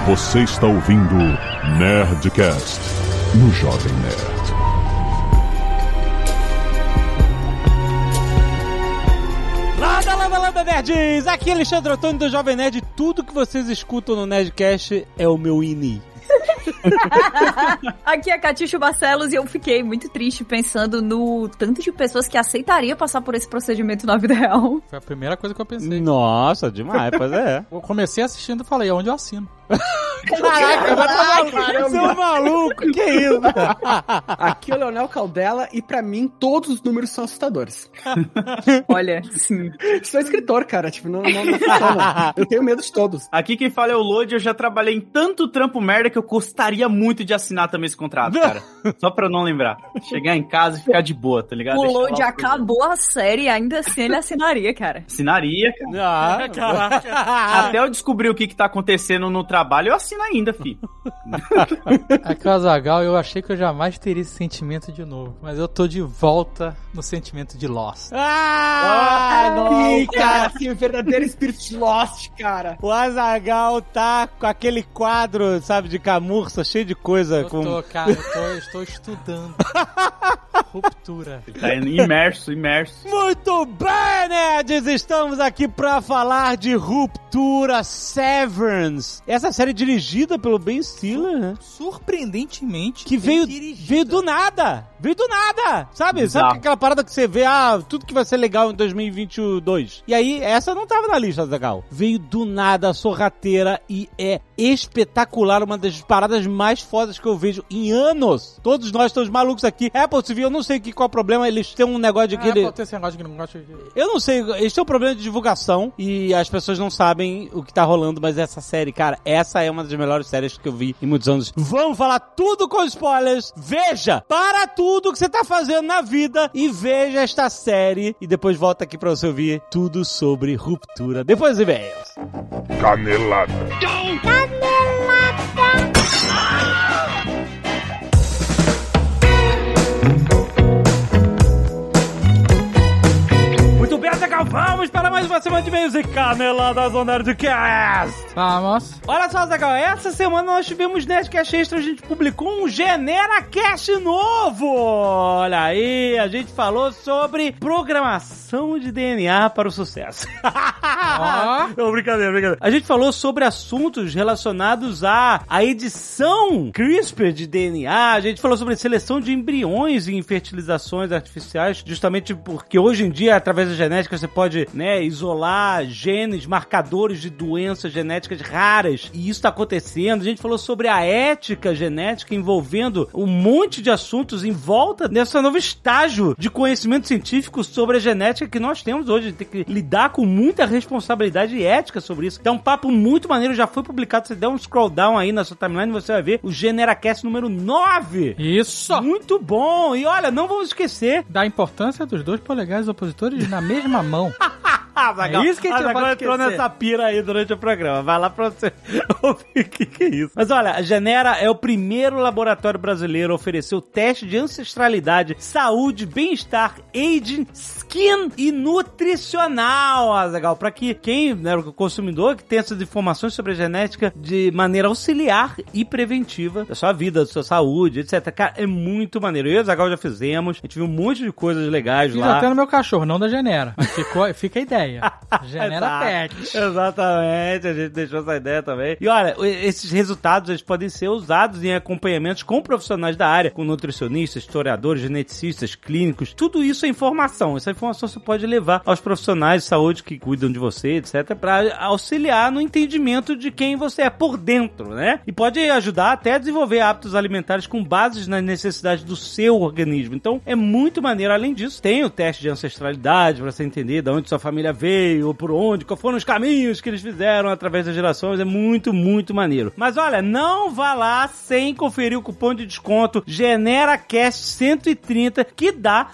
Você está ouvindo Nerdcast no Jovem Nerd. Landa, nerds! Aqui é Alexandre Ottoni do Jovem Nerd. Tudo que vocês escutam no Nerdcast é o meu INI. Aqui é Catiuxa Barcelos e eu fiquei muito triste pensando no tanto de pessoas que aceitaria passar por esse procedimento na vida real. Foi a primeira coisa que eu pensei. Nossa, demais, pois é. Eu comecei assistindo e falei, onde eu assino? Caraca, seu maluco, que isso? Aqui é o Leonel Caldela e pra mim todos os números são assustadores. Olha, sim. Sou escritor, cara, tipo, não funciona. Eu tenho medo de todos. Aqui quem fala é o Lodi, eu já trabalhei em tanto trampo merda que eu gostaria muito de assinar também esse contrato, cara. Só pra eu não lembrar. Chegar em casa e ficar de boa, tá ligado? O Lodi acabou a série e ainda assim ele assinaria, cara. Assinaria, cara. Caraca. Até eu descobrir o que tá acontecendo no trabalho, eu assino ainda, filho. Aqui é o Azaghal, eu achei que eu jamais teria esse sentimento de novo. Mas eu tô de volta no sentimento de Lost. Não, cara, assim, o verdadeiro espírito de Lost, cara. O Azaghal tá com aquele quadro, sabe, de camurça, cheio de coisa. Eu estou estudando. Ruptura. Ele tá imerso. Muito bem, nerds! Estamos aqui pra falar de Ruptura, Severance. Essa série dirigida pelo Ben Stiller, né? Surpreendentemente. Que veio do nada. Veio do nada, sabe? Exato. Sabe aquela parada que você vê, tudo que vai ser legal em 2022. E aí, essa não tava na lista, Azaghal. Veio do nada, sorrateira, e é espetacular, uma das paradas mais fodas que eu vejo em anos. Todos nós estamos malucos aqui. Apple TV, eu não sei qual é o problema, eles têm um negócio de que... Apple tem esse negócio de que não gosta de... Eu não sei, eles têm um problema de divulgação e as pessoas não sabem o que tá rolando, mas essa série, cara, essa é uma das melhores séries que eu vi em muitos anos. Vamos falar tudo com spoilers. Veja, para tudo que você tá fazendo na vida e veja esta série e depois volta aqui pra você ouvir tudo sobre Ruptura. Depois dos e-mails. Canelada. Muito bem, Azaghal, vamos para mais uma semana de e-mails e Caneladas on Nerdcast. Vamos. Olha só, Azaghal, essa semana nós tivemos Nerdcast Extra, a gente publicou um GeneraCast novo. Olha aí, a gente falou sobre programação de DNA para o sucesso. Não, brincadeira. A gente falou sobre assuntos relacionados à edição CRISPR de DNA, a gente falou sobre seleção de embriões em fertilizações artificiais, justamente porque hoje em dia, através da genética, você pode, né, isolar genes, marcadores de doenças genéticas raras, e isso está acontecendo. A gente falou sobre a ética genética envolvendo um monte de assuntos em volta desse novo estágio de conhecimento científico sobre a genética que nós temos hoje. A gente tem que lidar com muita responsabilidade e ética sobre isso. Então, um papo muito maneiro, já foi publicado. Se der um scroll down aí na sua timeline, você vai ver o GeneraCast número 9. Isso! Muito bom! E olha, não vamos esquecer Da importância dos 2 polegares opositores na mesma mão. Azaghal, É isso que a gente Azaghal vai entrou esquecer. nessa pira aí durante o programa. Vai lá pra você ouvir o que é isso. Mas olha, a Genera é o primeiro laboratório brasileiro a oferecer o teste de ancestralidade, saúde, bem-estar, aging, skin e nutricional, Azaghal, pra que quem, né, o consumidor que tem essas informações sobre a genética de maneira auxiliar e preventiva da sua vida, da sua saúde, etc. Cara, é muito maneiro. Eu e o Azaghal já fizemos, a gente viu um monte de coisas legais Fiz lá. até no meu cachorro, não da Genera. Mas fica a ideia. Genera Exato. Pet. Exatamente, a gente deixou essa ideia também. E olha, esses resultados eles podem ser usados em acompanhamentos com profissionais da área, com nutricionistas, historiadores, geneticistas, clínicos. Tudo isso é informação. Essa informação você pode levar aos profissionais de saúde que cuidam de você, etc, para auxiliar no entendimento de quem você é por dentro, né? E pode ajudar até a desenvolver hábitos alimentares com bases nas necessidades do seu organismo. Então, é muito maneiro. Além disso, tem o teste de ancestralidade para você entender de onde sua família veio, ou por onde, quais foram os caminhos que eles fizeram através das gerações. É muito, muito maneiro. Mas olha, não vá lá sem conferir o cupom de desconto GeneraCast 130, que dá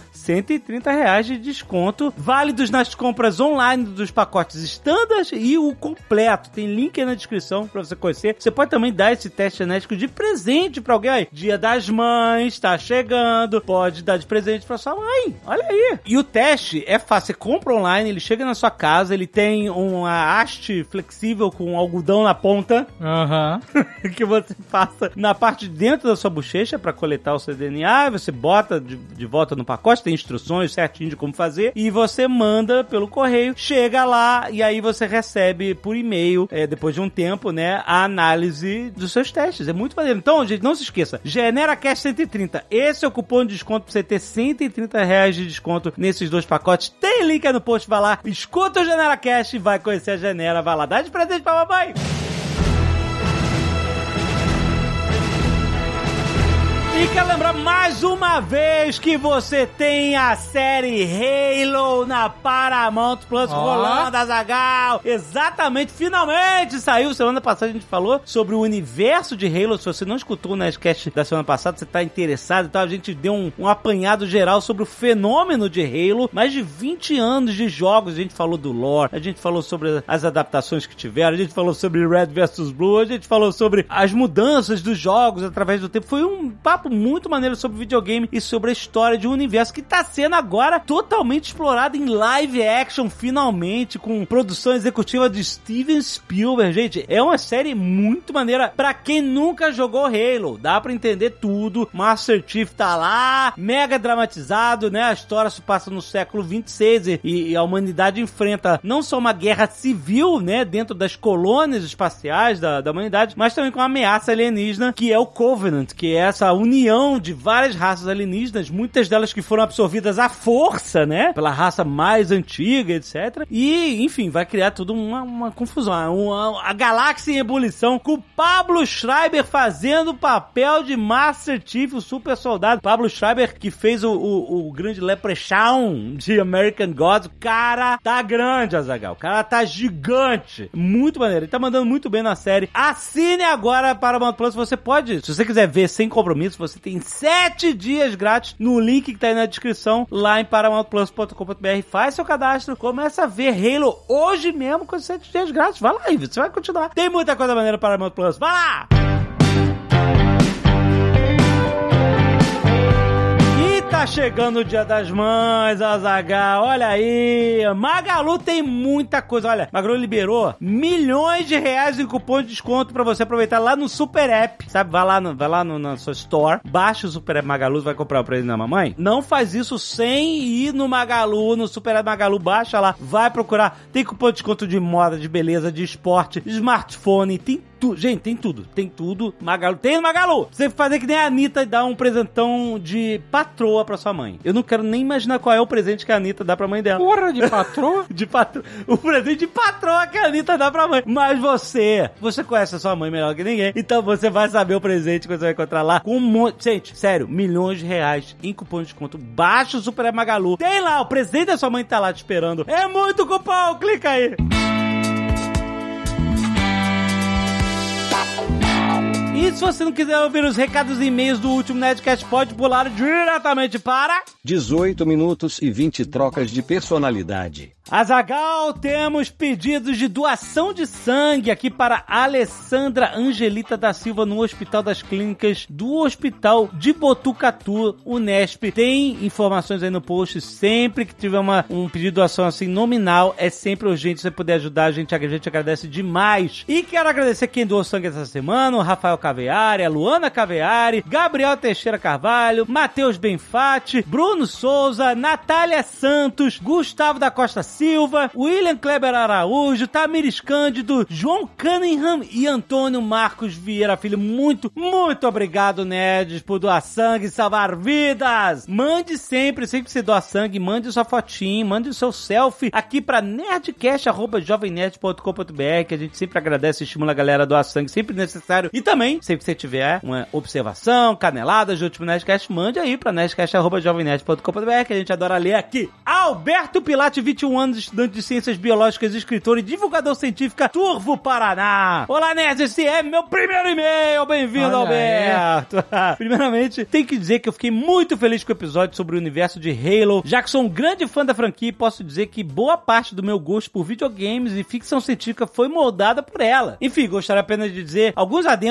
R$130 de desconto, válidos nas compras online dos pacotes standard e o completo. Tem link aí na descrição pra você conhecer. Você pode também dar esse teste genético de presente pra alguém. Aí, Dia das Mães, tá chegando, pode dar de presente pra sua mãe. Olha aí. E o teste é fácil, você compra online, ele chega na na sua casa, ele tem uma haste flexível com algodão na ponta, que você passa na parte de dentro da sua bochecha pra coletar o seu DNA, você bota de volta no pacote, tem instruções certinho de como fazer, e você manda pelo correio, chega lá, e aí você recebe por e-mail, depois de um tempo, né, a análise dos seus testes. É muito maneiro. Então, gente, não se esqueça, GeneraCast 130, esse é o cupom de desconto pra você ter R$130 de desconto nesses 2 pacotes. Tem link aí no post, vai lá, escuta o GeneraCast e vai conhecer a Genera, vai lá, dá de presente pra mamãe! E quero lembrar mais uma vez que você tem a série Halo na Paramount Plus rolando, Azaghal. Exatamente, finalmente saiu. Semana passada a gente falou sobre o universo de Halo. Se você não escutou o Nerdcast da semana passada, você tá interessado, então a gente deu um apanhado geral sobre o fenômeno de Halo. Mais de 20 anos de jogos, a gente falou do lore, a gente falou sobre as adaptações que tiveram, a gente falou sobre Red vs Blue, a gente falou sobre as mudanças dos jogos através do tempo. Foi um papo muito maneiro sobre videogame e sobre a história de um universo que tá sendo agora totalmente explorado em live action, finalmente, com produção executiva de Steven Spielberg. Gente, é uma série muito maneira pra quem nunca jogou Halo. Dá pra entender tudo. Master Chief tá lá, mega dramatizado, né? A história se passa no século 26 e a humanidade enfrenta não só uma guerra civil, né? Dentro das colônias espaciais da humanidade, mas também com uma ameaça alienígena, que é o Covenant, que é essa união de várias raças alienígenas, muitas delas que foram absorvidas à força, né? Pela raça mais antiga, etc. E, enfim, vai criar toda uma confusão. A galáxia em ebulição, com Pablo Schreiber fazendo o papel de Master Chief, o super soldado. Pablo Schreiber, que fez o grande Leprechaun de American Gods. O cara tá grande, Azaghal. O cara tá gigante. Muito maneiro. Ele tá mandando muito bem na série. Assine agora para o Paramount Plus. Você pode, se você quiser ver sem compromisso, você tem 7 dias grátis no link que tá aí na descrição, lá em paramountplus.com.br. Faz seu cadastro, começa a ver Halo hoje mesmo com 7 dias grátis. Vai lá e você vai continuar. Tem muita coisa maneira para Paramount Plus. Vai lá! Tá chegando o Dia das Mães, Azaghal, olha aí, Magalu tem muita coisa, olha, Magalu liberou milhões de reais em cupom de desconto pra você aproveitar lá no Super App, sabe, vai lá na sua store, baixa o Super App Magalu, vai comprar o presente da mamãe, não faz isso sem ir no Magalu, no Super App Magalu, baixa lá, vai procurar, tem cupom de desconto de moda, de beleza, de esporte, de smartphone, tem gente, tem tudo, Magalu, tem no Magalu. Você fazer que nem a Anitta e dar um presentão de patroa pra sua mãe. Eu não quero nem imaginar qual é o presente que a Anitta dá pra mãe dela. Porra, de patroa? De patroa. O presente de patroa que a Anitta dá pra mãe. Mas você conhece a sua mãe melhor que ninguém, então você vai saber o presente que você vai encontrar lá com um monte, gente, sério, milhões de reais em cupom de desconto. Baixa o Super Magalu. Tem lá, o presente da sua mãe tá lá te esperando. É muito cupom, clica aí. E se você não quiser ouvir os recados e e-mails do último Nerdcast, pode pular diretamente para 18 minutos e 20 trocas de personalidade. Azaghal, temos pedidos de doação de sangue aqui para Alessandra Angelita da Silva no Hospital das Clínicas do Hospital de Botucatu, Unesp. Tem informações aí no post, sempre que tiver um pedido de doação assim nominal, é sempre urgente, se você puder ajudar, a gente agradece demais. E quero agradecer quem doou sangue essa semana, o Rafael Caveari, a Luana Caveari, Gabriel Teixeira Carvalho, Matheus Benfatti, Bruno Souza, Natália Santos, Gustavo da Costa Silva, William Kleber Araújo, Tamires Cândido, João Cunningham e Antônio Marcos Vieira Filho. Muito, muito obrigado, nerds, por doar sangue e salvar vidas. Mande sempre que você doar sangue, mande sua fotinho, mande o seu selfie aqui pra nerdcast@jovemnerd.com.br, que a gente sempre agradece e estimula a galera a doar sangue, sempre necessário. E também, sempre que você tiver uma observação, caneladas de último Nerdcast, mande aí pra nerdcast@jovemnerd.com.br, que a gente adora ler aqui. Alberto Pilate, 21 anos, estudante de Ciências Biológicas, escritor e divulgador científica, Turvo, Paraná. Olá, nerds, esse é meu primeiro e-mail. Bem-vindo, Alberto. Primeiramente, tenho que dizer que eu fiquei muito feliz com o episódio sobre o universo de Halo, já que sou um grande fã da franquia e posso dizer que boa parte do meu gosto por videogames e ficção científica foi moldada por ela. Enfim, gostaria apenas de dizer alguns adendos sobre o que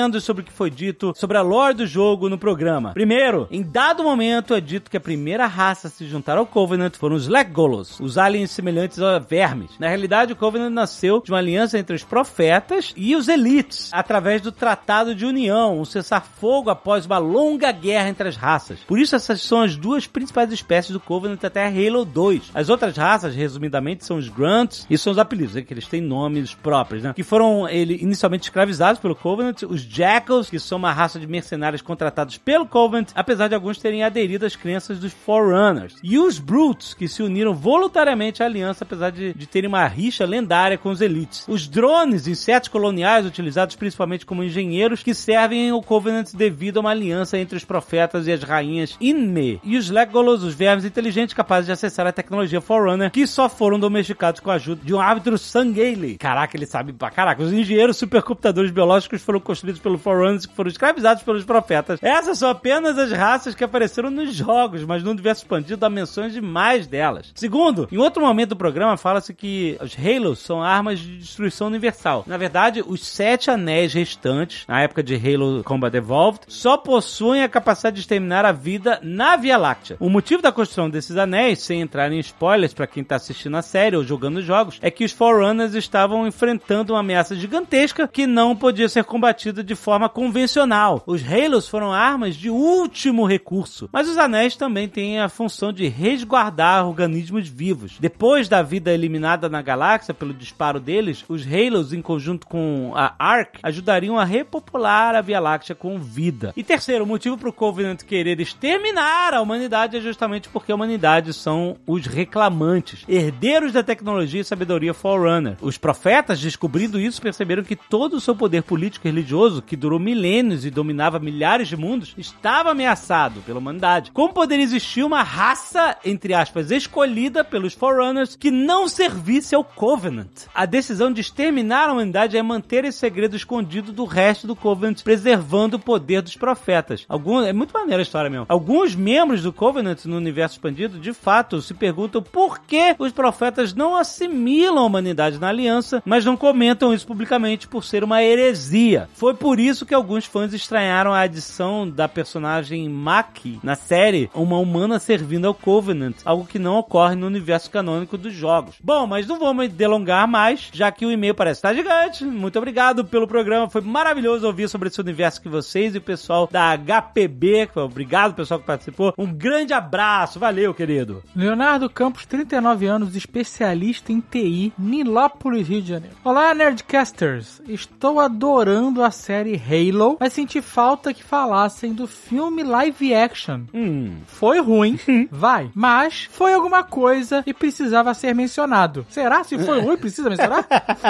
que foi dito sobre a lore do jogo no programa. Primeiro, em dado momento é dito que a primeira raça a se juntar ao Covenant foram os Legolos, os aliens semelhantes a vermes. Na realidade, o Covenant nasceu de uma aliança entre os profetas e os elites, através do Tratado de União, um cessar-fogo após uma longa guerra entre as raças. Por isso, essas são as duas principais espécies do Covenant até Halo 2. As outras raças, resumidamente, são os Grunts, e são os apelidos, que eles têm nomes próprios, né? Que foram inicialmente escravizados pelo Covenant, os Jackals, que são uma raça de mercenários contratados pelo Covenant, apesar de alguns terem aderido às crenças dos Forerunners. E os Brutes, que se uniram voluntariamente à aliança, apesar de terem uma rixa lendária com os Elites. Os drones, insetos coloniais, utilizados principalmente como engenheiros, que servem ao Covenant devido a uma aliança entre os profetas e as rainhas Inme. E os Legolos, os vermes inteligentes capazes de acessar a tecnologia Forerunner, que só foram domesticados com a ajuda de um árbitro Sangheili. Caraca, ele sabe pra caraca. Os engenheiros supercomputadores biológicos foram construídos pelo Forerunners, que foram escravizados pelos profetas. Essas são apenas as raças que apareceram nos jogos, mas no universo expandido há menções de mais delas. Segundo, em outro momento do programa fala-se que os Halos são armas de destruição universal. Na verdade, os 7 anéis restantes, na época de Halo Combat Evolved, só possuem a capacidade de exterminar a vida na Via Láctea. O motivo da construção desses anéis, sem entrar em spoilers pra quem tá assistindo a série ou jogando os jogos, é que os Forerunners estavam enfrentando uma ameaça gigantesca que não podia ser combatida de forma convencional. Os Halos foram armas de último recurso, mas os anéis também têm a função de resguardar organismos vivos. Depois da vida eliminada na galáxia pelo disparo deles, os Halos, em conjunto com a Ark, ajudariam a repopular a Via Láctea com vida. E terceiro, o motivo pro Covenant querer exterminar a humanidade é justamente porque a humanidade são os reclamantes, herdeiros da tecnologia e sabedoria Forerunner. Os profetas, descobrindo isso, perceberam que todo o seu poder político e religioso, que durou milênios e dominava milhares de mundos, estava ameaçado pela humanidade. Como poderia existir uma raça, entre aspas, escolhida pelos Forerunners que não servisse ao Covenant? A decisão de exterminar a humanidade é manter esse segredo escondido do resto do Covenant, preservando o poder dos profetas. É muito maneira a história mesmo. Alguns membros do Covenant no universo expandido, de fato, se perguntam por que os profetas não assimilam a humanidade na aliança, mas não comentam isso publicamente por ser uma heresia. Foi por isso que alguns fãs estranharam a adição da personagem Maki na série, uma humana servindo ao Covenant, algo que não ocorre no universo canônico dos jogos. Bom, mas não vou me delongar mais, já que o e-mail parece estar gigante. Muito obrigado pelo programa, foi maravilhoso ouvir sobre esse universo que vocês e o pessoal da HPB, obrigado pessoal que participou, um grande abraço, valeu querido. Leonardo Campos, 39 anos, especialista em TI, Nilópolis, Rio de Janeiro. Olá, Nerdcasters, estou adorando a série Halo, mas senti falta que falassem do filme live action. Foi ruim, vai, mas foi alguma coisa e precisava ser mencionado. Será? Se foi ruim, precisa mencionar?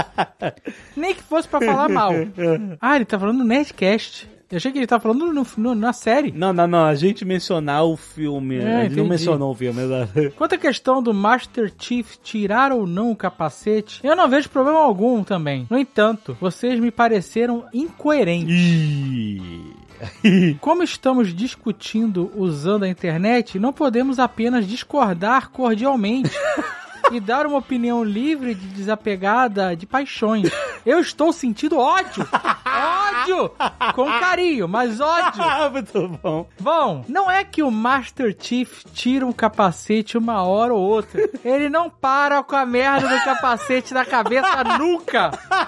Nem que fosse pra falar mal. Ah, ele tá falando no Nerdcast. Eu achei que ele tava falando na série. Não, a gente mencionar o filme. A gente não mencionou o filme. Quanto à questão do Master Chief tirar ou não o capacete, eu não vejo problema algum também. No entanto, vocês me pareceram incoerentes. Como estamos discutindo usando a internet, não podemos apenas discordar cordialmente e dar uma opinião livre e desapegada de paixões. Eu estou sentindo ódio! Ódio! Com carinho, mas ódio! Muito bom. Bom, não é que o Master Chief tira um capacete uma hora ou outra. Ele não para com a merda do capacete na cabeça nunca!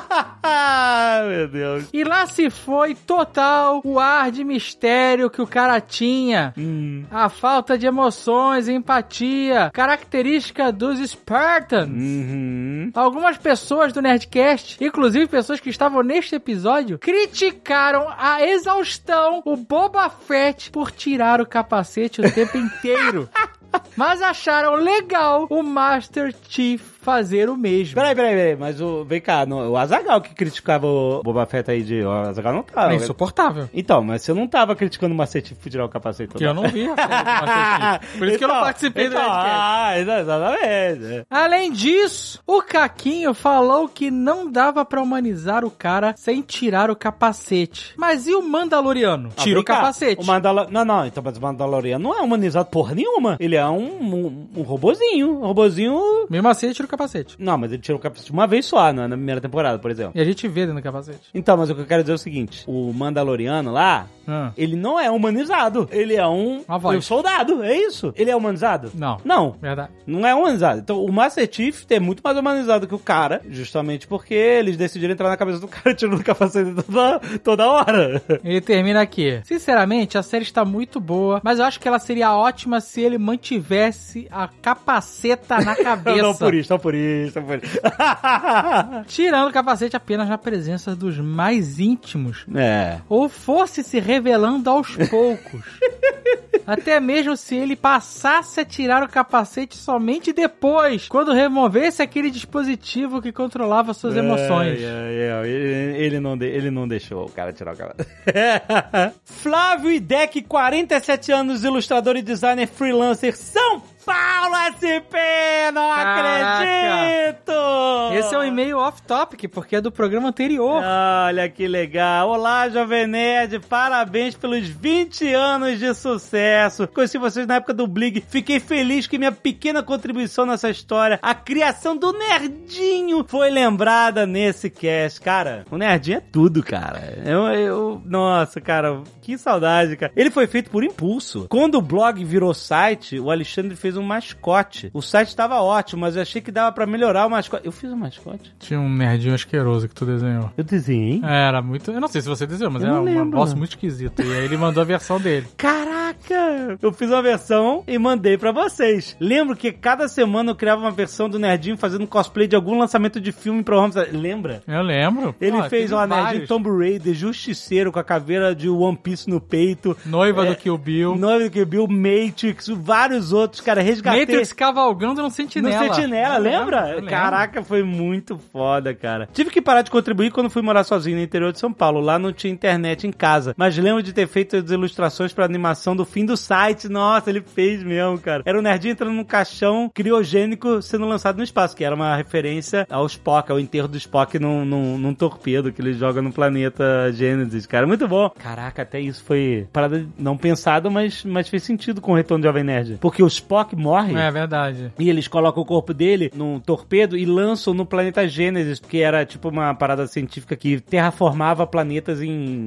Meu Deus. E lá se foi total o ar de mistério que o cara tinha. A falta de emoções e empatia. Característica dos Spartans. Algumas pessoas do Nerdcast, inclusive pessoas que estavam neste episódio, criticaram a exaustão o Boba Fett por tirar o capacete o tempo inteiro. Mas acharam legal o Master Chief fazer o mesmo. Peraí, mas vem cá, o Azaghal que criticava o Boba Fett aí o Azaghal não tava. É insuportável. Então, mas você não tava criticando o Master Chief por tirar o capacete. Que eu não vi a série do Master Chief. Por isso que eu não participei do Nerdcast. Exatamente. Além disso, o Caquinho falou que não dava pra humanizar o cara sem tirar o capacete. Mas e o Mandaloriano? Tira o capacete. Não, então, mas o Mandaloriano não é humanizado porra nenhuma. Ele é um robozinho. Mesmo assim, tira o capacete. Não, mas ele tirou o capacete uma vez só, na primeira temporada, por exemplo. E a gente vê dentro do capacete. Então, mas o que eu quero dizer é o seguinte. O Mandaloriano lá, ele não é humanizado. Ele é um soldado, é isso? Ele é humanizado? Não. Não. Verdade. Não é humanizado. Então, o Master Chief é muito mais humanizado que o cara, justamente porque eles decidiram entrar na cabeça do cara tirando o capacete toda hora. Ele termina aqui. Sinceramente, a série está muito boa, mas eu acho que ela seria ótima se ele mantivesse a capaceta na cabeça. Não, por isso. Tirando o capacete apenas na presença dos mais íntimos. É. Ou fosse se revelando aos poucos. Até mesmo se ele passasse a tirar o capacete somente depois, quando removesse aquele dispositivo que controlava suas emoções. Ele não deixou o cara tirar o capacete. Flávio Ideck, 47 anos, ilustrador e designer freelancer, São Paulo SP! Não acredito! Esse é um e-mail off-topic, porque é do programa anterior. Olha que legal. Olá, Jovem Nerd. Parabéns pelos 20 anos de sucesso. Conheci vocês na época do Blig. Fiquei feliz que minha pequena contribuição nessa história, a criação do Nerdinho, foi lembrada nesse cast. Cara, o Nerdinho é tudo, cara. Nossa, cara, que saudade, cara. Ele foi feito por impulso. Quando o blog virou site, o Alexandre fez um mascote. O site estava ótimo, mas eu achei que dava pra melhorar o mascote. Eu fiz um mascote? Tinha um nerdinho asqueroso que tu desenhou. Eu desenhei? Era muito... Eu não sei se você desenhou, mas era um negócio muito esquisito. E aí ele mandou a versão dele. Caraca! Eu fiz uma versão e mandei pra vocês. Lembro que cada semana eu criava uma versão do Nerdinho fazendo um cosplay de algum lançamento de filme pra home. Lembra? Eu lembro. Ele fez uma Nerdinho Tomb Raider, Justiceiro, com a caveira de One Piece no peito. Noiva do Kill Bill. Noiva do Kill Bill, Matrix, vários outros, cara. Resgatei. Matrix cavalgando no Sentinela. No Sentinela, lembra? Caraca, foi muito foda, cara. Tive que parar de contribuir quando fui morar sozinho no interior de São Paulo. Lá não tinha internet em casa. Mas lembro de ter feito as ilustrações pra animação do fim do site. Nossa, ele fez mesmo, cara. Era o Nerdinho entrando num caixão criogênico sendo lançado no espaço, que era uma referência ao Spock, ao enterro do Spock num torpedo que ele joga no planeta Gênesis, cara. Muito bom. Caraca, até isso foi parada não pensada, mas fez sentido com o retorno do Jovem Nerd. Porque o Spock morre. É verdade. E eles colocam o corpo dele num torpedo e lançam no planeta Gênesis, porque era tipo uma parada científica que terraformava planetas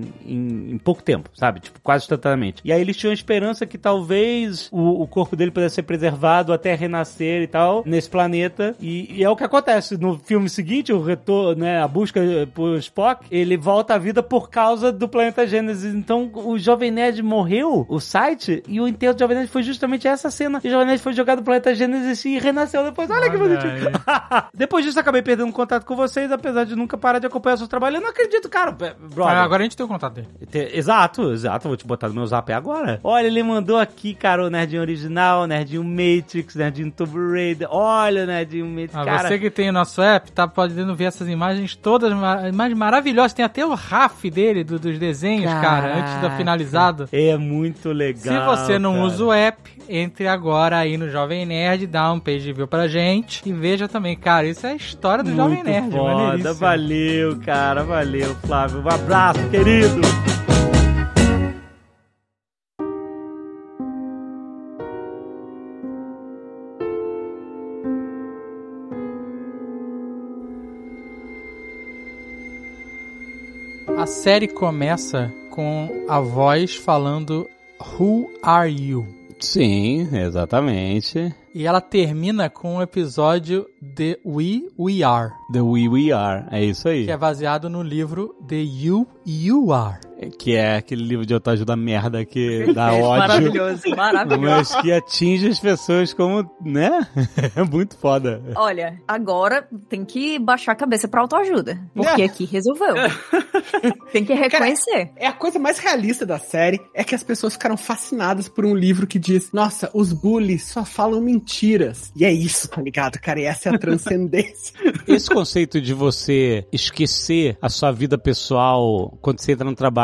em pouco tempo, sabe? Tipo, quase instantaneamente. E aí eles tinham esperança que talvez o corpo dele pudesse ser preservado até renascer e tal, nesse planeta. E é o que acontece. No filme seguinte, o retorno, né, a busca por Spock, ele volta à vida por causa do planeta Gênesis. Então, o Jovem Nerd morreu, o site, e o enterro do Jovem Nerd foi justamente essa cena. E o Jovem Nerd foi jogado do planeta Gênesis e renasceu depois. Olha que bonitinho. Depois disso, acabei perdendo contato com vocês, apesar de nunca parar de acompanhar o seu trabalho. Eu não acredito, cara. Brother. Agora a gente tem o contato dele. Exato. Vou te botar no meu zap agora. Olha, ele mandou aqui, cara, o Nerdinho original, o Nerdinho Matrix, o Nerdinho Tomb Raider. Olha o Nerdinho Matrix, cara. Você que tem o nosso app, tá podendo ver essas imagens todas, imagens maravilhosas. Tem até o RAF dele, dos desenhos, cara, antes do finalizado. É muito legal. Se você não usa o app, entre agora aí no Jovem Nerd, dá um page view pra gente e veja também, cara, isso é a história do Jovem Nerd. Foda, valeu, cara, valeu, Flávio. Um abraço, querido. A série começa com a voz falando Who are you? Sim, exatamente. E ela termina com um episódio The We Are. The We Are, é isso aí. Que é baseado no livro The You Are. Que é aquele livro de autoajuda merda que dá ódio. Maravilhoso. Mas que atinge as pessoas como, né? É muito foda. Olha, agora tem que baixar a cabeça pra autoajuda. Porque aqui resolveu. Tem que reconhecer. Cara, a coisa mais realista da série é que as pessoas ficaram fascinadas por um livro que diz: nossa, os bullies só falam mentiras. E é isso, tá ligado, cara? E essa é a transcendência. Esse conceito de você esquecer a sua vida pessoal quando você entra no trabalho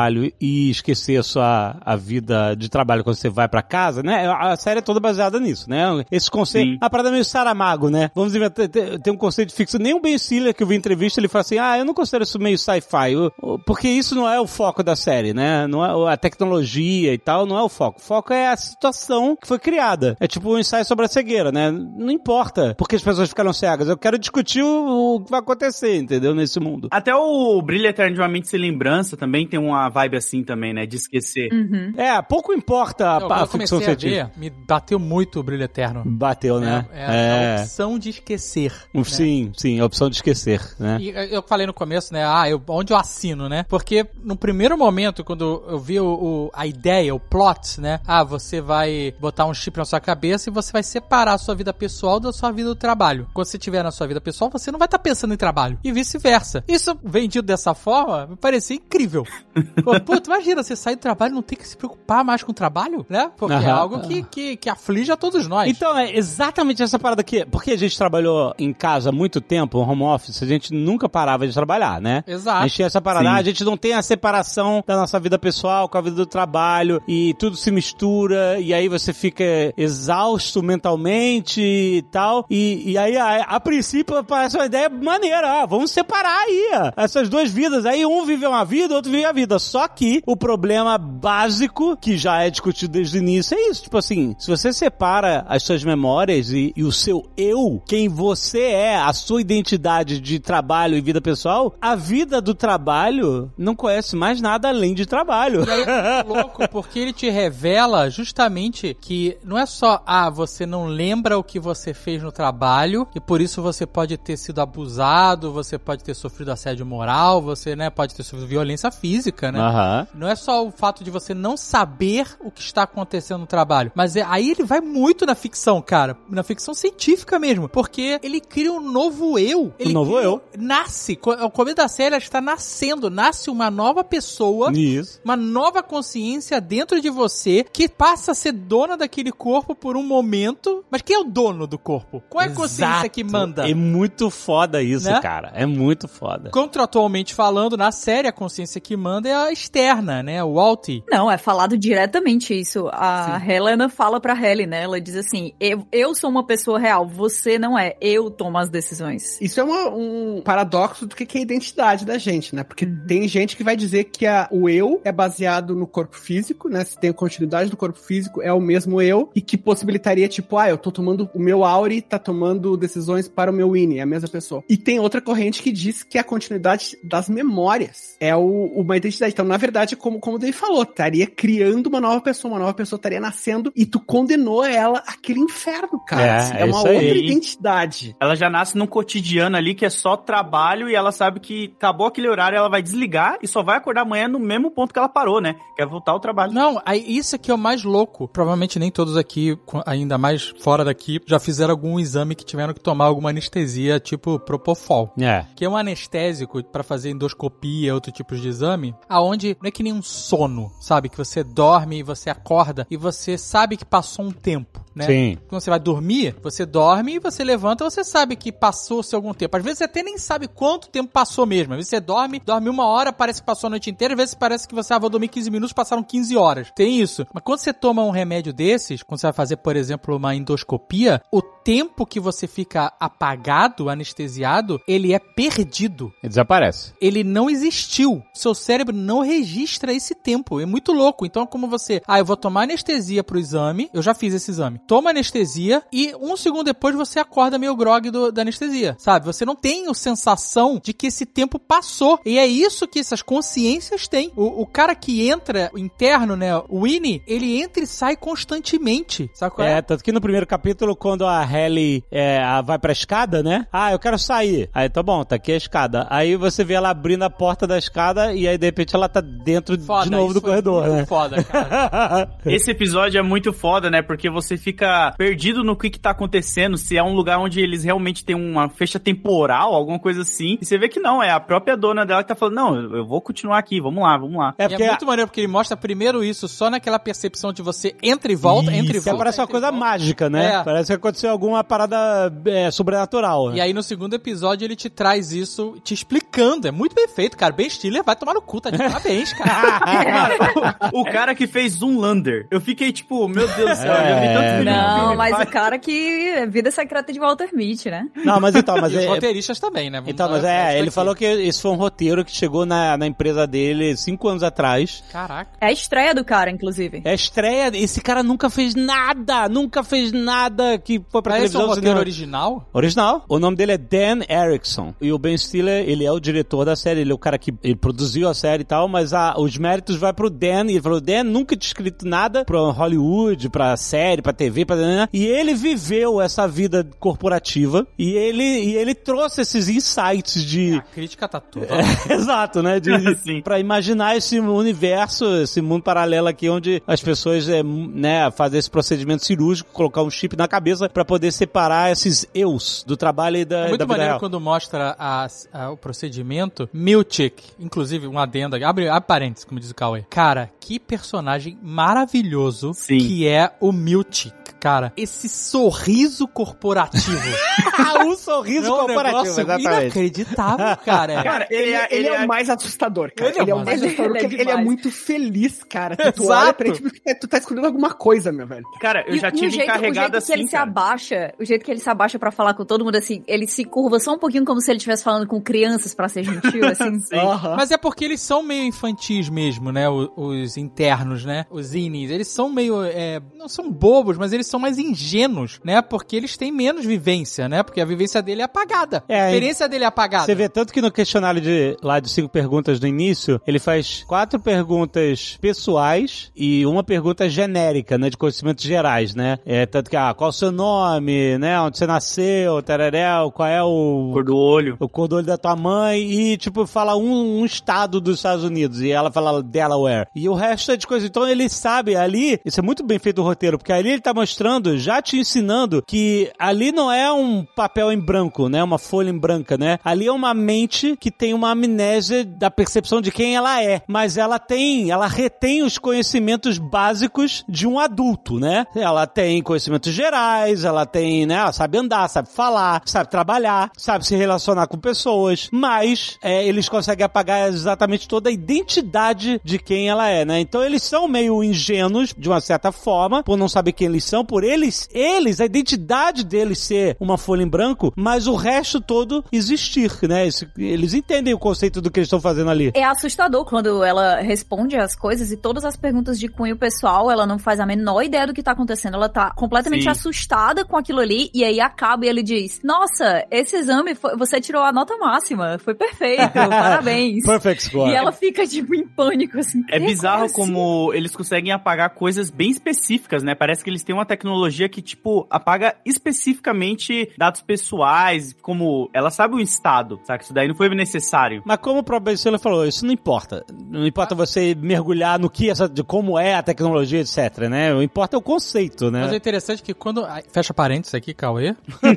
trabalho e esquecer a vida de trabalho quando você vai pra casa, né? A série é toda baseada nisso, né? Esse conceito, a parada meio Saramago, né? Vamos inventar, tem um conceito fixo. Nem o Ben Stiller, que eu vi em entrevista, ele fala assim, eu não considero isso meio sci-fi, porque isso não é o foco da série, né? Não é a tecnologia e tal, não é o foco. O foco é a situação que foi criada. É tipo um ensaio sobre a cegueira, né? Não importa porque as pessoas ficaram cegas. Eu quero discutir o que vai acontecer, entendeu? Nesse mundo. Até o Brilho Eterno de uma Mente Sem Lembrança também tem uma vibe assim também, né? De esquecer. Pouco importa a ficção científica. Me bateu muito o Brilho Eterno. Bateu, né? A opção de esquecer. Sim, a opção de esquecer, né? E eu falei no começo, né? Onde eu assino, né? Porque no primeiro momento, quando eu vi a ideia, o plot, né? Você vai botar um chip na sua cabeça e você vai separar a sua vida pessoal da sua vida do trabalho. Quando você estiver na sua vida pessoal, você não vai estar pensando em trabalho. E vice-versa. Isso vendido dessa forma, me parecia incrível. Pô, imagina, você sair do trabalho e não ter que se preocupar mais com o trabalho, né? Porque é algo que aflige a todos nós. Então, é exatamente essa parada aqui. Porque a gente trabalhou em casa há muito tempo, home office, a gente nunca parava de trabalhar, né? Exato. A gente tinha essa parada, a gente não tem a separação da nossa vida pessoal com a vida do trabalho, e tudo se mistura, e aí você fica exausto mentalmente e tal, e aí a princípio parece uma ideia maneira, vamos separar aí essas duas vidas, aí um vive uma vida, outro vive a vida, só que o problema básico, que já é discutido desde o início, é isso, tipo assim, se você separa as suas memórias e o seu eu, quem você é, a sua identidade de trabalho e vida pessoal, a vida do trabalho não conhece mais nada além de trabalho. E aí é muito louco, porque ele te revela justamente que não é só, você não lembra o que você fez no trabalho e por isso você pode ter sido abusado, você pode ter sofrido assédio moral, você, né, pode ter sofrido violência física, né? Não é só o fato de você não saber o que está acontecendo no trabalho, mas aí ele vai muito na ficção, cara, na ficção científica mesmo, porque ele cria um novo eu. Nasce, o começo da série, ela está nascendo, nasce uma nova pessoa, uma nova consciência dentro de você, que passa a ser dona daquele corpo por um momento, mas quem é o dono do corpo? Qual é a consciência que manda? É muito foda isso, né? Cara, é muito foda. Contratualmente falando, na série, a consciência que manda é a externa, né, o Alti. Não, é falado diretamente isso. A Helena fala pra Helly, né, ela diz assim, eu sou uma pessoa real, você não é, eu tomo as decisões. Isso é um paradoxo do que é a identidade da gente, né, porque tem gente que vai dizer que o eu é baseado no corpo físico, né, se tem a continuidade do corpo físico, é o mesmo eu, e que possibilitaria, tipo, eu tô tomando o meu Auri, tá tomando decisões para o meu Winnie, é a mesma pessoa. E tem outra corrente que diz que a continuidade das memórias é uma identidade. Então, na verdade, como o Dave falou, estaria criando uma nova pessoa estaria nascendo e tu condenou ela àquele inferno, cara. É uma outra identidade. Ela já nasce num cotidiano ali que é só trabalho e ela sabe que acabou aquele horário, ela vai desligar e só vai acordar amanhã no mesmo ponto que ela parou, né? Quer voltar ao trabalho. Não, isso aqui é o mais louco. Provavelmente nem todos aqui, ainda mais fora daqui, já fizeram algum exame que tiveram que tomar alguma anestesia, tipo Propofol. Que é um anestésico pra fazer endoscopia, outro tipo de exame, aonde não é que nem um sono, sabe? Que você dorme e você acorda e você sabe que passou um tempo, né? Sim. Quando você vai dormir, você dorme e você levanta, você sabe que passou-se algum tempo. Às vezes você até nem sabe quanto tempo passou mesmo. Às vezes você dorme 1 hora, parece que passou a noite inteira, às vezes parece que você vai dormir 15 minutos, passaram 15 horas. Tem isso. Mas quando você toma um remédio desses, quando você vai fazer, por exemplo, uma endoscopia, o tempo que você fica apagado, anestesiado, ele é perdido. Ele desaparece. Ele não existiu. Seu cérebro não registra esse tempo. É muito louco. Então, como você... eu vou tomar anestesia pro exame. Eu já fiz esse exame. Toma anestesia e 1 segundo depois você acorda meio grog da anestesia, sabe? Você não tem a sensação de que esse tempo passou. E é isso que essas consciências têm. O cara que entra interno, né? O Winnie, ele entra e sai constantemente. Sabe qual é? Tanto que no primeiro capítulo, quando a Helly vai pra escada, né? Eu quero sair. Aí, tá bom, tá aqui a escada. Aí você vê ela abrindo a porta da escada e aí, de repente, ela tá dentro de novo do corredor, né? Foda, cara. Esse episódio é muito foda, né? Porque você fica fica perdido no que tá acontecendo, se é um lugar onde eles realmente têm uma fecha temporal, alguma coisa assim. E você vê que não, é a própria dona dela que tá falando, não, eu vou continuar aqui, vamos lá. É muito maneiro, porque ele mostra primeiro isso só naquela percepção de você entra e volta, entra e volta. Parece uma coisa mágica, né? É. Parece que aconteceu alguma parada sobrenatural. E aí no segundo episódio ele te traz isso, te explicando. É muito bem feito, cara. Ben Stiller vai tomar no cu, tá de parabéns, cara. O cara que fez Zoolander, eu fiquei tipo, meu Deus do céu, eu vi tanto vídeo. Não, mas o cara que... Vida secreta de Walter Mitty, né? Não, mas então... Mas e os roteiristas também, né? Então, mas ele falou que esse foi um roteiro que chegou na empresa dele 5 anos atrás. Caraca. É a estreia do cara, inclusive. É a estreia... Esse cara nunca fez nada que foi pra televisão. Esse é um roteiro original? Original. O nome dele é Dan Erickson. E o Ben Stiller, ele é o diretor da série, ele é o cara que ele produziu a série e tal, mas os méritos vai pro Dan, e ele falou, Dan nunca tinha escrito nada pra Hollywood, pra série, pra TV, e ele viveu essa vida corporativa, e ele trouxe esses insights de... A crítica tá toda. Exato, né? Pra imaginar esse universo, esse mundo paralelo aqui, onde as pessoas, né, fazem esse procedimento cirúrgico, colocar um chip na cabeça pra poder separar esses eus do trabalho e da vida real. É muito maneiro quando mostra o procedimento. Milchick, inclusive, um adendo aqui. Abre parênteses, como diz o Cauê. Cara, que personagem maravilhoso que é o Milchick. Cara, esse sorriso corporativo. Um sorriso corporativo, exatamente. Inacreditável, cara. Cara, ele é o mais assustador, cara. Ele é o mais assustador, porque ele é muito feliz, cara. Tu olha pra ele, tipo, tu tá escondendo alguma coisa, meu velho. Cara, eu já tive encarregado assim, o jeito que ele se abaixa pra falar com todo mundo, assim, ele se curva só um pouquinho como se ele estivesse falando com crianças pra ser gentil, assim. Mas é porque eles são meio infantis mesmo, né? Os internos, né? Os inis. Eles são meio... não são bobos, mas eles são mais ingênuos, né? Porque eles têm menos vivência, né? Porque a vivência dele é apagada. A experiência dele é apagada. Você vê tanto que no questionário de 5 perguntas no início, ele faz 4 perguntas pessoais e uma pergunta genérica, né? De conhecimentos gerais, né? Tanto que, qual o seu nome, né? Onde você nasceu, tararel, qual é o... Cor do olho. O cor do olho da tua mãe e, tipo, fala um estado dos Estados Unidos e ela fala Delaware. E o resto é de coisa. Então ele sabe ali, isso é muito bem feito o roteiro, porque ali ele tá mostrando, já te ensinando que ali não é um papel em branco, né? Uma folha em branca, né? Ali é uma mente que tem uma amnésia da percepção de quem ela é, mas ela retém os conhecimentos básicos de um adulto, né? Ela tem conhecimentos gerais, ela tem, né? Ela sabe andar, sabe falar, sabe trabalhar, sabe se relacionar com pessoas, mas eles conseguem apagar exatamente toda a identidade de quem ela é, né? Então eles são meio ingênuos, de uma certa forma, por não saber quem eles são, por eles, a identidade deles ser uma folha em branco, mas o resto todo existir, né? Eles entendem o conceito do que eles estão fazendo ali. É assustador quando ela responde as coisas e todas as perguntas de cunho pessoal, ela não faz a menor ideia do que tá acontecendo, ela tá completamente assustada com aquilo ali, e aí acaba e ele diz, nossa, esse exame, você tirou a nota máxima, foi perfeito, parabéns. Perfect score. E ela fica, tipo, em pânico, assim. É bizarro como eles conseguem apagar coisas bem específicas, né? Parece que eles têm uma tecnologia que, tipo, apaga especificamente dados pessoais, como ela sabe o estado, sabe? Isso daí não foi necessário. Mas como o próprio Ben Stiller falou, isso não importa. Não importa você mergulhar no que de como é a tecnologia, etc, né? O que importa é o conceito, né? Mas é interessante que quando... Fecha parênteses aqui, Cauê.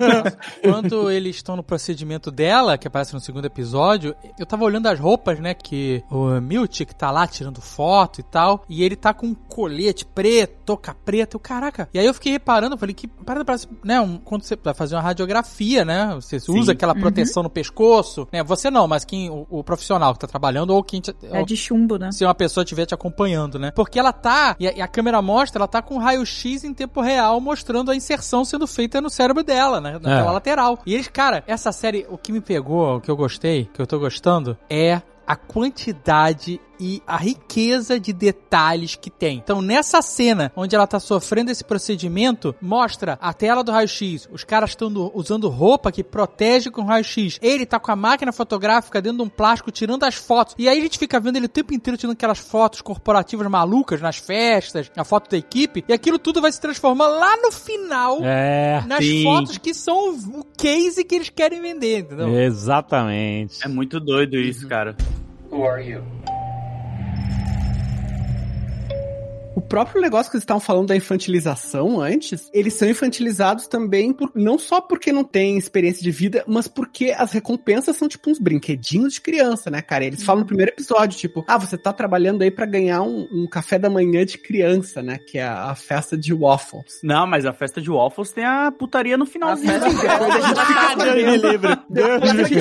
Quando eles estão no procedimento dela, que aparece no segundo episódio, eu tava olhando as roupas, né? Que o Milchick tá lá tirando foto e tal, e ele tá com um colete preto, touca preta, caraca. E aí eu fiquei reparando, eu falei que parece, né? Quando você vai fazer uma radiografia, né? Você usa aquela proteção no pescoço, né? Você não, mas quem, o profissional que tá trabalhando, ou quem... É de chumbo, né? Se uma pessoa estiver te acompanhando, né? Porque ela tá, e a câmera mostra, ela tá com um raio-x em tempo real, mostrando a inserção sendo feita no cérebro dela, né? Naquela lateral. E eles, cara, essa série, o que me pegou, o que eu gostei, que eu tô gostando, é a quantidade e a riqueza de detalhes que tem. Então, nessa cena onde ela tá sofrendo esse procedimento, mostra a tela do raio-x, os caras estão usando roupa que protege com o raio-x, ele tá com a máquina fotográfica dentro de um plástico tirando as fotos, e aí a gente fica vendo ele o tempo inteiro tirando aquelas fotos corporativas malucas nas festas, a foto da equipe, e aquilo tudo vai se transformar lá no final nas fotos que são o case que eles querem vender, entendeu? Exatamente. É muito doido isso, cara. Who are you? O próprio negócio que vocês estavam falando da infantilização antes, eles são infantilizados também não só porque não tem experiência de vida, mas porque as recompensas são tipo uns brinquedinhos de criança, né, cara? Eles falam no primeiro episódio, tipo, você tá trabalhando aí pra ganhar um café da manhã de criança, né? Que é a festa de waffles. Não, mas a festa de waffles tem a putaria no finalzinho. A festa depois a gente fica Deus me livre. Deus me livre.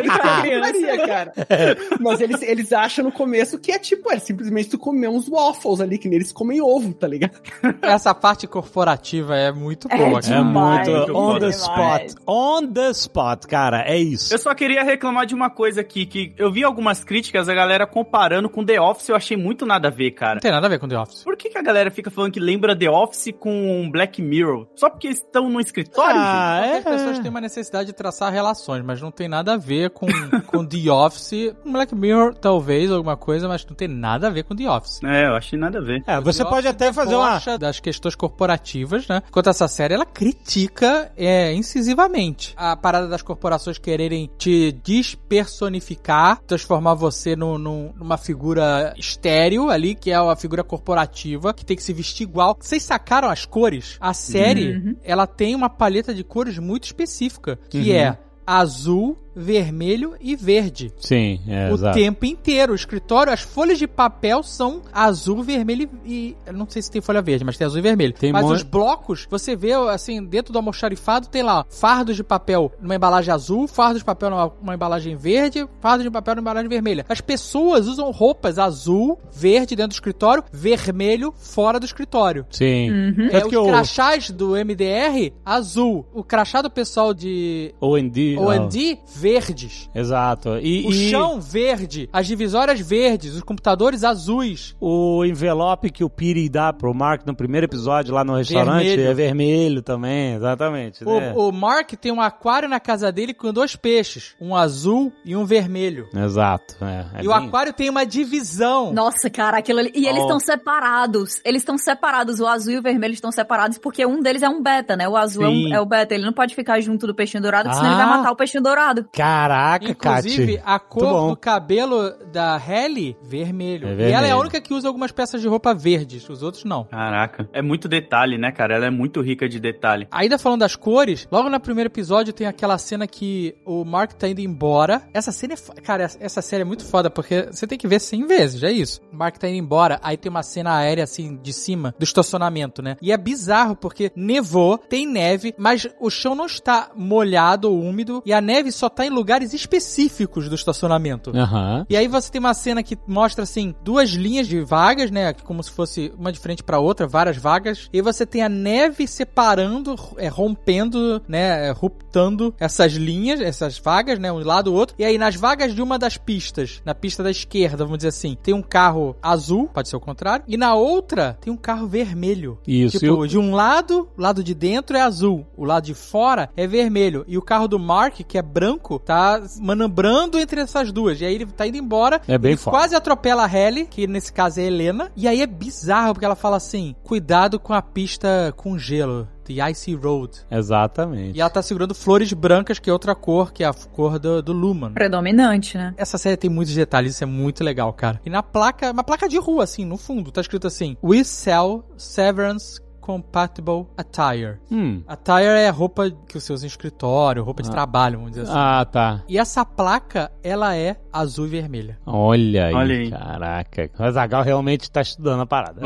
Cara. Mas eles acham no começo que é tipo, simplesmente tu comer uns waffles ali, que neles comem ovo, tá ligado? Essa parte corporativa é muito boa, cara. É muito on the demais. spot. On the spot, cara. É isso. Eu só queria reclamar de uma coisa aqui, que eu vi algumas críticas, a galera comparando com The Office, eu achei muito nada a ver, cara. Não tem nada a ver com The Office. Por que a galera fica falando que lembra The Office com Black Mirror? Só porque estão no escritório, gente? As pessoas têm uma necessidade de traçar relações, mas não tem nada a ver com The Office. Black Mirror, talvez, alguma coisa, mas não tem nada a ver com The Office. Eu achei nada a ver. Você pode até fazer uma... das questões corporativas, né? Enquanto essa série, ela critica incisivamente a parada das corporações quererem te despersonificar, transformar você numa figura estéril ali, que é a figura corporativa, que tem que se vestir igual. Vocês sacaram as cores? A série, ela tem uma paleta de cores muito específica, que é azul, vermelho e verde. Sim, exato. O tempo inteiro. O escritório, as folhas de papel são azul, vermelho e... Eu não sei se tem folha verde, mas tem azul e vermelho. Mas os blocos, você vê, assim, dentro do almoxarifado tem lá fardos de papel numa embalagem azul, fardos de papel numa embalagem verde, fardos de papel numa embalagem vermelha. As pessoas usam roupas azul, verde dentro do escritório, vermelho fora do escritório. Sim. Os crachás do MDR, azul. O crachá do pessoal de O&D, verdes. Exato. O chão verde, as divisórias verdes, os computadores azuis. O envelope que o Piri dá pro Mark no primeiro episódio lá no restaurante é vermelho também, exatamente. Né? O Mark tem um aquário na casa dele com 2 peixes, um azul e um vermelho. Exato. O aquário tem uma divisão. Nossa, cara, aquilo ali. E eles estão separados. Eles estão separados. O azul e o vermelho estão separados porque um deles é um beta, né? O azul é o beta. Ele não pode ficar junto do peixinho dourado, porque senão ele vai matar o peixinho dourado. Caraca, inclusive, Kati. a cor do cabelo da Halle, vermelho. E ela é a única que usa algumas peças de roupa verdes, os outros não. Caraca, é muito detalhe, né, cara? Ela é muito rica de detalhe. Ainda falando das cores, logo no primeiro episódio tem aquela cena que o Mark tá indo embora. Essa cena cara, essa série é muito foda, porque você tem que ver 100 vezes, é isso. O Mark tá indo embora, aí tem uma cena aérea, assim, de cima, do estacionamento, né? E é bizarro, porque nevou, tem neve, mas o chão não está molhado ou úmido, e a neve só tá em lugares específicos do estacionamento. E aí você tem uma cena que mostra, assim, 2 linhas de vagas, né? Como se fosse uma de frente pra outra, várias vagas. E você tem a neve separando, rompendo, né? Ruptando essas linhas, essas vagas, né? Um lado ou outro. E aí nas vagas de uma das pistas, na pista da esquerda, vamos dizer assim, tem um carro azul, pode ser o contrário. E na outra tem um carro vermelho. Isso. Tipo, de um lado, o lado de dentro é azul. O lado de fora é vermelho. E o carro do Mark, que é branco, tá manobrando entre essas duas. E aí ele tá indo embora. É bem forte. Quase atropela a Halle, que nesse caso é a Helena. E aí é bizarro, porque ela fala assim, cuidado com a pista com gelo. The Icy Road. Exatamente. E ela tá segurando flores brancas, que é outra cor, que é a cor do Lumen. Predominante, né? Essa série tem muitos detalhes, isso é muito legal, cara. E na placa, uma placa de rua, assim, no fundo, tá escrito assim, We sell Severance Compatible Attire. Attire é a roupa que você usa em escritório, roupa de trabalho, vamos dizer assim. Ah, tá. E essa placa, ela é azul e vermelha. Olha aí. Caraca. O Azaghal realmente tá estudando a parada.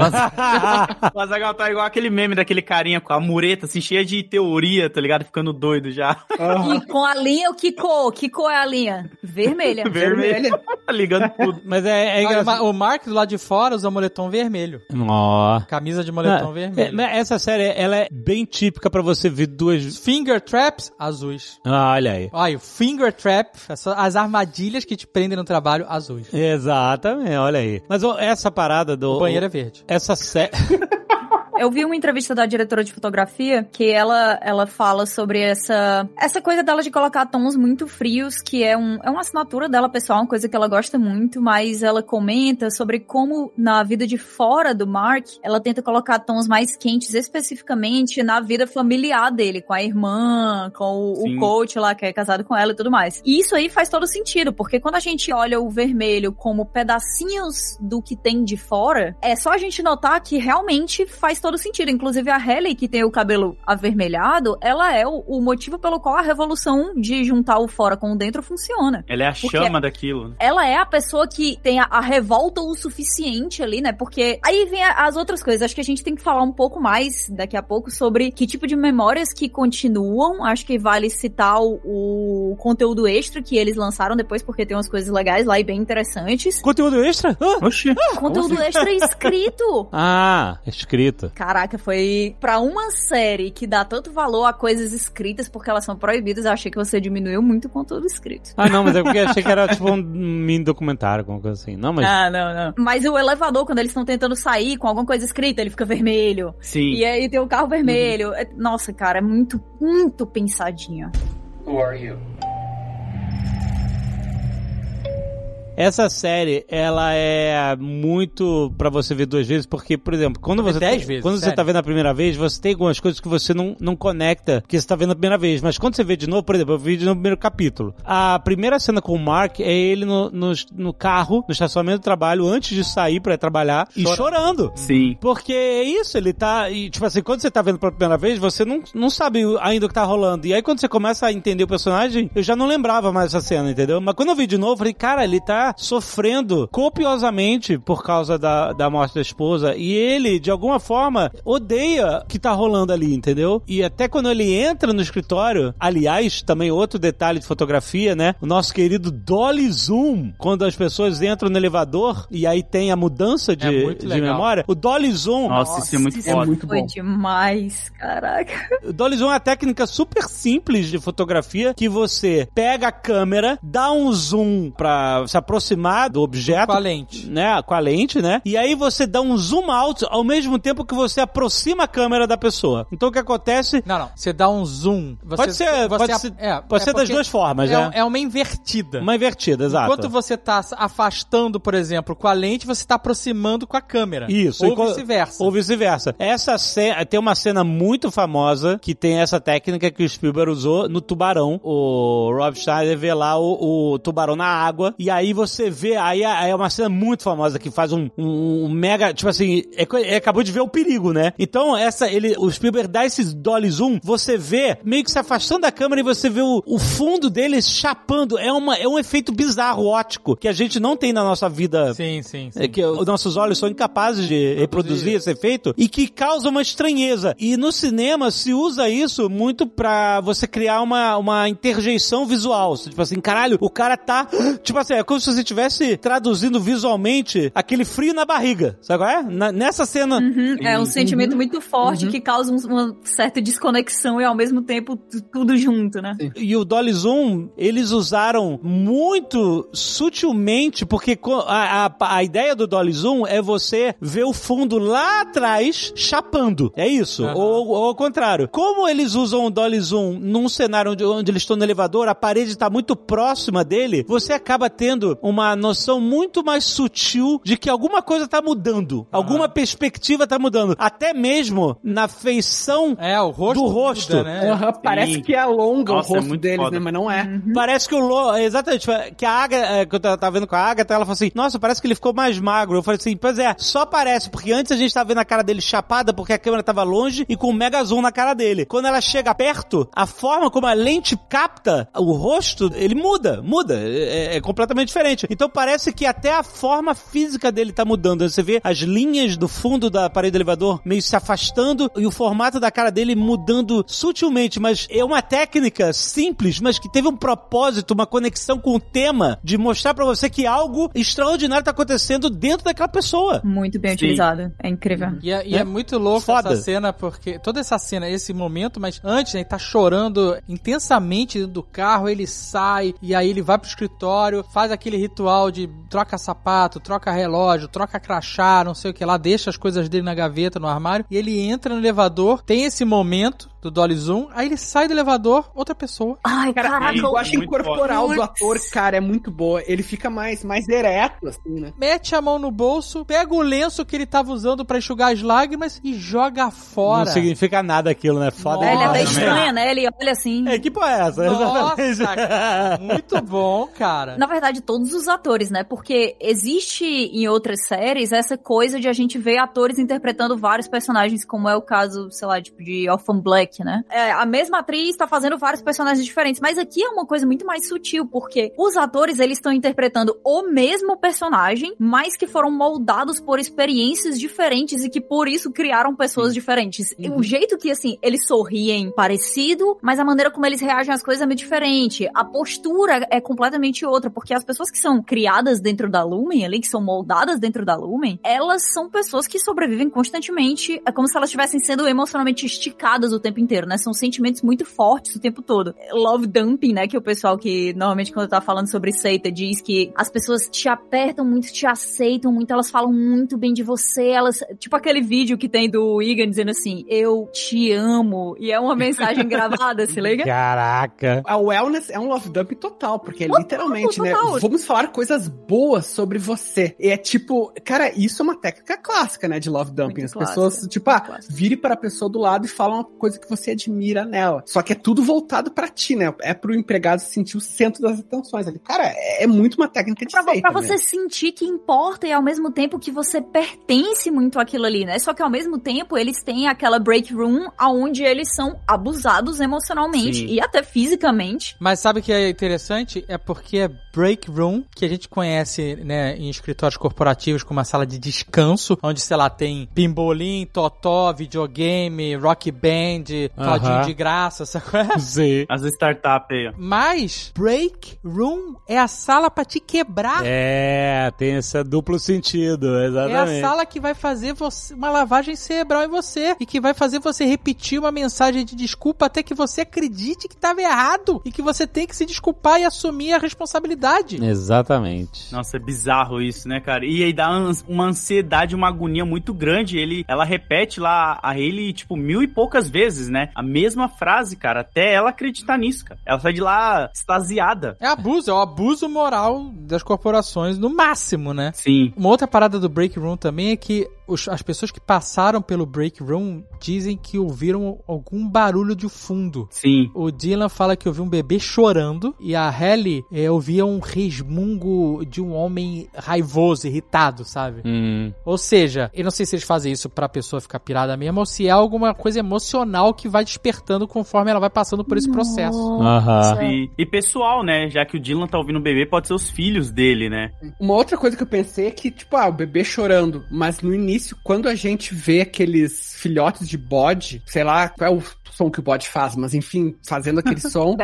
O Azaghal tá igual aquele meme daquele carinha com a mureta, assim, cheia de teoria, tá ligado? Ficando doido já. E com a linha, que cor? Que cor é a linha? Vermelha. Vermelha. Ligando tudo. Mas é engraçado. O Mark, do lado de fora, usa moletom vermelho. Camisa de moletom vermelho. Essa série, ela é bem típica pra você ver 2... Finger traps azuis. Olha aí. Olha, o finger trap, as armadilhas que te prendem no trabalho azuis. Exatamente, olha aí. Mas essa parada do... O banheiro é verde. Essa série... Eu vi uma entrevista da diretora de fotografia que ela fala sobre essa coisa dela de colocar tons muito frios, que é uma assinatura dela pessoal, uma coisa que ela gosta muito, mas ela comenta sobre como na vida de fora do Mark, ela tenta colocar tons mais quentes, especificamente na vida familiar dele, com a irmã, com o coach lá, que é casado com ela e tudo mais. E isso aí faz todo sentido, porque quando a gente olha o vermelho como pedacinhos do que tem de fora, é só a gente notar que realmente faz todo sentido. Inclusive a Hayley, que tem o cabelo avermelhado, ela é o motivo pelo qual a revolução de juntar o fora com o dentro funciona. Ela é a chama daquilo. Ela é a pessoa que tem a revolta o suficiente ali, né? Porque aí vem as outras coisas. Acho que a gente tem que falar um pouco mais daqui a pouco sobre que tipo de memórias que continuam. Acho que vale citar o conteúdo extra que eles lançaram depois, porque tem umas coisas legais lá e bem interessantes. Conteúdo extra? Oxi. Conteúdo extra escrito. Escrito. Caraca, foi pra uma série que dá tanto valor a coisas escritas porque elas são proibidas, eu achei que você diminuiu muito o conteúdo escrito. Não, mas é porque eu achei que era tipo um mini documentário, alguma coisa assim. Não, mas... não. Mas o elevador, quando eles estão tentando sair com alguma coisa escrita, ele fica vermelho. Sim. E aí tem o carro vermelho. Nossa, cara, é muito, muito pensadinho. Who are you? Essa série, ela é muito pra você ver 2 vezes, porque, por exemplo, quando você 10 vezes, quando você tá vendo a primeira vez, você tem algumas coisas que você não conecta, que você tá vendo a primeira vez. Mas quando você vê de novo, por exemplo, eu vi de novo o primeiro capítulo. A primeira cena com o Mark é ele no carro, no estacionamento do trabalho, antes de sair pra ir trabalhar, e chorando. Sim. Porque é isso, ele tá... E, tipo assim, quando você tá vendo pela primeira vez, você não sabe ainda o que tá rolando. E aí, quando você começa a entender o personagem, eu já não lembrava mais essa cena, entendeu? Mas quando eu vi de novo, eu falei, cara, ele tá sofrendo copiosamente por causa da morte da esposa, e ele, de alguma forma, odeia o que tá rolando ali, entendeu? E até quando ele entra no escritório, aliás, também outro detalhe de fotografia, né? O nosso querido Dolly Zoom, quando as pessoas entram no elevador, e aí tem a mudança de memória, o Dolly Zoom... Nossa, isso é muito foda. Muito foi bom. Demais, caraca. O Dolly Zoom é uma técnica super simples de fotografia, que você pega a câmera, dá um zoom pra se aproximar do objeto. Com a lente. Né? Com a lente, né? E aí você dá um zoom out ao mesmo tempo que você aproxima a câmera da pessoa. Então o que acontece... Não. Você dá um zoom. Pode ser das duas formas, né? É uma invertida. Uma invertida, exato. Enquanto você tá afastando, por exemplo, com a lente, você tá aproximando com a câmera. Isso. Ou vice-versa. Ou vice-versa. Essa cena, tem uma cena muito famosa que tem essa técnica que o Spielberg usou no Tubarão. O Rob Schneider vê lá o tubarão na água, e aí você vê, aí é uma cena muito famosa que faz um mega, tipo assim, acabou de ver o perigo, né? Então o Spielberg dá esse dolly zoom, você vê meio que se afastando da câmera e você vê o fundo dele chapando. É um efeito bizarro, ótico, que a gente não tem na nossa vida. Sim. Que os nossos olhos são incapazes de reproduzir esse efeito, e que causa uma estranheza. E no cinema se usa isso muito pra você criar uma interjeição visual. Tipo assim, caralho, o cara tá, tipo assim, é como se você estivesse traduzindo visualmente aquele frio na barriga, sabe qual é? Nessa cena. É um sentimento muito forte que causa uma certa desconexão e ao mesmo tempo tudo junto, né? E o Dolly Zoom, eles usaram muito sutilmente, porque a ideia do Dolly Zoom é você ver o fundo lá atrás chapando. É isso. Ou ao contrário. Como eles usam o Dolly Zoom num cenário onde eles estão no elevador, a parede está muito próxima dele, você acaba tendo uma noção muito mais sutil de que alguma coisa tá mudando. Alguma perspectiva tá mudando. Até mesmo na feição o rosto do rosto. Muda, né? Parece que alonga o rosto deles, né? Mas não é. Parece que exatamente, que a Agatha, que eu tava vendo com a Agatha, ela falou assim, nossa, parece que ele ficou mais magro. Eu falei assim, pois é, só parece, porque antes a gente tava vendo a cara dele chapada porque a câmera tava longe e com um mega zoom na cara dele. Quando ela chega perto, a forma como a lente capta o rosto, ele muda. É completamente diferente. Então parece que até a forma física dele tá mudando. Você vê as linhas do fundo da parede do elevador meio se afastando e o formato da cara dele mudando sutilmente, mas é uma técnica simples, mas que teve um propósito, uma conexão com o tema de mostrar pra você que algo extraordinário tá acontecendo dentro daquela pessoa. Muito bem utilizado. É incrível. E é muito louco essa cena, porque toda essa cena, esse momento, mas antes, né, ele tá chorando intensamente dentro do carro, ele sai, e aí ele vai pro escritório, faz aquele ritual de troca sapato, troca relógio, troca crachá, não sei o que lá, deixa as coisas dele na gaveta, no armário, e ele entra no elevador, tem esse momento do Dolly Zoom, aí ele sai do elevador, outra pessoa. Ai, Cara, caraca. eu acho muito corporal foda. do ator, cara, é muito boa. Ele fica mais ereto, assim, né? Mete a mão no bolso, pega o lenço que ele tava usando pra enxugar as lágrimas e joga fora. Não significa nada aquilo, né? Foda Ele é até demais. estranha, né? Ele olha assim. É, que porra é essa? Nossa, Exatamente. cara, muito bom, cara. Na verdade, todos os atores, né? Porque existe em outras séries essa coisa de a gente ver atores interpretando vários personagens, como é o caso, sei lá, tipo de Orphan Black, né? A mesma atriz tá fazendo vários personagens diferentes, mas aqui é uma coisa muito mais sutil, porque os atores, eles estão interpretando o mesmo personagem, mas que foram moldados por experiências diferentes e que por isso criaram pessoas diferentes. O jeito que, assim, eles sorriem parecido, mas a maneira como eles reagem às coisas é muito diferente. A postura é completamente outra, porque as pessoas que são criadas dentro da Lumen ali, que são moldadas dentro da Lumen, elas são pessoas que sobrevivem constantemente, é como se elas estivessem sendo emocionalmente esticadas o tempo inteiro, né? São sentimentos muito fortes o tempo todo. Love dumping, né? Que o pessoal que normalmente quando tá falando sobre seita diz que as pessoas te apertam muito, te aceitam muito, elas falam muito bem de você, elas... Tipo aquele vídeo que tem do Egan dizendo assim, eu te amo, e é uma mensagem gravada, se liga? Caraca. A wellness é um love dump total, porque Total, literalmente, total. né? Vamos falar coisas boas sobre você. E é tipo, cara, isso é uma técnica clássica, né? De love dumping. Muito As clássica, pessoas, tipo, muito clássica. vire para a pessoa do lado e fala uma coisa que você admira nela. Só que é tudo voltado pra ti, né? É pro empregado se sentir o centro das atenções ali. Cara, é muito uma técnica de Pra seita, você né? sentir que importa e ao mesmo tempo que você pertence muito àquilo ali, né? Só que ao mesmo tempo eles têm aquela break room onde eles são abusados emocionalmente Sim. e até fisicamente. Mas sabe o que é interessante? É porque é break room, que a gente conhece, né, em escritórios corporativos como uma sala de descanso, onde, sei lá, tem pimbolim, totó, videogame, rock band, todinho de graça, sabe qual é? Sim. As startups aí, ó. Mas break room é a sala pra te quebrar. É, tem esse duplo sentido, É a exatamente. sala que vai fazer uma lavagem cerebral em você e que vai fazer você repetir uma mensagem de desculpa até que você acredite que estava errado e que você tem que se desculpar e assumir a responsabilidade. Exatamente. Nossa, é bizarro isso, né, cara? E aí dá uma ansiedade, uma agonia muito grande. Ela repete lá a Hayley, tipo, 1000 e poucas vezes, né? A mesma frase, cara, até ela acreditar nisso, cara. Ela sai de lá extasiada. É abuso, é o abuso moral das corporações no máximo, né? Sim. Uma outra parada do break room também é que as pessoas que passaram pelo break room dizem que ouviram algum barulho de fundo. Sim. O Dylan fala que ouviu um bebê chorando e a Hayley ouvia um resmungo de um homem raivoso, irritado, sabe? Ou seja, eu não sei se eles fazem isso pra pessoa ficar pirada mesmo ou se é alguma coisa emocional que vai despertando conforme ela vai passando por esse processo. Aham. E pessoal, né? Já que o Dylan tá ouvindo o bebê, pode ser os filhos dele, né? Uma outra coisa que eu pensei é que, tipo, o bebê chorando, mas no início, quando a gente vê aqueles filhotes de bode, sei lá qual é o som que o bode faz, mas enfim, fazendo aquele som,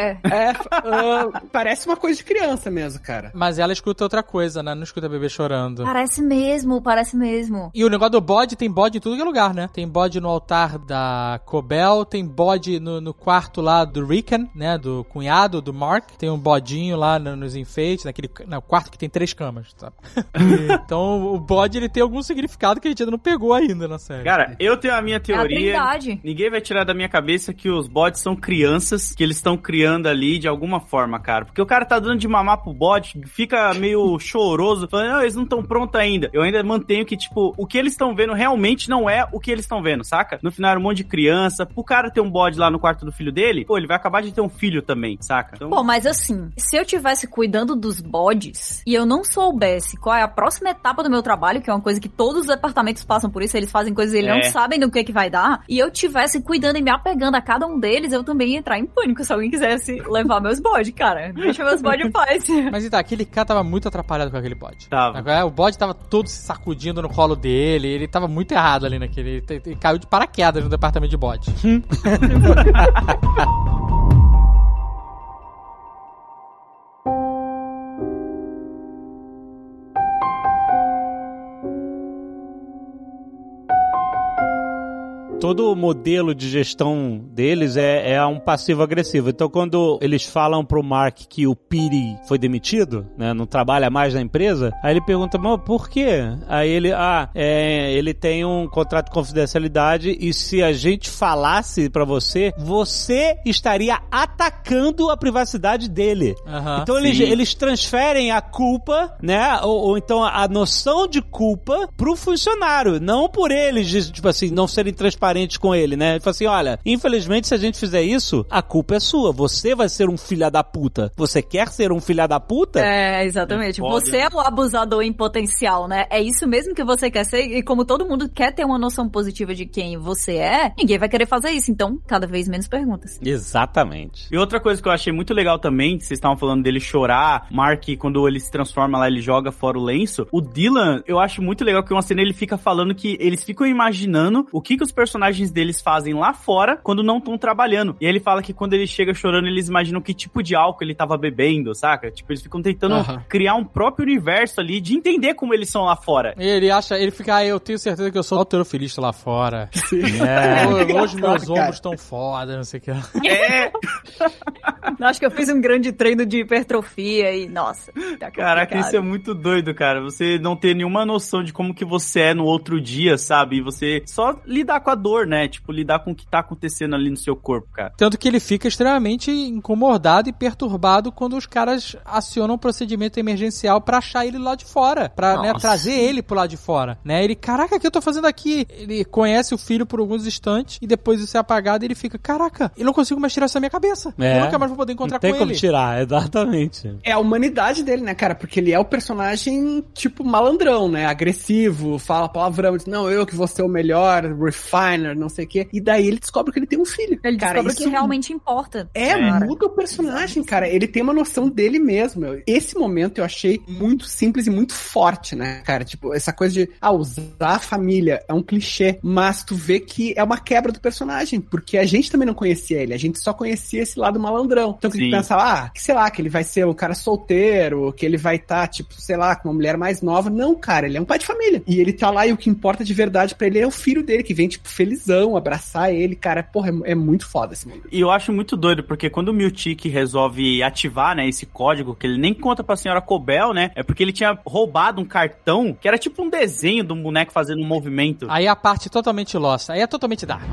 parece uma coisa de criança mesmo, cara. Mas ela escuta outra coisa, né? Não escuta bebê chorando. Parece mesmo, parece mesmo. E o negócio do bode, tem bode em tudo que é lugar, né? Tem bode no altar da Cobel, tem bode no quarto lá do Rickon, né? Do cunhado, do Mark. Tem um bodinho lá nos enfeites, no quarto que tem 3 camas, sabe? Então o bode, ele tem algum significado que a gente ainda não pegou ainda na série. Cara, eu tenho a minha teoria. Trindade. Ninguém vai tirar da minha cabeça que os bodes são crianças que eles estão criando ali de alguma forma, cara. Porque o cara tá dando de mamar pro bode, fica meio choroso, falando, não, eles não estão prontos ainda. Eu ainda mantenho que, tipo, o que eles estão vendo realmente não é o que eles estão vendo, saca? No final era um monte de criança. Pro cara ter um bode lá no quarto do filho dele, pô, ele vai acabar de ter um filho também, saca? Então... Pô, mas assim, se eu tivesse cuidando dos bodes e eu não soubesse qual é a próxima etapa do meu trabalho, que é uma coisa que todos os departamentos passam por isso, eles fazem coisas e eles não sabem do que vai dar, e eu tivesse cuidando e me apegando a cada um deles, eu também ia entrar em pânico se alguém quisesse levar meus bodes, cara. Deixa meus bodes em paz. Mas então, aquele cara tava muito atrapalhado com aquele bode. Tava. O bode tava todo se sacudindo no colo dele, ele tava muito errado ali naquele... Ele caiu de paraquedas no departamento de bode. todo o modelo de gestão deles é um passivo-agressivo. Então, quando eles falam pro Mark que o Pete foi demitido, né, não trabalha mais na empresa, aí ele pergunta, mas por quê? Aí ele, ele tem um contrato de confidencialidade e se a gente falasse pra você, você estaria atacando a privacidade dele. Então eles transferem a culpa, né, ou então a noção de culpa pro funcionário, não por eles, tipo assim, não serem transparentes com ele, né? Ele fala assim, olha, infelizmente se a gente fizer isso, a culpa é sua, você vai ser um filho da puta. Você quer ser um filho da puta? É, exatamente. Você é o abusador em potencial, né? É isso mesmo que você quer ser, e como todo mundo quer ter uma noção positiva de quem você é, ninguém vai querer fazer isso, então cada vez menos perguntas. Exatamente. E outra coisa que eu achei muito legal também, que vocês estavam falando dele chorar, Mark, quando ele se transforma lá, ele joga fora o lenço, o Dylan, eu acho muito legal que uma cena ele fica falando que eles ficam imaginando o que os personagens deles fazem lá fora quando não estão trabalhando. E aí ele fala que quando ele chega chorando, eles imaginam que tipo de álcool ele tava bebendo, saca? Tipo, eles ficam tentando criar um próprio universo ali de entender como eles são lá fora. Ele fica, eu tenho certeza que eu sou alterofilista lá fora. Hoje meus ombros estão foda, não sei o que. Acho que eu fiz um grande treino de hipertrofia e, nossa, tá caraca, isso é muito doido, cara. Você não ter nenhuma noção de como que você é no outro dia, sabe? E você só lidar com a dor, né? Tipo, lidar com o que tá acontecendo ali no seu corpo, cara. Tanto que ele fica extremamente incomodado e perturbado quando os caras acionam um procedimento emergencial pra achar ele lá de fora. Pra, né, trazer ele pro lado de fora, né? Ele, caraca, o que eu tô fazendo aqui? Ele conhece o filho por alguns instantes e depois isso é apagado e ele fica, caraca, eu não consigo mais tirar isso da minha cabeça. Eu nunca mais vou poder encontrar com ele. Não tem como tirar, exatamente. É a humanidade dele, né, cara? Porque ele é o personagem, tipo, malandrão, né? Agressivo, fala palavrão, diz, não, eu que vou ser o melhor, refiner, não sei o quê. E daí ele descobre que ele tem um filho. Ele cara, descobre que realmente importa. Muda o personagem, cara. Ele tem uma noção dele mesmo. Esse momento eu achei muito simples e muito forte, né, cara? Tipo, essa coisa de, usar a família é um clichê, mas tu vê que é uma quebra do personagem, porque a gente também não conhecia ele, a gente só conhecia esse lado malandrão. Então, que pensa, que sei lá, que ele vai ser um cara solteiro, que ele vai estar, tipo, sei lá, com uma mulher mais nova. Não, cara, ele é um pai de família. E ele tá lá e o que importa de verdade pra ele é o filho dele, que vem, tipo, felizão, abraçar ele, cara. Porra, é muito foda esse momento. E eu acho muito doido, porque quando o Miltic resolve ativar, né, esse código, que ele nem conta pra senhora Cobel, né, é porque ele tinha roubado um cartão, que era tipo um desenho de um boneco fazendo um movimento. Aí a parte totalmente lost. Aí é totalmente Dharma.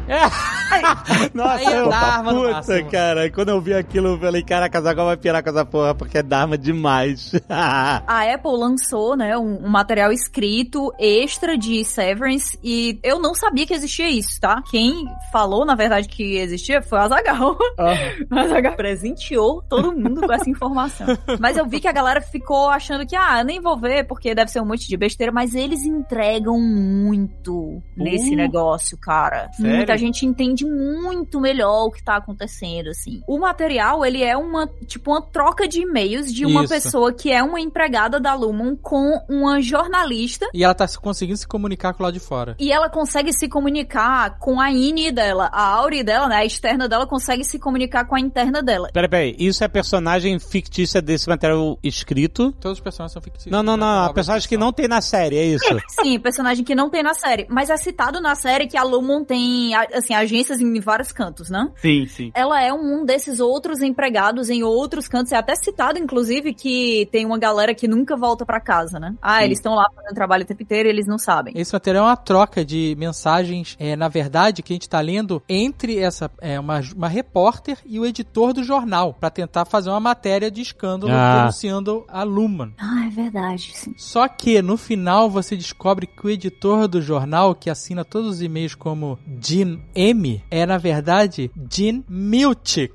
Nossa, aí é Dharma no máximo. Cara, quando eu vi aquilo, eu falei, caraca, a Zagal vai pirar com essa porra, porque é Dharma demais. A Apple lançou, né, um material escrito extra de Severance e eu não sabia que existia isso, tá? Quem falou, na verdade, que existia foi a Zagal. A Zagal presenteou todo mundo com essa informação. Mas eu vi que a galera ficou achando que, eu nem vou ver, porque deve ser um monte de besteira, mas eles entregam muito nesse negócio, cara. Sério? Muita gente entende muito melhor o que tá acontecendo, assim. O material, ele é uma troca de e-mails de uma pessoa que é uma empregada da Lumon com uma jornalista. E ela tá conseguindo se comunicar com o lado de fora. E ela consegue se comunicar com a INI dela. A Auri dela, né, a externa dela, consegue se comunicar com a interna dela. Peraí, isso é personagem fictícia desse material escrito? Todos os personagens são fictícios. Não, a personagem que não tem na série, é isso? Sim, personagem que não tem na série. Mas é citado na série que a Lumon tem, assim, agências em vários cantos, né? Sim. Ela é um desses outros empregados em outros cantos. É até citado, inclusive, que tem uma galera que nunca volta pra casa, né? Eles estão lá fazendo trabalho o tempo inteiro e eles não sabem. Esse material é uma troca de mensagens, na verdade, que a gente tá lendo entre uma repórter e o editor do jornal, pra tentar fazer uma matéria de escândalo denunciando a Lumon. É verdade, sim. Só que, no final, você descobre que o editor do jornal, que assina todos os e-mails como Gene M, é, na verdade, Gene Miltic.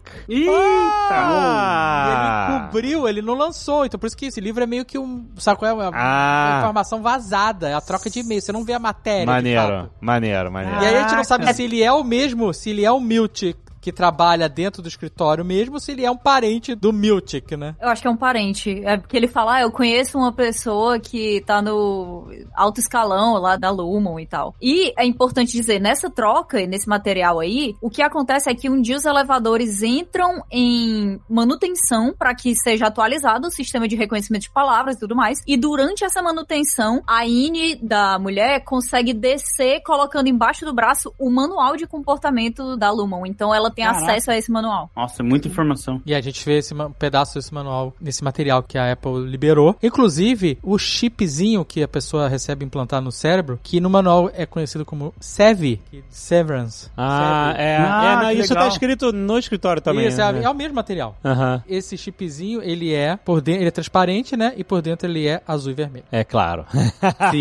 Ele cobriu, ele não lançou. Então, por isso que esse livro é meio que sabe qual é? Uma informação vazada. É a troca de e-mail. Você não vê a matéria. Maneiro. E aí a gente não sabe se ele é o mesmo, se ele é o Miltic que trabalha dentro do escritório mesmo, ou se ele é um parente do Miltic, né? Eu acho que é um parente. É porque ele fala, eu conheço uma pessoa que tá no alto escalão lá da Lumon e tal. E é importante dizer, nessa troca, nesse material aí, o que acontece é que um dia os elevadores entram em manutenção para que seja atualizado o sistema de reconhecimento de palavras e tudo mais. E durante essa manutenção, a Ine da mulher consegue descer colocando embaixo do braço o manual de comportamento da Lumon. Então ela tem acesso a esse manual. Nossa, é muita informação. E a gente vê esse pedaço desse manual, nesse material que a Apple liberou. Inclusive, o chipzinho que a pessoa recebe implantado no cérebro, que no manual é conhecido como SEV, Severance. Isso tá escrito no escritório também. Isso, é o mesmo material. Esse chipzinho, ele é transparente, né? E por dentro ele é azul e vermelho. É claro. Sim.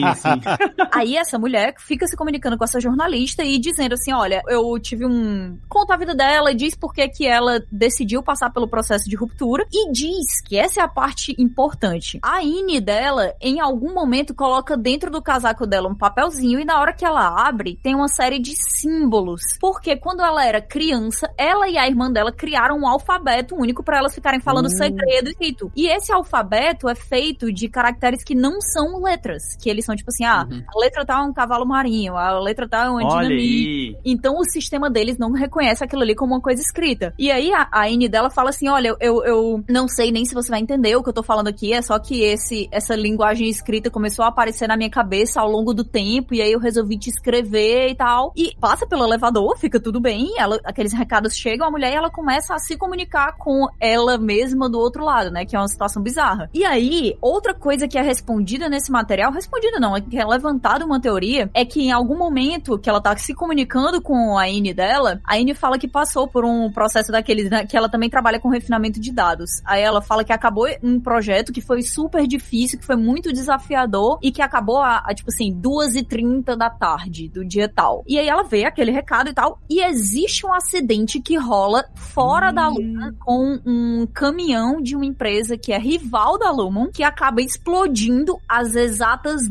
Aí essa mulher fica se comunicando com essa jornalista e dizendo assim, olha, eu tive conta a vida dela e diz por que ela decidiu passar pelo processo de ruptura e diz que essa é a parte importante. A Ine dela, em algum momento, coloca dentro do casaco dela um papelzinho e na hora que ela abre, tem uma série de símbolos. Porque quando ela era criança, ela e a irmã dela criaram um alfabeto único para elas ficarem falando segredo e rito. E esse alfabeto é feito de caracteres que não são letras. Que eles são tipo assim, a letra tal é um cavalo marinho, a letra tal é uma dinamite. Então o sistema deles não reconhece aquilo ali como uma coisa escrita. E aí a Ine dela fala assim, olha, eu não sei nem se você vai entender o que eu tô falando aqui, é só que essa linguagem escrita começou a aparecer na minha cabeça ao longo do tempo, e aí eu resolvi te escrever e tal. E passa pelo elevador, fica tudo bem, aqueles recados chegam à mulher e ela começa a se comunicar com ela mesma do outro lado, né, que é uma situação bizarra. E aí, outra coisa que é respondida nesse material, que é levantada uma teoria, é que em algum momento que ela tá se comunicando com a Ine dela, a Ine fala que passou por um processo daqueles, né, que ela também trabalha com refinamento de dados. Aí ela fala que acabou um projeto que foi super difícil, que foi muito desafiador e que acabou tipo assim, 2h30 da tarde do dia tal. E aí ela vê aquele recado e tal, e existe um acidente que rola fora da Lumon com um caminhão de uma empresa que é rival da Lumon, que acaba explodindo às exatas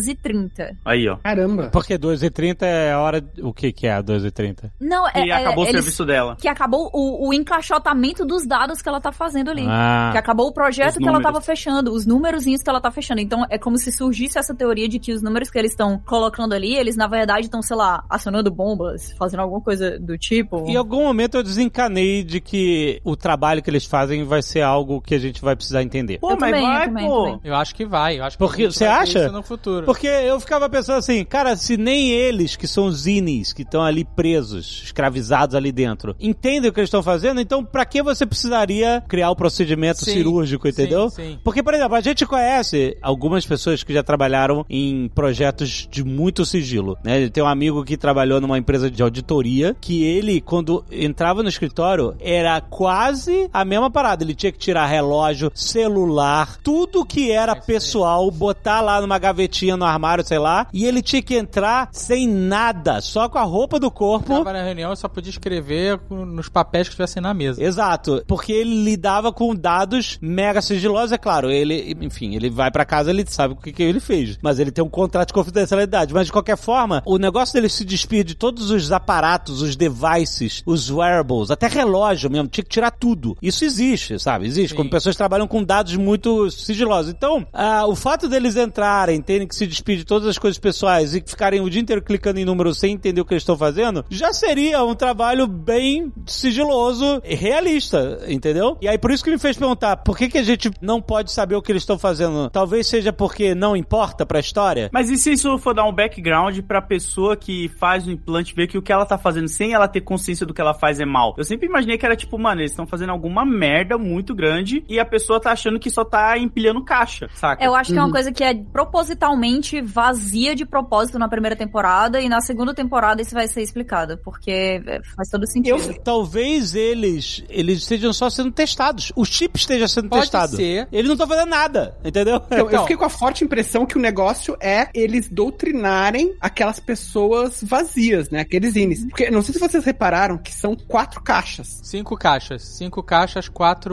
2h30. Aí, ó. Caramba. Porque 2h30 é a hora... O que é a 2h30? Não, que acabou o serviço dela. Que acabou o encaixotamento dos dados que ela tá fazendo ali. Que acabou o projeto que ela tava fechando, os númerozinhos que ela tá fechando. Então, é como se surgisse essa teoria de que os números que eles estão colocando ali, eles, na verdade, estão, sei lá, acionando bombas, fazendo alguma coisa do tipo. Em algum momento eu desencanei de que o trabalho que eles fazem vai ser algo que a gente vai precisar entender. Pô, mas vai, pô. Eu acho que vai. Eu acho que porque você acha? Isso no futuro. Porque eu ficava pensando assim, cara, se nem eles, que são os Inis, que estão ali presos, escravizados ali dentro, entendem o que eles estão fazendo, então pra que você precisaria criar o procedimento cirúrgico, entendeu? Sim. Porque, por exemplo, a gente conhece algumas pessoas que já trabalharam em projetos de muito sigilo, né? Tem um amigo que trabalhou numa empresa de auditoria, que ele, quando entrava no escritório, era quase a mesma parada. Ele tinha que tirar relógio, celular, tudo que era pessoal, botar lá numa gavetinha no armário, sei lá, e ele tinha que entrar sem nada, só com a roupa do corpo. Tava na reunião e só podia escrever nos papéis que estivessem na mesa. Exato, porque ele lidava com dados mega sigilosos, é claro, ele vai pra casa, ele sabe o que ele fez, mas ele tem um contrato de confidencialidade, mas de qualquer forma, o negócio dele se despir de todos os aparatos, os devices, os wearables, até relógio mesmo, tinha que tirar tudo. Isso existe, sabe? Existe, quando pessoas trabalham com dados muito sigilosos. Então, o fato deles entrarem, terem que se despedir de todas as coisas pessoais e ficarem o dia inteiro clicando em números sem entender o que eles estão fazendo, já seria um trabalho bem sigiloso e realista, entendeu? E aí, por isso que me fez perguntar, por que a gente não pode saber o que eles estão fazendo? Talvez seja porque não importa pra história? Mas e se isso for dar um background pra pessoa que faz o implante ver que o que ela tá fazendo sem ela ter consciência do que ela faz é mal? Eu sempre imaginei que era tipo, mano, eles estão fazendo alguma merda muito grande e a pessoa tá achando que só tá empilhando caixa, saca? Eu acho que é uma coisa que é propositalmente vazia de propósito na primeira temporada e na segunda temporada isso vai ser explicado, porque faz todo sentido. Talvez eles estejam só sendo testados. O chip esteja sendo testado. Pode ser. Eles não estão fazendo nada, entendeu? Então, eu fiquei com a forte impressão que o negócio é eles doutrinarem aquelas pessoas vazias, né? Aqueles Inis. Porque, não sei se vocês repararam que são 4 caixas. 5 caixas. 5 caixas,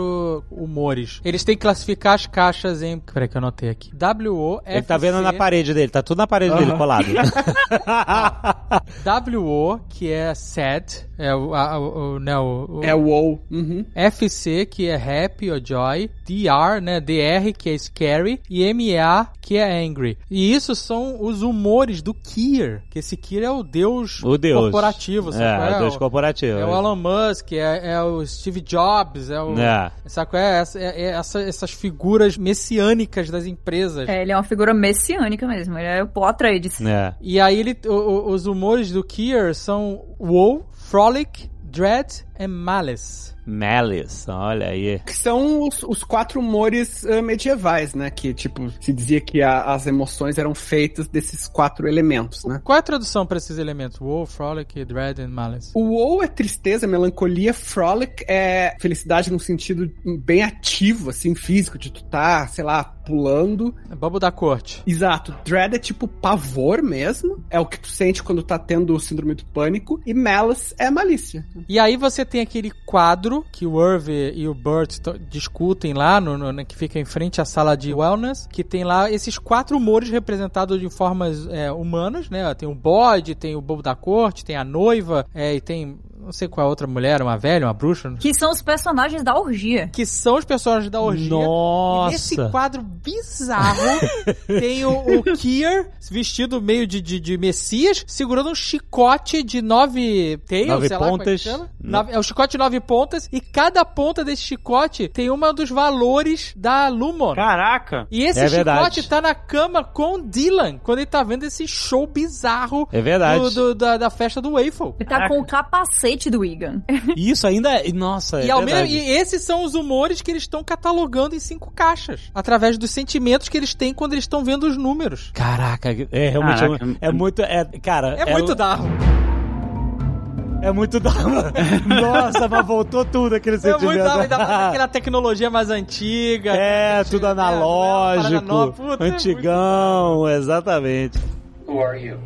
4 humores. Eles têm que classificar as caixas em... Peraí que eu anotei aqui. WO, Ele tá vendo na parede dele. Tá tudo na parede dele colado. WO, que é SAD. É o WoW. Uhum. FC, que é happy ou joy, DR, né, DR, que é scary, e MEA, que é angry. E isso são os humores do Keir, que esse Keir é o deus corporativo. Sabe? O deus corporativo. É o Elon Musk, é o Steve Jobs, sabe qual é? Essas figuras messiânicas das empresas. Ele é uma figura messiânica mesmo, ele é o Paul Atreides. E aí os humores do Keir são WoW, Frolic, Dread e Malice. Malice, olha aí. Que são os 4 humores medievais, né? Que, tipo, se dizia que as emoções eram feitas desses 4 elementos, né? Qual é a tradução para esses elementos? WoW, Frolic, Dread e Malice. O WoW é tristeza, melancolia. Frolic é felicidade num sentido bem ativo, assim, físico, de tu tá, sei lá, pulando. É bobo da corte. Exato. Dread é tipo pavor mesmo. É o que tu sente quando tá tendo o síndrome do pânico. E Malice é malícia. E aí você tem aquele quadro que o Irv e o Burt discutem lá, que fica em frente à sala de wellness, que tem lá esses 4 humores representados de formas humanas, né? Tem o bode, tem o bobo da corte, tem a noiva, e tem... não sei qual é a outra mulher, uma velha, uma bruxa. Que são os personagens da orgia. Que são os personagens da orgia. Nossa! E nesse quadro bizarro tem o Keir vestido meio de Messias, segurando um chicote de 9 tails, 9 sei pontas. lá como é que chama. É o chicote de 9 pontas, e cada ponta desse chicote tem um dos valores da Lumon. Caraca! E esse chicote tá na cama com o Dylan, quando ele tá vendo esse show bizarro da festa do Waffle. Ele tá com o capacete do Egan. Isso ainda é... Nossa, E esses são os humores que eles estão catalogando em 5 caixas. Através dos sentimentos que eles têm quando eles estão vendo os números. Caraca, realmente é muito... É muito Darwin. É muito Darwin. Nossa, mas voltou tudo aquele sentimento. É muito Darwin, ainda mais aquela tecnologia mais antiga. Tudo analógico, antigão, exatamente. Who are you?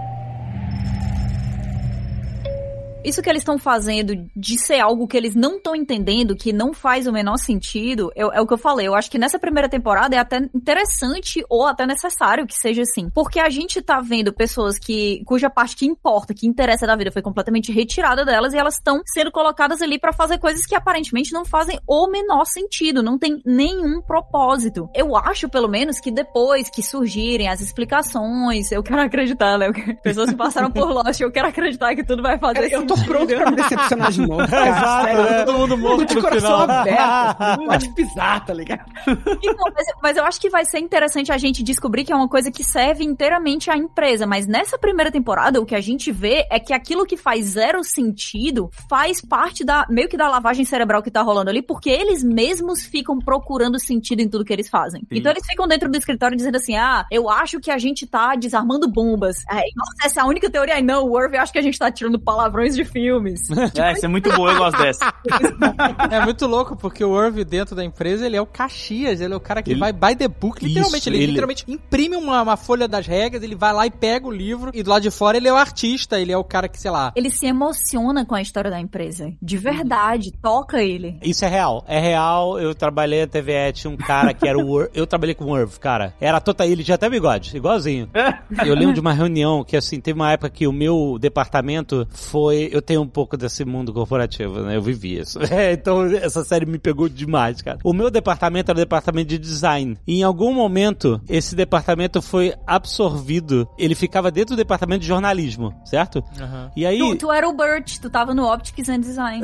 Isso que eles estão fazendo de ser algo que eles não estão entendendo, que não faz o menor sentido, é o que eu falei. Eu acho que nessa primeira temporada é até interessante ou até necessário que seja assim. Porque a gente tá vendo pessoas cuja parte que importa, que interessa da vida foi completamente retirada delas, e elas estão sendo colocadas ali pra fazer coisas que aparentemente não fazem o menor sentido, não tem nenhum propósito. Eu acho, pelo menos, que depois que surgirem as explicações, eu quero acreditar, né? Pessoas que passaram por Lost, eu quero acreditar que tudo vai fazer sentido. Pronto pra me decepcionar de novo. Exato, né? Todo mundo morto de no coração final. aberto. Não pode pisar, tá ligado? Então, mas eu acho que vai ser interessante a gente descobrir que é uma coisa que serve inteiramente à empresa. Mas nessa primeira temporada, o que a gente vê é que aquilo que faz 0 sentido faz parte meio que da lavagem cerebral que tá rolando ali, porque eles mesmos ficam procurando sentido em tudo que eles fazem. Sim. Então eles ficam dentro do escritório dizendo assim, eu acho que a gente tá desarmando bombas. Nossa, essa é a única teoria. Não, o Irv, eu acho que a gente tá tirando palavrões de filmes. Isso é muito bom, eu gosto dessa. É muito louco, porque o Irv dentro da empresa, ele é o Caxias, ele é o cara que vai by the book, literalmente. Ele literalmente imprime uma folha das regras, ele vai lá e pega o livro, e do lado de fora ele é o artista, ele é o cara que, sei lá... Ele se emociona com a história da empresa. De verdade, toca ele. Isso é real, eu trabalhei na TVE, tinha um cara que era o Irv, eu trabalhei com o Irv, cara, era total, ele tinha até bigode, igualzinho. Eu lembro de uma reunião que, assim, teve uma época que o meu departamento eu tenho um pouco desse mundo corporativo, né? Eu vivi isso. Então, essa série me pegou demais, cara. O meu departamento era o departamento de design. E em algum momento, esse departamento foi absorvido. Ele ficava dentro do departamento de jornalismo, certo? Uhum. E aí... Tu era o Burt, tu tava no Optics and Design.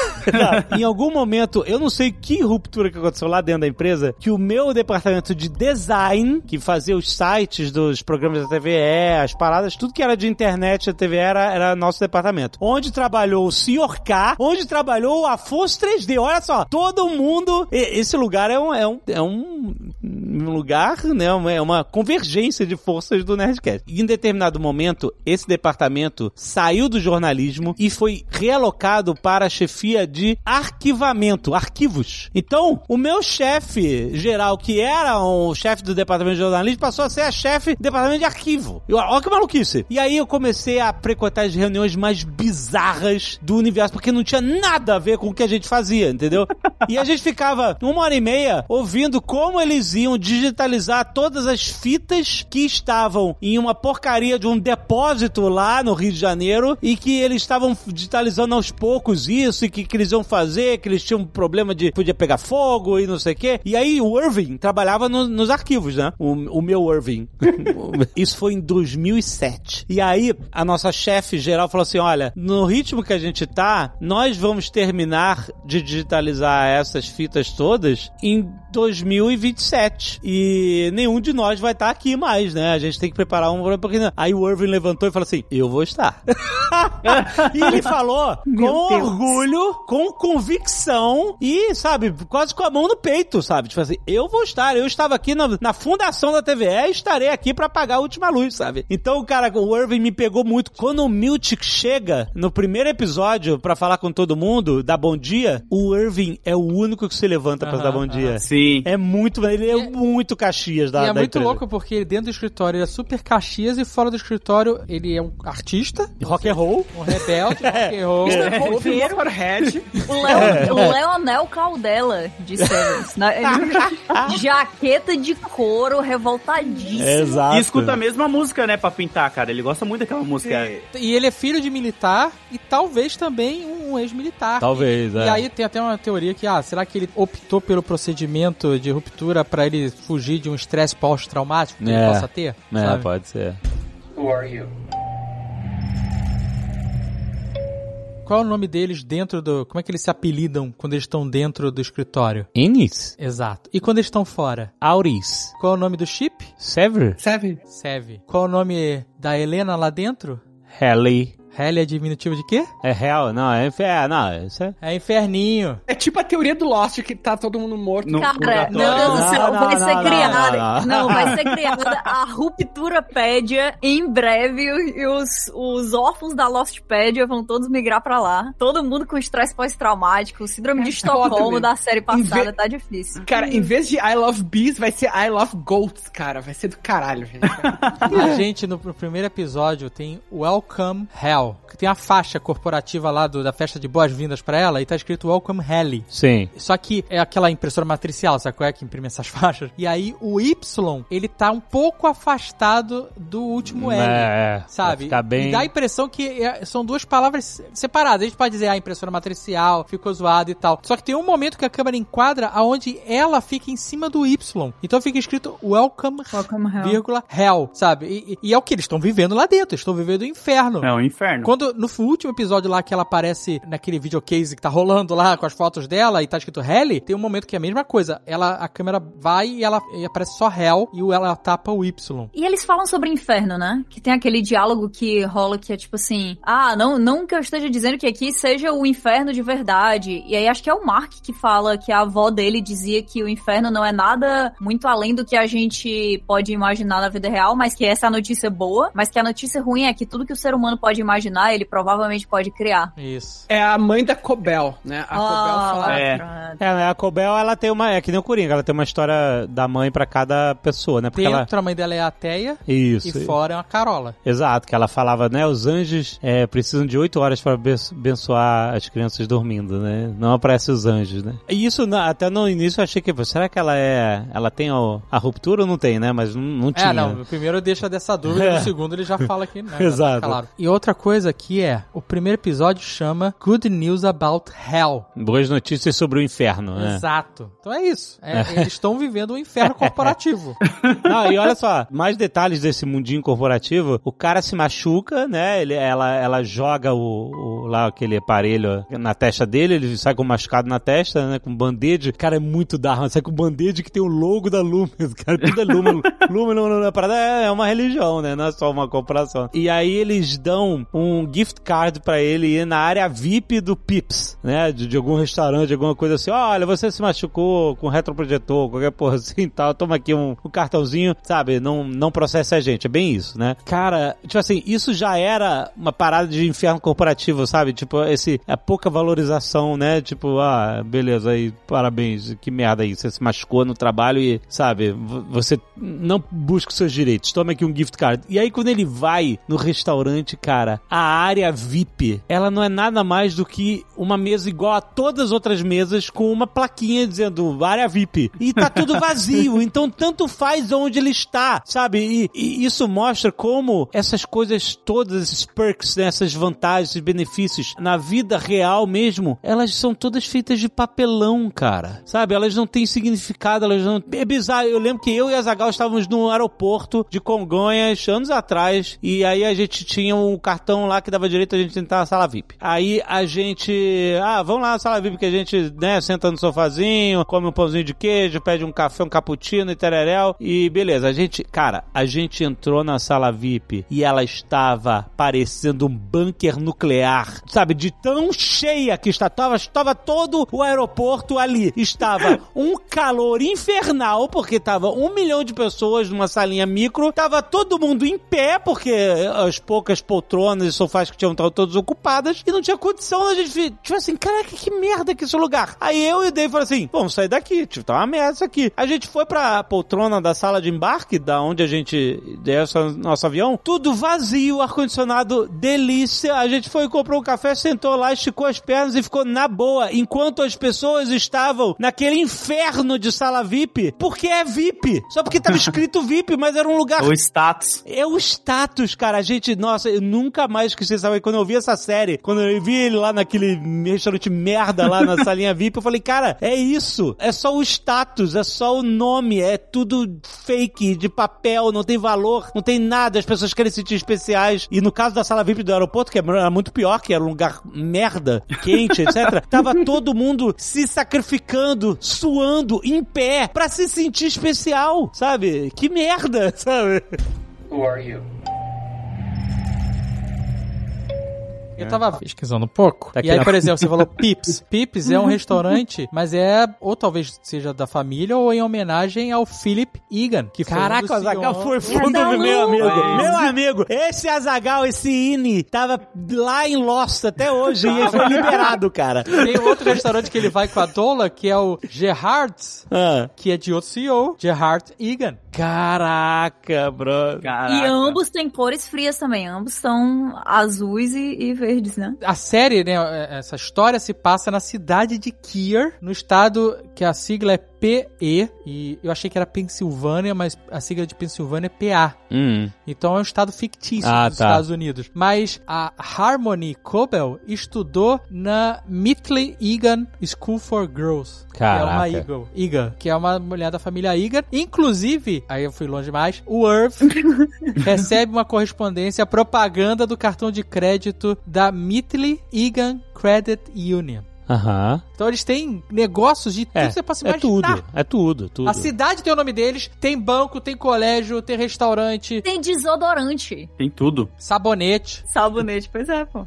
Em algum momento, eu não sei que ruptura que aconteceu lá dentro da empresa, que o meu departamento de design, que fazia os sites dos programas da TVE, as paradas, tudo que era de internet da TVE era nosso departamento. Onde trabalhou o Sr. K, onde trabalhou a Força 3D. Olha só, todo mundo... Esse lugar é um lugar, né? É uma convergência de forças do Nerdcast. E em determinado momento, esse departamento saiu do jornalismo e foi realocado para a chefia de arquivamento, arquivos. Então, o meu chefe geral, que era o chefe do departamento de jornalismo, passou a ser a chefe do departamento de arquivo. Olha que maluquice. E aí eu comecei a frequentar as reuniões mais bizarras do universo, porque não tinha nada a ver com o que a gente fazia, entendeu? E a gente ficava 1h30 ouvindo como eles iam digitalizar todas as fitas que estavam em uma porcaria de um depósito lá no Rio de Janeiro e que eles estavam digitalizando aos poucos isso e que eles iam fazer, que eles tinham um problema de podia pegar fogo e não sei o quê. E aí o Irving trabalhava nos arquivos, né? O meu Irving. Isso foi em 2007. E aí a nossa chefe geral falou assim, olha, no ritmo que a gente tá, nós vamos terminar de digitalizar essas fitas todas em 2027. E nenhum de nós vai estar aqui mais, né? A gente tem que preparar um... Porque aí o Irving levantou e falou assim, eu vou estar. E ele falou com orgulho, com convicção e, sabe, quase com a mão no peito, sabe? Tipo assim, eu vou estar. Eu estava aqui na fundação da TVE e estarei aqui pra apagar a última luz, sabe? Então, cara, o Irving me pegou muito. Quando o Miltic chega no primeiro episódio pra falar com todo mundo, dar bom dia, o Irving é o único que se levanta pra dar bom dia. Sim. É muito, ele é muito Caxias da E é muito empresa. louco porque dentro do escritório ele é super Caxias e fora do escritório ele é um artista. Rock and roll. Um rebelde, rock and roll. O Leonel Caldela de Severance. Jaqueta de couro, revoltadíssimo. Exato. E escuta a mesma música, né, pra pintar, cara. Ele gosta muito daquela música. E ele é filho de militar e talvez também um ex-militar. Talvez, E aí tem até uma teoria que, será que ele optou pelo procedimento de ruptura pra ele fugir de um estresse pós-traumático que ele possa ter? Sabe? Pode ser. Who are you? Qual é o nome deles dentro do... Como é que eles se apelidam quando eles estão dentro do escritório? Ennis. Exato. E quando eles estão fora? Auris. Qual é o nome do chip? Sever. Sev. Qual é o nome da Helena lá dentro? Helly. Helly é diminutivo de quê? É hell, não, é inferno, não, isso é... É inferninho. É tipo a teoria do Lost, que tá todo mundo morto. Cara, meu Deus do céu, vai ser criada. Não, vai ser criada a Rupturapédia em breve e os órfãos da Lostpédia vão todos migrar pra lá. Todo mundo com estresse pós-traumático, síndrome de Estocolmo da série passada, tá difícil. Cara, em vez de I Love Bees, vai ser I Love Goats, cara. Vai ser do caralho, gente. A gente, no primeiro episódio, tem Welcome Hell, que tem a faixa corporativa lá da festa de boas-vindas pra ela e tá escrito Welcome Helly. Sim. Só que é aquela impressora matricial, sabe qual é que imprime essas faixas? E aí o Y, ele tá um pouco afastado do último L, sabe? Ficar bem... E dá a impressão que são duas palavras separadas. A gente pode dizer, a impressora matricial, ficou zoado e tal. Só que tem um momento que a câmera enquadra aonde ela fica em cima do Y. Então fica escrito Welcome vírgula, Hell, sabe? E é o que eles estão vivendo lá dentro. Eles estão vivendo o inferno. É um inferno. Quando, no último episódio lá que ela aparece naquele videocase que tá rolando lá com as fotos dela e tá escrito Helly, tem um momento que é a mesma coisa. A câmera vai e aparece só Hell e ela tapa o Y. E eles falam sobre inferno, né? Que tem aquele diálogo que rola que é tipo assim, não que eu esteja dizendo que aqui seja o inferno de verdade. E aí acho que é o Mark que fala que a avó dele dizia que o inferno não é nada muito além do que a gente pode imaginar na vida real, mas que essa é a notícia boa, mas que a notícia ruim é que tudo que o ser humano pode imaginar, ele provavelmente pode criar. Isso. É a mãe da Cobel, né? A Cobel fala... A Cobel, ela tem uma... É que nem o Coringa, ela tem uma história da mãe pra cada pessoa, né? Porque dentro, a mãe dela é a Teia. Isso. E fora é uma Carola. Exato, que ela falava, né? Os anjos precisam de 8 horas pra abençoar as crianças dormindo, né? Não aparece os anjos, né? E isso, até no início, eu achei que... Será que ela tem a ruptura ou não tem, né? Mas não tinha. No primeiro deixa dessa dúvida, no segundo ele já fala que... Né, exato. Tá claro. E outra coisa aqui o primeiro episódio chama Good News About Hell. Boas notícias sobre o inferno, né? Exato. Então é isso. Eles estão vivendo um inferno corporativo. Não, e olha só, mais detalhes desse mundinho corporativo. O cara se machuca, né? Ela joga lá aquele aparelho na testa dele, ele sai com um machucado na testa, né? Com band-aid. Cara, é muito Dharma. Sai com band-aid que tem o logo da Lumen. Cara, tudo é Lumen. Lumen, a parada é uma religião, né? Não é só uma corporação. E aí eles dão um gift card pra ele ir na área VIP do Pips, né? De algum restaurante, alguma coisa assim. Olha, você se machucou com retroprojetor, qualquer porra assim e tal. Toma aqui um cartãozinho, sabe? Não processa a gente. É bem isso, né? Cara, tipo assim, isso já era uma parada de inferno corporativo, sabe? Tipo, a pouca valorização, né? Tipo, beleza, aí, parabéns, que merda aí. Você se machucou no trabalho e, sabe, você não busca os seus direitos. Toma aqui um gift card. E aí, quando ele vai no restaurante, cara, a área VIP, ela não é nada mais do que uma mesa igual a todas as outras mesas com uma plaquinha dizendo área VIP. E tá tudo vazio, então tanto faz onde ele está, sabe? E isso mostra como essas coisas todas, esses perks, né, essas vantagens, esses benefícios, na vida real mesmo, elas são todas feitas de papelão, cara. Sabe? Elas não têm significado, elas não... É bizarro, eu lembro que eu e a Azaghal estávamos no aeroporto de Congonhas, anos atrás, e aí a gente tinha um cartão lá que dava direito a gente entrar na sala VIP. Aí a gente... vamos lá na sala VIP que a gente, né, senta no sofazinho, come um pãozinho de queijo, pede um café, um cappuccino e tereréu, e beleza. A gente entrou na sala VIP e ela estava parecendo um bunker nuclear, sabe? De tão cheia que estava todo o aeroporto ali. Estava um calor infernal, porque estava 1 milhão de pessoas numa salinha micro, estava todo mundo em pé, porque as poucas poltronas e sofás que tinham estavam todas ocupadas, e não tinha condição da gente, tipo assim, caraca, que merda que esse lugar. Aí eu e o Dave falaram assim, vamos sair daqui, tipo, tá uma merda isso aqui. A gente foi pra poltrona da sala de embarque, da onde a gente desce nosso avião, tudo vazio, ar-condicionado, delícia. A gente foi e comprou um café, sentou lá, esticou as pernas e ficou na boa, enquanto as pessoas estavam naquele inferno de sala VIP, porque é VIP. Só porque tava escrito VIP, mas era um lugar... O status. É o status, cara. A gente, nossa, eu nunca mais esqueci, sabe? Quando eu vi essa série, quando eu vi ele lá naquele restaurante merda lá na salinha VIP, eu falei, cara, é isso. É só o status, é só o nome, é tudo fake, de papel, não tem valor, não tem nada. As pessoas querem se sentir especiais. E no caso da sala VIP do aeroporto, que era muito pior, que era um lugar merda, quente, etc. Tava todo mundo se sacrificando, suando, em pé, pra se sentir especial, sabe? Que merda, sabe? Who are you? Eu tava pesquisando um pouco. E aí, por exemplo, você falou Pips. Pips é um restaurante, mas ou talvez seja da família, ou em homenagem ao Philip Egan. Que caraca, o Azaghal foi fundo do meu amigo. Meu amigo, esse Azaghal, esse Ine, tava lá em Lost até hoje e ele foi liberado, cara. Tem outro restaurante que ele vai com a Dola, que é o Gerhard's, que é de outro CEO, Gerhard Egan. Caraca, bro. Caraca. E ambos têm cores frias também. Ambos são azuis e verdes, né? A série, né, essa história se passa na cidade de Keir, no estado que a sigla é PE, e eu achei que era Pensilvânia, mas a sigla de Pensilvânia é PA. Então é um estado fictício dos Estados Unidos. Mas a Harmony Coble estudou na Mithley Egan School for Girls. Caraca. Que é uma Egan, que é uma mulher da família Egan. Inclusive, aí eu fui longe demais, o Irv recebe uma correspondência propaganda do cartão de crédito da Mithley Egan Credit Union. Então eles têm negócios de tudo que você possa imaginar. É tudo. A cidade tem o nome deles, tem banco, tem colégio, tem restaurante. Tem desodorante. Tem tudo. Sabonete, pois é, pô.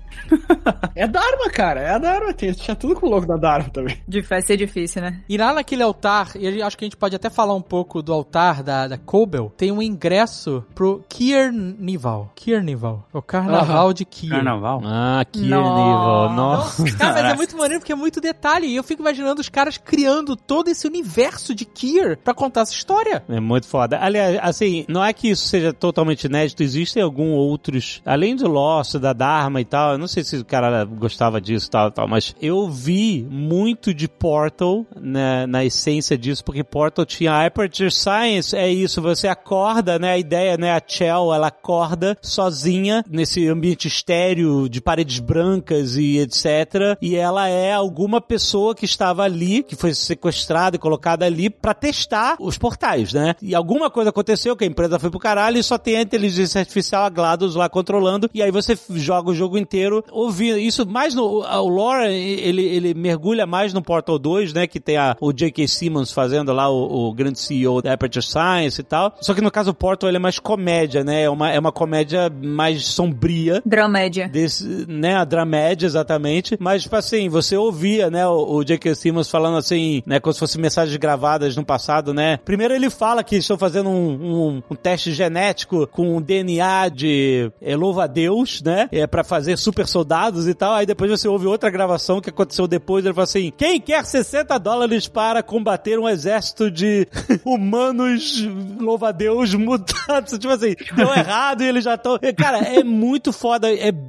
É Dharma, cara, é a Dharma. Tinha tudo com o logo da Dharma também. Vai ser difícil, né? E lá naquele altar, e acho que a gente pode até falar um pouco do altar da Coble, tem um ingresso pro Kearnival. O Carnaval de Keir. Carnaval? Kearnival. Nossa. Cara, mas é muito maneiro porque é muito detalhe. E eu fico imaginando os caras criando todo esse universo de Keir pra contar essa história. É muito foda. Aliás, assim, não é que isso seja totalmente inédito. Existem alguns outros, além do Lost, da Dharma e tal. Eu não sei se o cara gostava disso e tal, mas eu vi muito de Portal, né, na essência disso, porque Portal tinha Aperture Science. É isso, você acorda, né? A ideia, né? A Chell, ela acorda sozinha nesse ambiente estéreo de paredes brancas e etc. E ela é alguma pessoa que estava ali, que foi sequestrada e colocada ali pra testar os portais, né? E alguma coisa aconteceu, que a empresa foi pro caralho e só tem a inteligência artificial, a GLaDOS lá controlando, e aí você joga o jogo inteiro ouvindo. Isso mais no... O lore, ele mergulha mais no Portal 2, né? Que tem o J.K. Simmons fazendo lá o grande CEO da Aperture Science e tal. Só que no caso o Portal, ele é mais comédia, né? É uma comédia mais sombria. Dramédia. Né? A dramédia, exatamente. Mas, tipo assim, você ouvia, né, o J.K. Simmons falando assim, né, como se fossem mensagens gravadas no passado, né? Primeiro ele fala que estão fazendo um teste genético com DNA de louva-a-Deus, né? Pra fazer super soldados e tal. Aí depois você ouve outra gravação que aconteceu depois, ele fala assim, quem quer $60 para combater um exército de humanos louva-a-Deus mutados? Tipo assim, deu errado e eles já estão... Cara, é muito foda.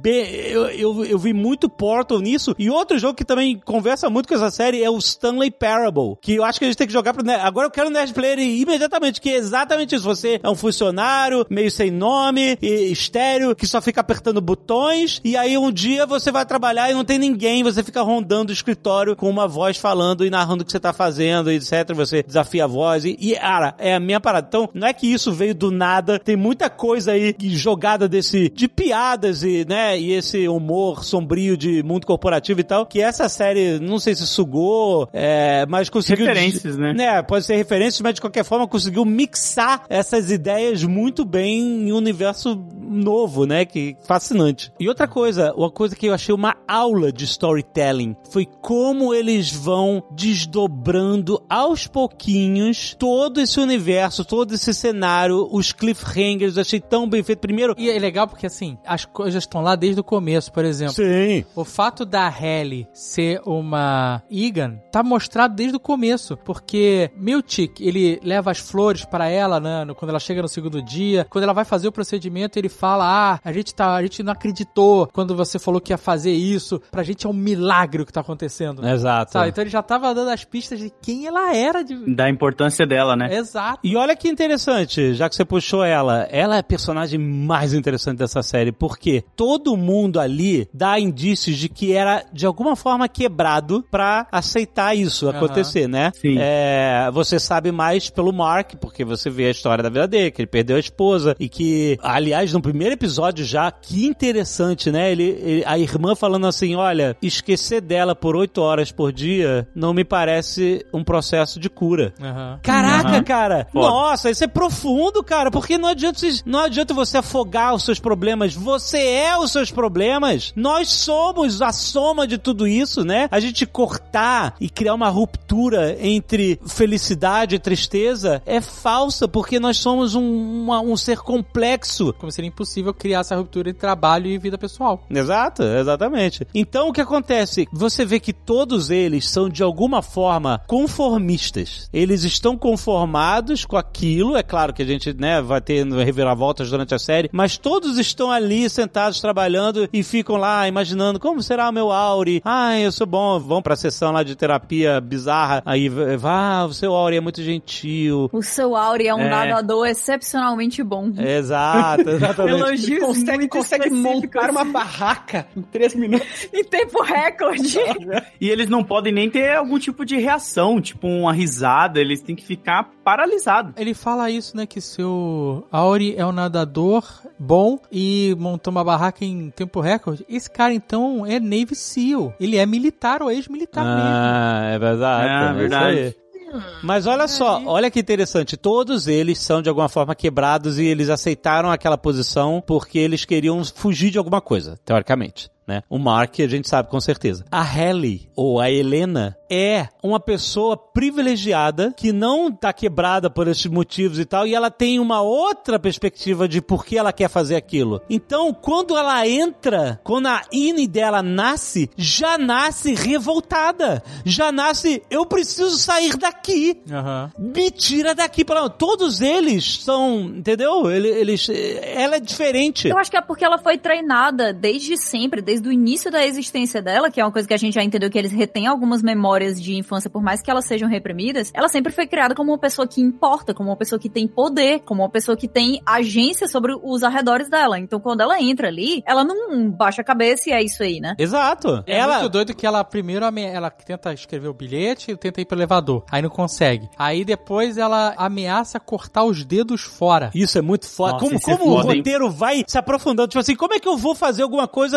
Eu vi muito Portal nisso. E outro jogo que também conversa muito com essa série é o Stanley Parable, que eu acho que a gente tem que jogar pro Nerd. Agora eu quero o Nerd Player imediatamente, que é exatamente isso. Você é um funcionário, meio sem nome, estéreo, que só fica apertando botões, e aí um dia você vai trabalhar e não tem ninguém, você fica rondando o escritório com uma voz falando e narrando o que você tá fazendo, etc. Você desafia a voz cara, é a minha parada. Então, não é que isso veio do nada, tem muita coisa aí jogada de piadas e esse humor sombrio de mundo corporativo e tal, que essa série, não sei se sugou, mas conseguiu... Referências, né? Pode ser referências, mas de qualquer forma conseguiu mixar essas ideias muito bem em um universo novo, né? Que fascinante. E outra coisa, uma coisa que eu achei uma aula de storytelling foi como eles vão desdobrando aos pouquinhos todo esse universo, todo esse cenário, os cliffhangers, eu achei tão bem feito. Primeiro... E é legal porque, assim, as coisas estão lá desde o começo, por exemplo. Sim. O fato da Halle ser uma Egan tá mostrado desde o começo, porque Miltic, ele leva as flores para ela, né, quando ela chega no segundo dia, quando ela vai fazer o procedimento, ele fala, a gente não acreditou quando você falou que ia fazer isso, pra gente é um milagre o que tá acontecendo. Exato. Sabe? Então ele já tava dando as pistas de quem ela era. Da importância dela, né? Exato. E olha que interessante, já que você puxou ela é a personagem mais interessante dessa série, porque todo mundo ali dá indícios de que era, de alguma forma, quebrado pra aceitar isso acontecer, né? Sim. Você sabe mais pelo Mark, porque você vê a história da vida dele, que ele perdeu a esposa, e que, aliás, no primeiro episódio já, que interessante, né? A irmã falando assim, olha, esquecer dela por 8 horas por dia não me parece um processo de cura. Caraca, cara! Foda. Nossa, isso é profundo, cara, porque não adianta você afogar os seus problemas, você é os seus problemas, nós somos a soma de tudo isso, né? A gente cortar e criar uma ruptura entre felicidade e tristeza é falsa, porque nós somos um ser complexo. Como seria impossível criar essa ruptura entre trabalho e vida pessoal. Exato, exatamente. Então o que acontece? Você vê que todos eles são de alguma forma conformistas. Eles estão conformados com aquilo, é claro que a gente, né, vai ter reviravoltas durante a série, mas todos estão ali sentados trabalhando e ficam lá imaginando como será o meu Auri. Eu sou bom, vão pra sessão lá de terapia bizarra, aí o seu Auri é muito gentil. O seu Auri é um nadador excepcionalmente bom. Exato, exatamente. Elogios consegue montar uma barraca em 3 minutos. Em tempo recorde. E eles não podem nem ter algum tipo de reação, tipo uma risada, eles têm que ficar paralisados. Ele fala isso, né, que seu Auri é um nadador bom e montou uma barraca em tempo recorde. Esse cara, então, é Navy SEAL. Ele é militar ou ex-militar mesmo. É verdade. É verdade. Mas olha só, olha que interessante, todos eles são de alguma forma quebrados e eles aceitaram aquela posição porque eles queriam fugir de alguma coisa, teoricamente, né? O Mark a gente sabe com certeza. A Halle, ou a Helena, é uma pessoa privilegiada que não tá quebrada por esses motivos e tal, e ela tem uma outra perspectiva de por que ela quer fazer aquilo. Então, quando ela entra, quando a Ine dela nasce, já nasce revoltada, já nasce, eu preciso sair daqui, me tira daqui. Todos eles são, entendeu? Ela é diferente. Eu acho que é porque ela foi treinada desde sempre, desde o início da existência dela, que é uma coisa que a gente já entendeu que eles retêm algumas memórias de infância, por mais que elas sejam reprimidas, ela sempre foi criada como uma pessoa que importa, como uma pessoa que tem poder, como uma pessoa que tem agência sobre os arredores dela. Então, quando ela entra ali, ela não baixa a cabeça e é isso aí, né? Exato. É muito doido que ela primeiro ela tenta escrever o bilhete e tenta ir pro elevador. Aí não consegue. Aí depois ela ameaça cortar os dedos fora. Isso é muito foda. Como o roteiro vai se aprofundando. Tipo assim, como é que eu vou fazer alguma coisa pra chegar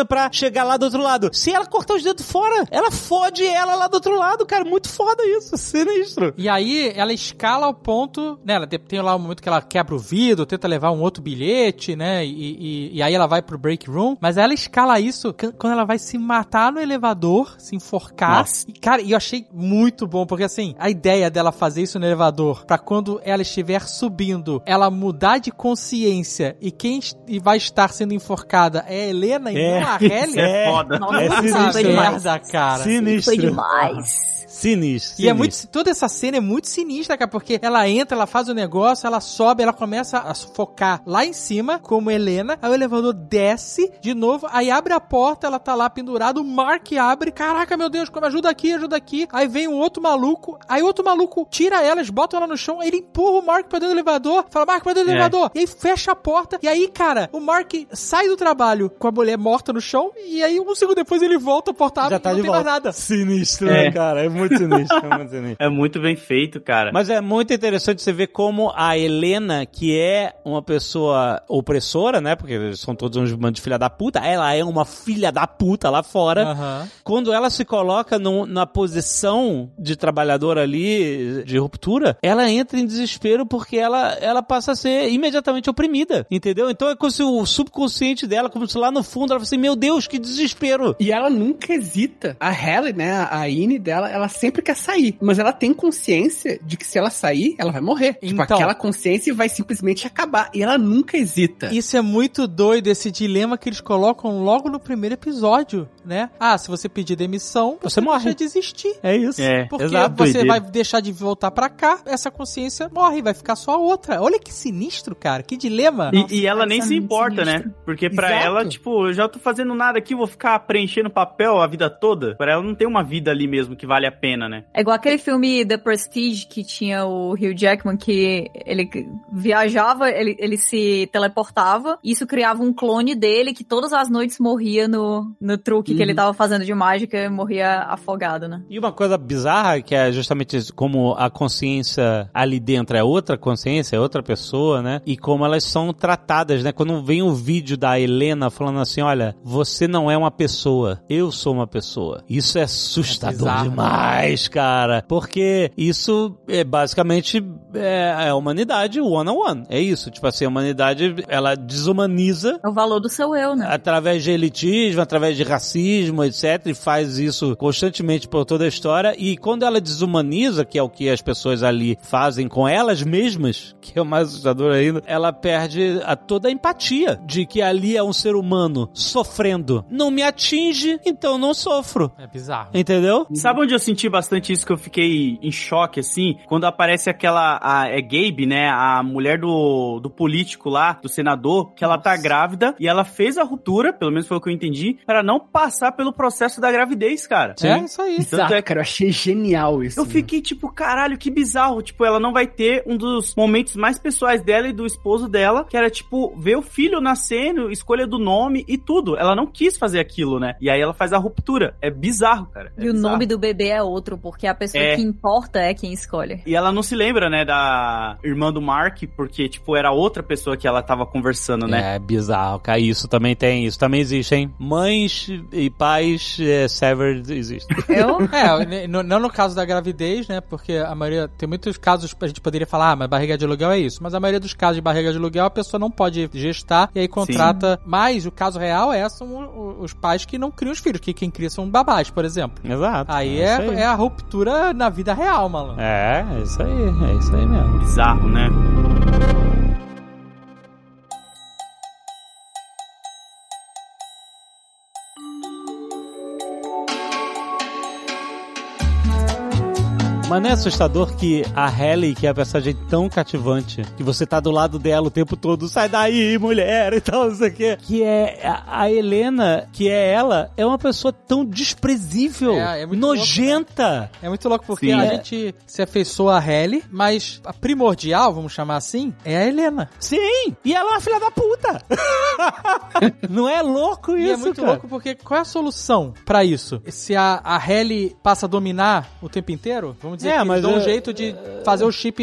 chegar lá do outro lado. Se ela cortar os dedos fora, ela fode ela lá do outro lado, cara. Muito foda isso, sinistro. E aí, ela escala ao ponto, né, ela tem lá um momento que ela quebra o vidro, tenta levar um outro bilhete, né, e aí ela vai pro break room, mas ela escala isso quando ela vai se matar no elevador, se enforcar. Nossa. E, cara, eu achei muito bom, porque assim, a ideia dela fazer isso no elevador, pra quando ela estiver subindo, ela mudar de consciência e quem vai estar sendo enforcada é a Helena e não a Halle. É foda. Nossa, sinistro. foi demais. Merda, cara. Sinistro. Foi demais. Sinistro. E é muito, toda essa cena é muito sinistra, cara, porque ela entra, ela faz o negócio, ela sobe, ela começa a sufocar lá em cima, como Helena, aí o elevador desce de novo, aí abre a porta, ela tá lá pendurada, o Mark abre, caraca, meu Deus, como ajuda aqui, aí vem um outro maluco, aí outro maluco tira elas, bota ela no chão, aí ele empurra o Mark pra dentro do elevador, fala, Mark, pra dentro do elevador, e aí fecha a porta, e aí, cara, o Mark sai do trabalho com a mulher morta no chão, e aí um segundo depois ele volta, a porta abre, Já tá e não de tem volta. mais nada. Sinistro, né, cara? É muito sinistro, é muito sinistro. É muito bem feito, cara. Mas é muito interessante você ver como a Helena, que é uma pessoa opressora, né? Porque eles são todos uns bandos de filha da puta. Ela é uma filha da puta lá fora. Aham. Quando ela se coloca na posição de trabalhadora ali, de ruptura, ela entra em desespero porque ela passa a ser imediatamente oprimida, entendeu? Então é como se o subconsciente dela, como se lá no fundo, ela fala assim, meu Deus, que desespero. E ela nunca hesita. A Halle, né, a Ine dela, ela sempre quer sair. Mas ela tem consciência de que se ela sair, ela vai morrer. Tipo, Então, aquela consciência vai simplesmente acabar. E ela nunca hesita. isso é muito doido, esse dilema que eles colocam logo no primeiro episódio, né? Ah, se você pedir demissão, Você morre. deixa de existir. É isso. É, Porque exato, você doideira. vai deixar de voltar pra cá, essa consciência morre, vai ficar só a outra. Olha que sinistro, cara, que dilema. E ela nem isso é se muito importa, sinistro. né? Porque pra Exato. ela, tipo, eu já tô fazendo nada aqui, vou ficar preenchendo papel a vida toda. Pra ela não tem uma vida ali mesmo que vale a pena, né? É igual aquele filme The Prestige que tinha o Hugh Jackman, que ele viajava, ele se teleportava, e isso criava um clone dele que todas as noites morria no truque que ele tava fazendo de mágica e morria afogado, né? E uma coisa bizarra, que é justamente isso, como a consciência ali dentro é outra consciência, é outra pessoa, né? E como elas são tratadas, né? Quando vem o vídeo da Helena falando assim, olha, você não é uma pessoa, eu sou uma pessoa. Isso é assustador bizarro, demais, cara. Porque isso é basicamente a humanidade one-on-one. É isso. Tipo assim, a humanidade, ela desumaniza É o valor do seu eu, né? através de elitismo, através de racismo, etc. E faz isso constantemente por toda a história. E quando ela desumaniza, que é o que as pessoas ali fazem com elas mesmas, que é o mais assustador ainda, ela perde toda a empatia de que ali é um ser humano sofrendo. Não me atinge, então não sofro. É bizarro. Entendeu? Sabe onde eu senti bastante isso, que eu fiquei em choque, assim? Quando aparece aquela... É Gabe, né? A mulher do político lá, do senador, que ela tá grávida e ela fez a ruptura, pelo menos foi o que eu entendi, pra não passar pelo processo da gravidez, cara. É isso aí. Exato, é- cara, eu achei genial isso. Eu fiquei tipo, caralho, que bizarro. Tipo, ela não vai ter um dos momentos mais pessoais dela e do esposo dela, que era, tipo, ver o filho nascendo, escolha do nome e tudo. Ela não quis fazer aquilo, né? E aí ela faz a ruptura. É bizarro, cara. É E o bizarro. nome do bebê é outro, porque a pessoa É. que importa é quem escolhe. E ela não se lembra, né, da irmã do Mark, porque, tipo, era outra pessoa que ela tava conversando, né? É bizarro, cara. Isso também tem, isso também existe, hein? Mães e pais severed existem. Não no caso da gravidez, né? Porque a maioria, tem muitos casos a gente poderia falar, mas barriga de aluguel é isso. Mas a maioria dos casos de barriga de aluguel, a pessoa não pode gestar e aí contrata. Mas o caso real são os pais que não criam os filhos, que quem cria são babás, por exemplo. Exato. Aí isso aí. é a ruptura na vida real, malandro. É isso aí mesmo. Bizarro, né? Mas não é assustador que a Halle, que é a personagem tão cativante, que você tá do lado dela o tempo todo, sai daí, mulher, e tal, não sei o quê. Que é a Helena, que é ela, é uma pessoa tão desprezível, É muito nojenta. É muito louco porque Sim. a gente se afeiçoa a Halle, mas a primordial, vamos chamar assim, é a Helena. Sim, e ela é uma filha da puta. Não é louco isso, E é muito cara? louco porque qual é a solução pra isso? Se a Halle passa a dominar o tempo inteiro, vamos dizer que eles dão um jeito de fazer o chip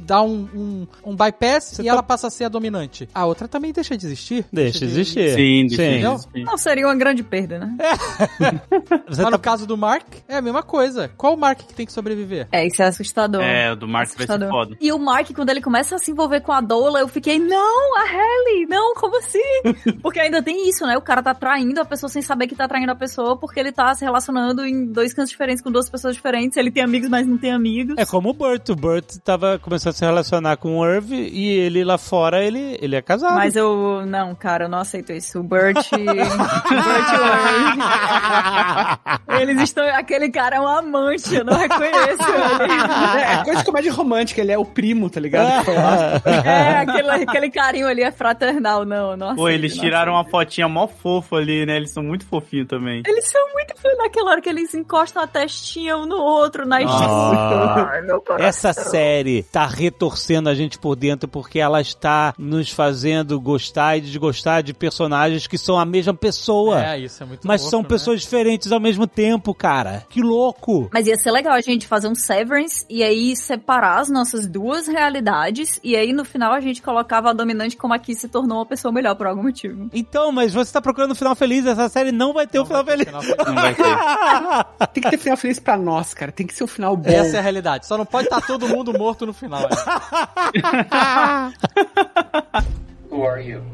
dá um bypass e ela passa a ser a dominante. A outra também deixa de existir. Deixa de existir. Sim, deixa de existir. Não seria uma grande perda, né? Mas no caso do Mark, é a mesma coisa. Qual o Mark que tem que sobreviver? Isso é assustador. O do Mark vai ser foda. E o Mark, quando ele começa a se envolver com a Dola, eu fiquei, não, a Hailey, não, como assim? Porque ainda tem isso, né? O cara tá traindo a pessoa sem saber que tá traindo a pessoa, porque ele tá se relacionando em 2 cantos diferentes com 2 pessoas diferentes. Ele tem amigos, mas não tem amigos. É como o Burt. O Burt tava começando a se relacionar com o Irv e ele lá fora, ele é casado. Mas não, cara, eu não aceito isso. O Burt e o Irv. Eles estão... Aquele cara é um amante, eu não reconheço ele. É coisa de comédia romântica, ele é o primo, tá ligado? Aquele carinho ali é fraternal, não aceito. Pô, eles tiraram uma fotinha mó fofa ali, né? Eles são muito fofinhos também. Eles são muito fofos naquela hora que eles encostam a testinha um no outro, na Ai, meu coração. Essa série tá retorcendo a gente por dentro porque ela está nos fazendo gostar e desgostar de personagens que são a mesma pessoa. Isso é muito Mas louco, são pessoas diferentes ao mesmo tempo, cara. Que louco! Mas ia ser legal a gente fazer um Severance e aí separar as nossas 2 realidades e aí no final a gente colocava a dominante como aqui se tornou uma pessoa melhor por algum motivo. Então, mas você tá procurando um final feliz, essa série não vai ter um final feliz. Não vai ter. Tem que ter final feliz pra nós, cara. Tem que ser um final bom. Essa é a realidade. Só não pode estar todo mundo morto no final. Who are you?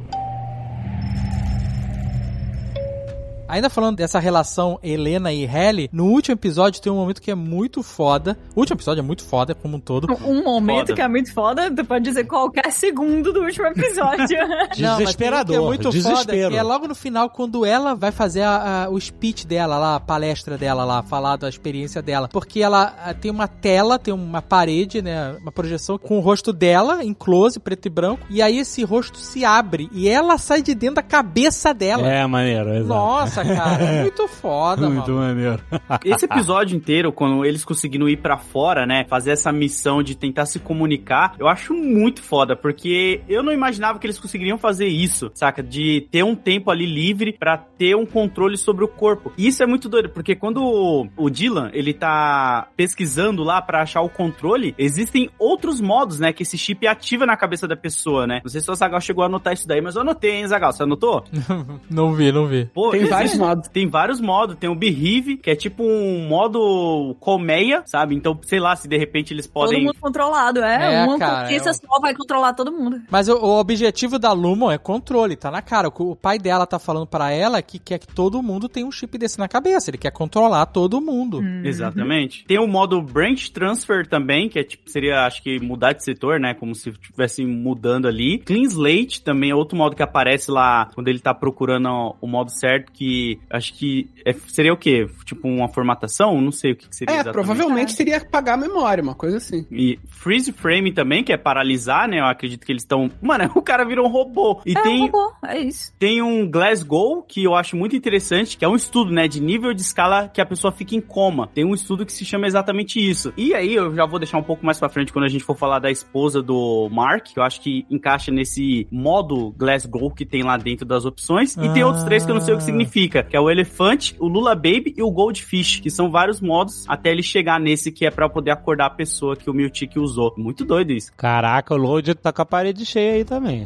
Ainda falando dessa relação Helena e Hailey, no último episódio tem um momento que é muito foda. O último episódio é muito foda, como um todo. Um momento que é muito foda, tu pode dizer qualquer segundo do último episódio. Desesperador. Não, mas tem um que é muito desespero. foda, que é logo no final, quando ela vai fazer o speech dela lá, a palestra dela lá, falar da experiência dela. Porque ela tem uma tela, tem uma parede, né, uma projeção com o rosto dela, em close, preto e branco, e aí esse rosto se abre e ela sai de dentro da cabeça dela. É, maneiro, exato. Nossa, cara, é muito foda, mano. Muito maneiro. Esse episódio inteiro, quando eles conseguiram ir pra fora, né, fazer essa missão de tentar se comunicar, eu acho muito foda, porque eu não imaginava que eles conseguiriam fazer isso, saca? De ter um tempo ali livre pra ter um controle sobre o corpo. E isso é muito doido, porque quando o Dylan, ele tá pesquisando lá pra achar o controle, existem outros modos, né, que esse chip ativa na cabeça da pessoa, né? Não sei se o Zagal chegou a anotar isso daí, mas eu anotei, hein, Zagal? Você anotou? Não vi. Pô, tem vários modos. Tem vários modos. Tem o Behave, que é tipo um modo colmeia, sabe? Então, sei lá, se de repente eles podem... Todo mundo controlado, uma consciência só vai controlar todo mundo. Mas o objetivo da Lumon é controle, tá na cara. O pai dela tá falando pra ela que quer que todo mundo tenha um chip desse na cabeça. Ele quer controlar todo mundo. Exatamente. Tem o modo Branch Transfer também, que é tipo, seria, acho que mudar de setor, né? Como se estivesse mudando ali. Clean Slate também é outro modo que aparece lá quando ele tá procurando o modo certo, que acho que seria o quê? Tipo uma formatação? Não sei o que seria exatamente. Provavelmente seria apagar a memória, uma coisa assim. E Freeze Frame também, que é paralisar, né? Eu acredito que eles estão... Mano, o cara virou um robô. E tem um robô, é isso. Tem um Glasgow, que eu acho muito interessante, que é um estudo, né? De nível de escala que a pessoa fica em coma. Tem um estudo que se chama exatamente isso. E aí, eu já vou deixar um pouco mais pra frente quando a gente for falar da esposa do Mark, que eu acho que encaixa nesse modo Glasgow que tem lá dentro das opções. E tem outros 3 que eu não sei o que significa, que é o elefante, o Lula Baby e o Goldfish, que são vários modos até ele chegar nesse que é pra poder acordar a pessoa que o Miltic usou. Muito doido isso. Caraca, o Load tá com a parede cheia aí também.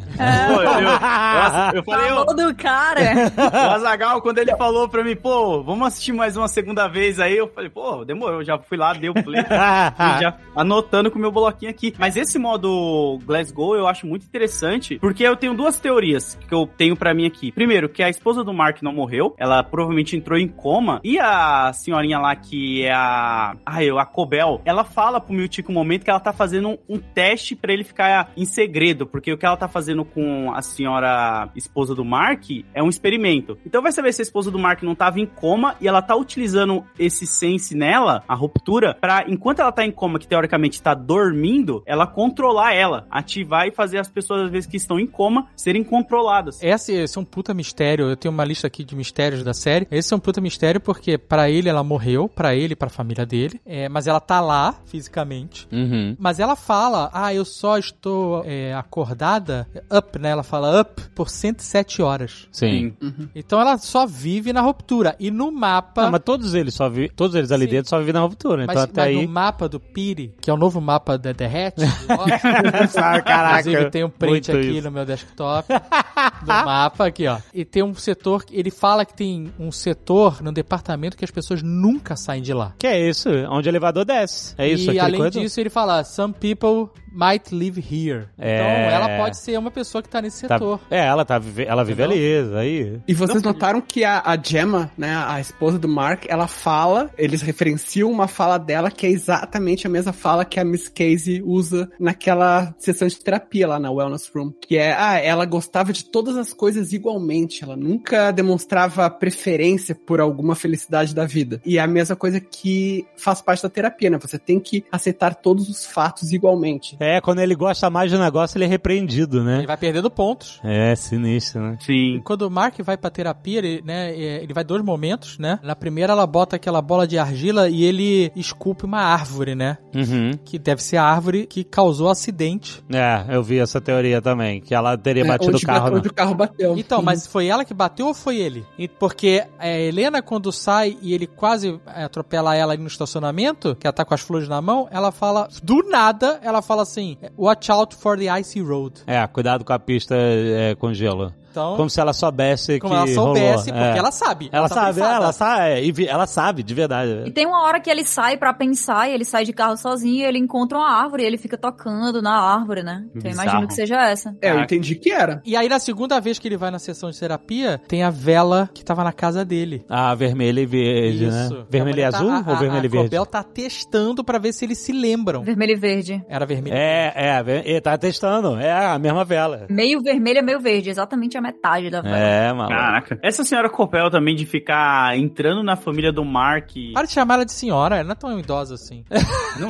Eu falei... Falou do cara. O Azaghal, quando ele falou pra mim, pô, vamos assistir mais uma segunda vez aí, eu falei, pô, demorou, eu já fui lá, dei o play, já anotando com o meu bloquinho aqui. Mas esse modo Glasgow eu acho muito interessante, porque eu tenho 2 teorias que eu tenho pra mim aqui. Primeiro, que a esposa do Mark não morreu, ela provavelmente entrou em coma, e a senhorinha lá que é a Cobel, ela fala pro Miltic um momento que ela tá fazendo um teste pra ele ficar em segredo, porque o que ela tá fazendo com a senhora esposa do Mark é um experimento. Então vai saber se a esposa do Mark não tava em coma e ela tá utilizando esse sense nela, a ruptura, pra enquanto ela tá em coma, que teoricamente tá dormindo, ela controlar ela, ativar e fazer as pessoas, às vezes, que estão em coma, serem controladas. Esse é um puta mistério. Eu tenho uma lista aqui de mistérios mistérios da série. Esse é um puta mistério porque pra ele ela morreu, pra ele e pra família dele, mas ela tá lá, fisicamente. Mas ela fala, eu só estou acordada, up, né? Ela fala up por 107 horas. Sim. Então ela só vive na ruptura. E no mapa... Não, mas todos eles ali dentro só vivem na ruptura. Então até aí... no mapa do Piri, que é o novo mapa da The Hatch, caraca. inclusive tem um print aqui no meu desktop do mapa, aqui ó. E tem um setor, ele fala que tem um setor no departamento que as pessoas nunca saem de lá. Que é isso? Onde o elevador desce. É isso. E além disso ele fala, some people might live here. Então ela pode ser uma pessoa que tá nesse setor. Ela vive ali, aí. E vocês notaram que a Gemma, né, a esposa do Mark, ela fala, eles referenciam uma fala dela que é exatamente a mesma fala que a Miss Casey usa naquela sessão de terapia lá na Wellness Room, que é, ela gostava de todas as coisas igualmente, ela nunca demonstrava preferência por alguma felicidade da vida. E é a mesma coisa que faz parte da terapia, né, você tem que aceitar todos os fatos igualmente. Quando ele gosta mais do negócio, ele é repreendido, né? Ele vai perdendo pontos. Sinistro, né? Sim. Quando o Mark vai pra terapia, ele vai 2 momentos, né? Na primeira, ela bota aquela bola de argila e ele esculpe uma árvore, né? Que deve ser a árvore que causou o acidente. Eu vi essa teoria também, que ela teria batido o carro. Onde o carro bateu. Então, mas foi ela que bateu ou foi ele? Porque a Helena, quando sai e ele quase atropela ela ali no estacionamento, que ela tá com as flores na mão, ela fala, do nada, ela fala assim, watch out for the icy road. Cuidado com a pista com gelo. Então, como se ela soubesse como ela soubesse, rolou. Porque ela sabe. Ela sabe, de verdade. E tem uma hora que ele sai pra pensar, e ele sai de carro sozinho, e ele encontra uma árvore, e ele fica tocando na árvore, né? Então eu imagino que seja essa. Eu entendi que era. E aí, na segunda vez que ele vai na sessão de terapia, tem a vela que tava na casa dele. Vermelha e verde, né? Vermelho e azul ou vermelho e verde? A Cobel tá testando pra ver se eles se lembram. Vermelho e verde. Era vermelho. Tá testando. É a mesma vela. Meio vermelho é meio verde, exatamente a metade da vela. Maluco. Caraca. Essa senhora Copel também de ficar entrando na família do Mark. Para de chamar ela de senhora, ela não é tão idosa assim. Não,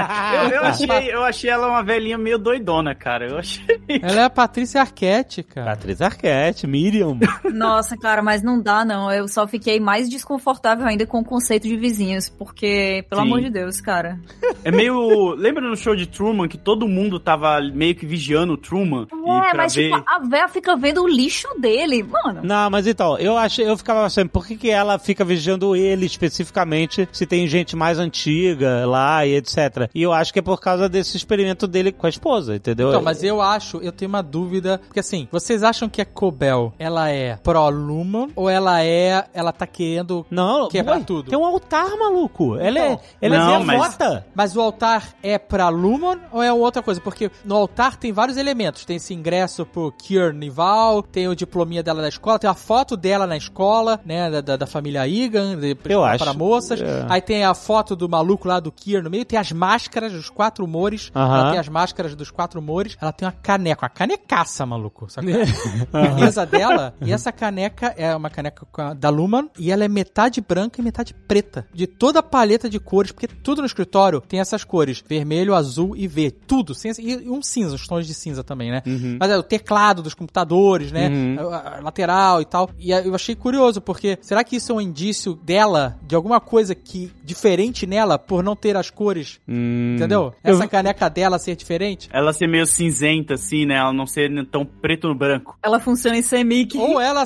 eu achei ela uma velhinha meio doidona, cara. Eu achei. Ela é a Patrícia Arquette, cara. Patrícia Arquette, Miriam. Nossa, cara, mas não dá, não. Eu só fiquei mais desconfortável ainda com o conceito de vizinhos, porque, pelo amor de Deus, cara. É meio... Lembra no show de Truman que todo mundo tava meio que vigiando o Truman? Mas tipo, a véia fica vendo o lixo dele, mano. Não, mas então, eu ficava assim, por que ela fica vigiando ele especificamente, se tem gente mais antiga lá e etc. E eu acho que é por causa desse experimento dele com a esposa, entendeu? Então, mas eu tenho uma dúvida, porque assim, vocês acham que a Cobel, ela é pró-Lumen ou ela tá querendo quebrar tudo? Tem um altar, maluco. Ela é devota. Mas o altar é pra Lumen ou é outra coisa? Porque no altar tem vários elementos. Tem esse ingresso pro Kearnival, tem o diplominha dela da escola, tem a foto dela na escola, né, da família Egan, para moças. Aí tem a foto do maluco lá do Keir no meio, tem as máscaras dos 4 humores. Ela tem as máscaras dos 4 humores. Ela tem uma canecaça, maluco. Sabe? A mesa dela, e essa caneca é uma caneca da Lumen, e ela é metade branca e metade preta. De toda a paleta de cores, porque tudo no escritório tem essas cores, vermelho, azul e verde. Tudo. E um cinza, os tons de cinza também, né? Mas o teclado dos computadores, né? A lateral e tal. E eu achei curioso, porque será que isso é um indício dela, de alguma coisa que diferente nela, por não ter as cores? Entendeu? Essa caneca dela ser diferente? Ela ser meio cinzenta, assim, né? Ela não ser tão preto no branco. Ela funciona em semic. Ou ela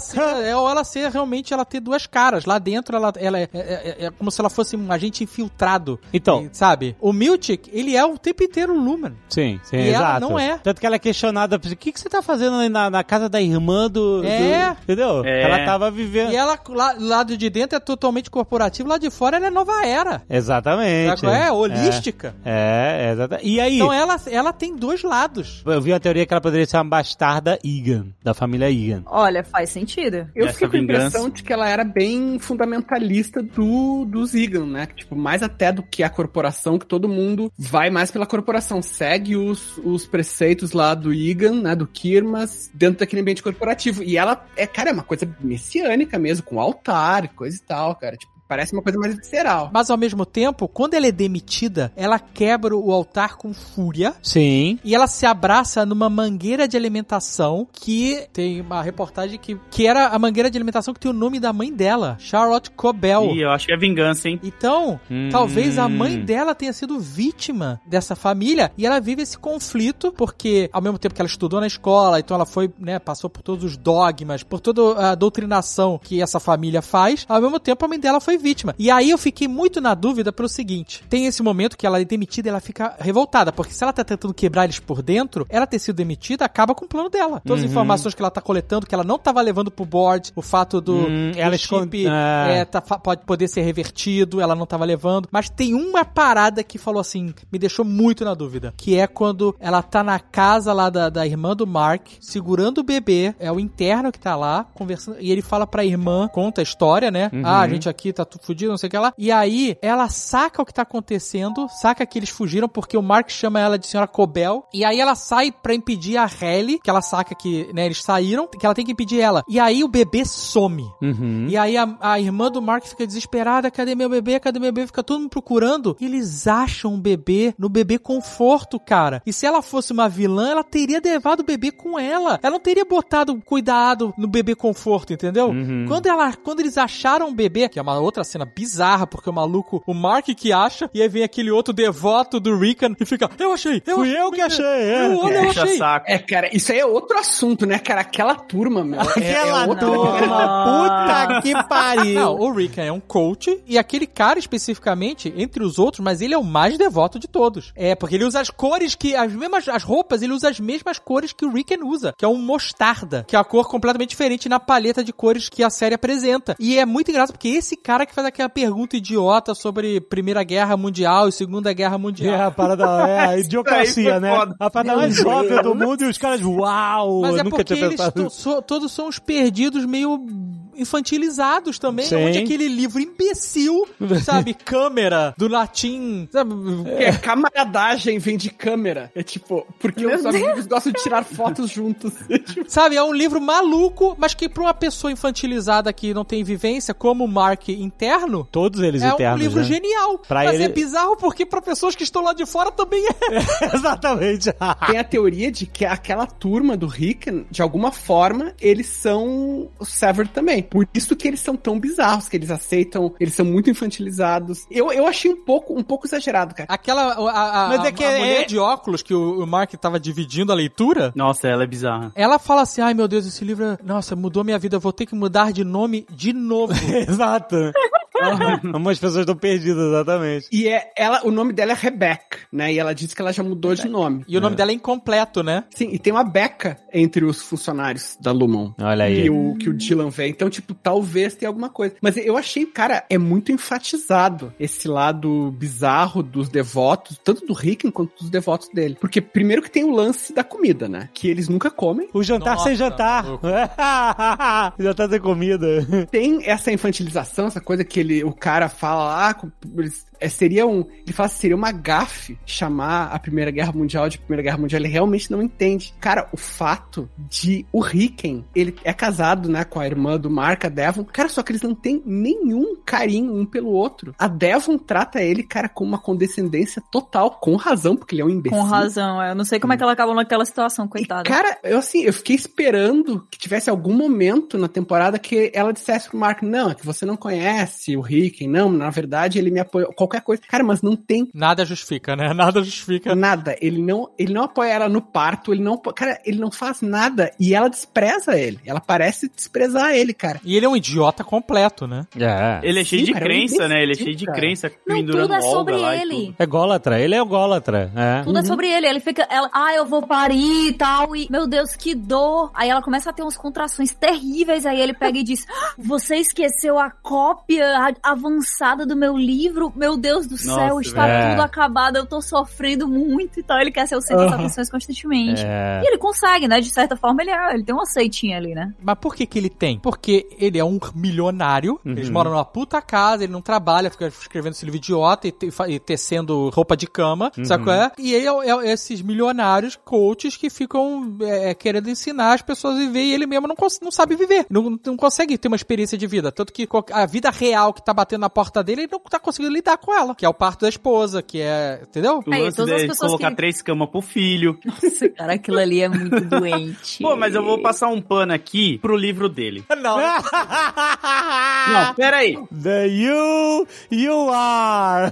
ser realmente, ela ter 2 caras. Lá dentro, ela é como se ela fosse um agente infiltrado. Então. Sabe? O Miltic, ele é o tempo inteiro Lumen. Sim, e exato. Ela não é. Tanto que ela é questionada, o que você tá fazendo na casa da irmã do... entendeu? Ela tava vivendo... E ela, lado de dentro, é totalmente corporativo, lá de fora ela é nova era. Exatamente. É holística. Exatamente. E aí... Então ela tem 2 lados. Eu vi uma teoria que ela poderia ser uma bastarda Egan, da família Egan. Olha, faz sentido. Eu fiquei com a impressão de que ela era bem fundamentalista dos Egan, né? Tipo, mais até do que a corporação, que todo mundo vai mais pela corporação, segue os preceitos lá do Egan, né? Do Kirmas, dentro daquele ambiente corporativo. E ela é uma coisa messiânica mesmo, com altar e coisa e tal, cara. Tipo, Parece uma coisa mais visceral. Mas ao mesmo tempo, quando ela é demitida, ela quebra o altar com fúria. Sim. E ela se abraça numa mangueira de alimentação que tem uma reportagem que era a mangueira de alimentação que tem o nome da mãe dela, Charlotte Cobell. Ih, eu acho que é vingança, hein? Então, talvez a mãe dela tenha sido vítima dessa família e ela vive esse conflito porque, ao mesmo tempo que ela estudou na escola, então ela foi, né, passou por todos os dogmas, por toda a doutrinação que essa família faz, ao mesmo tempo a mãe dela foi vítima. E aí eu fiquei muito na dúvida pelo seguinte, tem esse momento que ela é demitida e ela fica revoltada, porque se ela tá tentando quebrar eles por dentro, ela ter sido demitida acaba com o plano dela. Todas as informações que ela tá coletando, que ela não tava levando pro board, o fato do chip pode poder ser revertido, ela não tava levando, mas tem uma parada que falou assim, me deixou muito na dúvida, que é quando ela tá na casa lá da irmã do Mark, segurando o bebê, é o interno que tá lá, conversando, e ele fala pra irmã, conta a história, né? A gente aqui tá tudo fudido, não sei o que lá, e aí ela saca o que tá acontecendo, saca que eles fugiram porque o Mark chama ela de senhora Cobell, e aí ela sai pra impedir a Halle, que ela saca que, né, eles saíram, que ela tem que impedir ela, e aí o bebê some, e aí a irmã do Mark fica desesperada, cadê meu bebê, fica todo mundo procurando, e eles acham o bebê no bebê conforto, cara, e se ela fosse uma vilã, ela teria levado o bebê com ela não teria botado cuidado no bebê conforto, entendeu? Quando eles acharam o bebê, que é uma outra cena bizarra, porque o Mark que acha, e aí vem aquele outro devoto do Rickon e fica, eu achei. Eu achei. Cara, isso aí é outro assunto, né, cara? Aquela turma, meu. Aquela turma, puta que pariu. Não, o Rickon é um coach, e aquele cara especificamente, entre os outros, mas ele é o mais devoto de todos. Porque ele usa as cores as roupas, ele usa as mesmas cores que o Rickon usa, que é um mostarda, que é a cor completamente diferente na paleta de cores que a série apresenta. E é muito engraçado, porque esse cara que faz aquela pergunta idiota sobre Primeira Guerra Mundial e Segunda Guerra Mundial. A parada, a idiocracia, né? A parada mais óbvia do mundo e os caras, uau! Mas é porque eles todos são os perdidos meio infantilizados também. Sim. Onde aquele livro imbecil, sabe? Câmera, do latim, sabe? Camaradagem vem de câmera. É tipo, porque os amigos gostam de tirar fotos juntos. Sabe, é um livro maluco, mas que pra uma pessoa infantilizada que não tem vivência, como o Mark interno, todos eles internos, é um livro genial. Mas ele... é bizarro porque pra pessoas que estão lá de fora também é. Exatamente. Tem a teoria de que aquela turma do Rickon, de alguma forma, eles são o Severed também. Por isso que eles são tão bizarros, que eles aceitam, eles são muito infantilizados. Eu achei um pouco exagerado, cara. Mas é que a mulher de óculos que o Mark tava dividindo a leitura. Nossa, ela é bizarra. Ela fala assim, ai meu Deus, esse livro, nossa, mudou minha vida, eu vou ter que mudar de nome de novo. Exato. Algumas pessoas estão perdidas, exatamente. E o nome dela é Rebecca, né? E ela disse que ela já mudou de nome. E o nome dela é incompleto, né? Sim, e tem uma Becca entre os funcionários da Lumon. Olha aí. Que o Dylan vê. Então, tipo, talvez tenha alguma coisa. Mas eu achei, cara, é muito enfatizado esse lado bizarro dos devotos, tanto do Rickon quanto dos devotos dele. Porque primeiro que tem o lance da comida, né? Que eles nunca comem. O jantar sem jantar. Jantar sem comida. Tem essa infantilização, essa coisa que o cara fala, ele fala que seria uma gafe chamar a Primeira Guerra Mundial de Primeira Guerra Mundial. Ele realmente não entende. Cara, o fato de o Rickon, ele é casado, né, com a irmã do Mark, a Devon. Cara, só que eles não têm nenhum carinho um pelo outro. A Devon trata ele, cara, com uma condescendência total, com razão, porque ele é um imbecil. Com razão, eu não sei como é que ela acabou naquela situação, coitada. E, cara, eu fiquei esperando que tivesse algum momento na temporada que ela dissesse pro Mark, não, é que você não conhece o Rickon, não, na verdade ele me apoiou, qualquer coisa. Cara, mas não tem... Nada justifica, né? Nada justifica. Nada. Ele não apoia ela no parto, ele não faz nada e ela despreza ele. Ela parece desprezar ele, cara. E ele é um idiota completo, né? Ele é cheio de crença, né? Ele é cheio de crença. Não, tudo é sobre ele. É gólatra, ele é ególatra. Tudo é sobre ele. Ele fica, eu vou parir e tal, e meu Deus, que dor. Aí ela começa a ter umas contrações terríveis, aí ele pega e diz, você esqueceu a cópia avançada do meu livro? Meu Deus do céu, está tudo acabado, eu tô sofrendo muito e tal. Ele quer ser o centro das atenções constantemente. E ele consegue, né? De certa forma, ele tem uma seitinha ali, né? Mas por que ele tem? Porque ele é um milionário, eles moram numa puta casa, ele não trabalha, fica escrevendo esse livro idiota e tecendo roupa de cama, sabe qual é? E ele é esses milionários coaches que ficam querendo ensinar as pessoas a viver e ele mesmo não sabe viver, não consegue ter uma experiência de vida. Tanto que a vida real que tá batendo na porta dele e não tá conseguindo lidar com ela, que é o parto da esposa, que é, entendeu? O lance de colocar 3 camas pro filho. Nossa, cara, aquilo ali é muito doente. Pô, mas eu vou passar um pano aqui pro livro dele. Não. Não, peraí. The you are.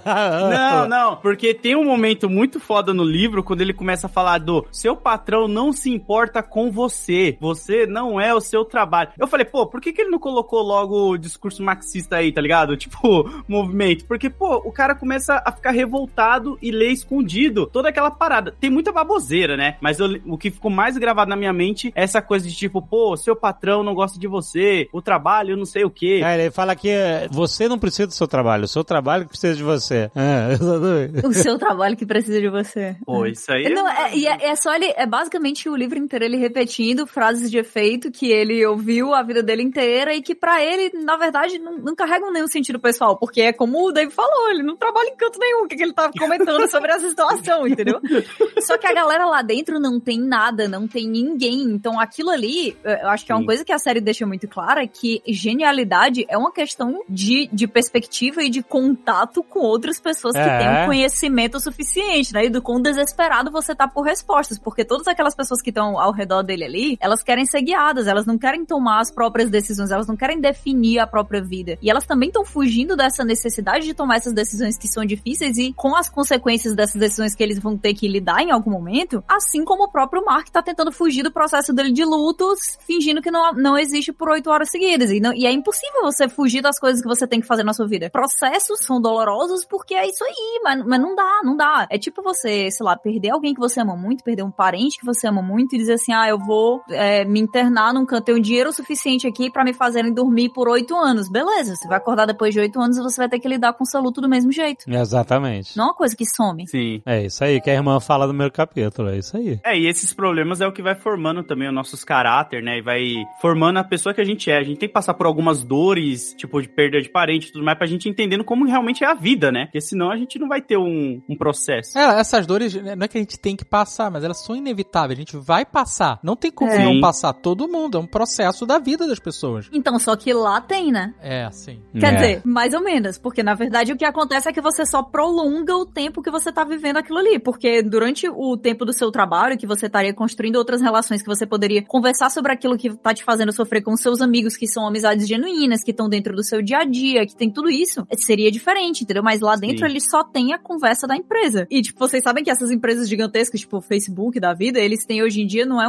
Não, porque tem um momento muito foda no livro quando ele começa a falar do seu patrão não se importa com você não é o seu trabalho. Eu falei, pô, por que ele não colocou logo o discurso marxista aí, tá ligado? Tipo, movimento. Porque, pô, o cara começa a ficar revoltado e ler escondido toda aquela parada. Tem muita baboseira, né? Mas o que ficou mais gravado na minha mente é essa coisa de tipo, pô, seu patrão não gosta de você, o trabalho não sei o quê. Ele fala que você não precisa do seu trabalho, o seu trabalho que precisa de você. Exatamente. O seu trabalho que precisa de você. Pô, isso aí não, é só ele, é basicamente o livro inteiro ele repetindo frases de efeito que ele ouviu a vida dele inteira e que pra ele, na verdade, não carregam nenhum sentido pessoal, porque é como o Dave falou, ele não trabalha em canto nenhum, o que ele tá comentando sobre essa situação, entendeu? Só que a galera lá dentro não tem nada, não tem ninguém, então aquilo ali, eu acho que é uma coisa que a série deixa muito clara, que genialidade é uma questão de perspectiva e de contato com outras pessoas que têm um conhecimento suficiente, né, e do quão desesperado você tá por respostas, porque todas aquelas pessoas que estão ao redor dele ali, elas querem ser guiadas, elas não querem tomar as próprias decisões, elas não querem definir a própria vida, e elas também estão fugindo dessa necessidade de tomar essas decisões que são difíceis e com as consequências dessas decisões que eles vão ter que lidar em algum momento, assim como o próprio Mark tá tentando fugir do processo dele de lutos, fingindo que não existe por 8 horas seguidas, e é impossível você fugir das coisas que você tem que fazer na sua vida. Processos são dolorosos porque é isso aí, mas não dá. É tipo você, sei lá, perder alguém que você ama muito, perder um parente que você ama muito e dizer assim, eu vou me internar num canto, tenho dinheiro suficiente aqui pra me fazerem dormir por 8 anos. Beleza, você vai acordar depois de 8 anos e você vai ter que lidar com o seu luto do mesmo jeito. Exatamente. Não é uma coisa que some. Sim. É isso aí que a irmã fala no meu capítulo, é isso aí. E esses problemas é o que vai formando também os nossos caráter, né, e vai formando a pessoa que a gente é. A gente tem que passar por algumas dores, tipo, de perda de parente e tudo mais, pra gente entendendo como realmente é a vida, né, porque senão a gente não vai ter um processo. Essas dores, não é que a gente tem que passar, mas elas são inevitáveis, a gente vai passar. Não tem como não passar todo mundo, é um processo da vida das pessoas. Então, só que lá tem, né? Sim. Quer dizer, mais ou menos, porque na verdade o que acontece é que você só prolonga o tempo que você tá vivendo aquilo ali, porque durante o tempo do seu trabalho, que você estaria construindo outras relações, que você poderia conversar sobre aquilo que tá te fazendo sofrer com seus amigos, que são amizades genuínas, que estão dentro do seu dia a dia, que tem tudo isso, seria diferente, entendeu? Mas lá dentro ele só tem a conversa da empresa. E, tipo, vocês sabem que essas empresas gigantescas, tipo o Facebook da vida, eles têm hoje em dia, não é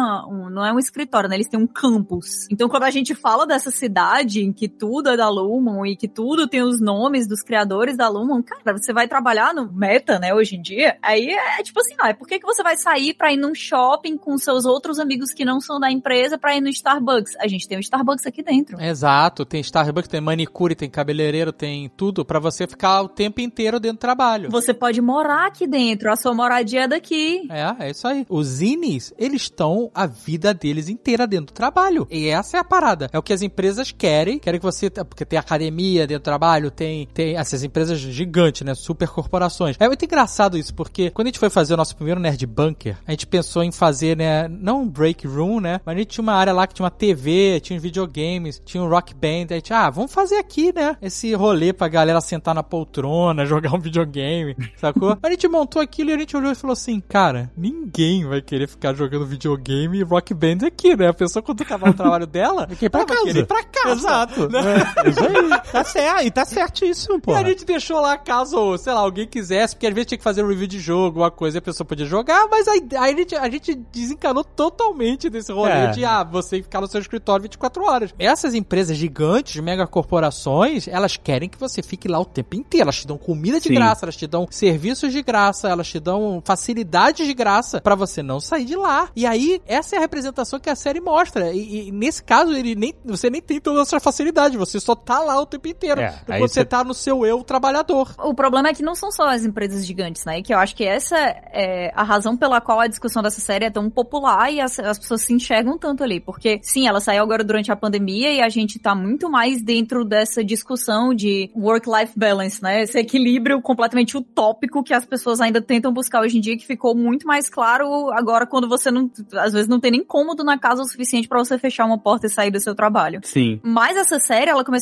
um escritório, né? Eles têm um campus. Então, quando a gente fala dessa cidade em que tudo é da Lumon e que tudo tem os nomes dos criadores da Lumon, cara, você vai trabalhar no Meta, né, hoje em dia, aí é tipo assim, por que você vai sair pra ir num shopping com seus outros amigos que não são da empresa pra ir no Starbucks? A gente tem um Starbucks aqui dentro. Exato, tem Starbucks, tem manicure, tem cabeleireiro, tem tudo pra você ficar o tempo inteiro dentro do trabalho. Você pode morar aqui dentro, a sua moradia é daqui. É isso aí. Os zines, eles estão a vida deles inteira dentro do trabalho. E essa é a parada. É o que as empresas querem que você... Porque tem academia dentro do trabalho, tem essas empresas gigantes, né? Super corporações. É muito engraçado isso, porque quando a gente foi fazer o nosso primeiro Nerd Bunker, a gente pensou em fazer, né? Não um break room, né? Mas a gente tinha uma área lá que tinha uma TV, tinha uns videogames, tinha um rock band. A gente, vamos fazer aqui, né? Esse rolê pra galera sentar na poltrona, jogar um videogame, sacou? A gente montou aquilo e a gente olhou e falou assim, cara, ninguém vai querer ficar jogando videogame e rock band aqui, né? A pessoa quando acabar o trabalho dela, vai querer ir pra casa. Exato. Né? Isso aí. Tá certo. E tá certíssimo, pô. E a gente deixou lá caso, sei lá, alguém quisesse, porque às vezes tinha que fazer um review de jogo, uma coisa, e a pessoa podia jogar, mas aí a gente desencanou totalmente desse rolê de, você ficar no seu escritório 24 horas. Essas empresas gigantes, mega corporações, elas querem que você fique lá o tempo inteiro. Elas te dão comida de graça, elas te dão serviços de graça, elas te dão facilidades de graça pra você não sair de lá. E aí, essa é a representação que a série mostra. E nesse caso, você nem tem toda essa facilidade, você só tá lá o tempo inteiro. Porque você tá no seu eu trabalhador. O problema é que não são só as empresas gigantes, né? Que eu acho que essa é a razão pela qual a discussão dessa série é tão popular e as pessoas se enxergam tanto ali. Porque, sim, ela saiu agora durante a pandemia e a gente tá muito mais dentro dessa discussão de work-life balance, né? Esse equilíbrio completamente utópico que as pessoas ainda tentam buscar hoje em dia, que ficou muito mais claro agora quando você às vezes não tem nem cômodo na casa o suficiente pra você fechar uma porta e sair do seu trabalho. Sim. Mas essa série, ela começou a ser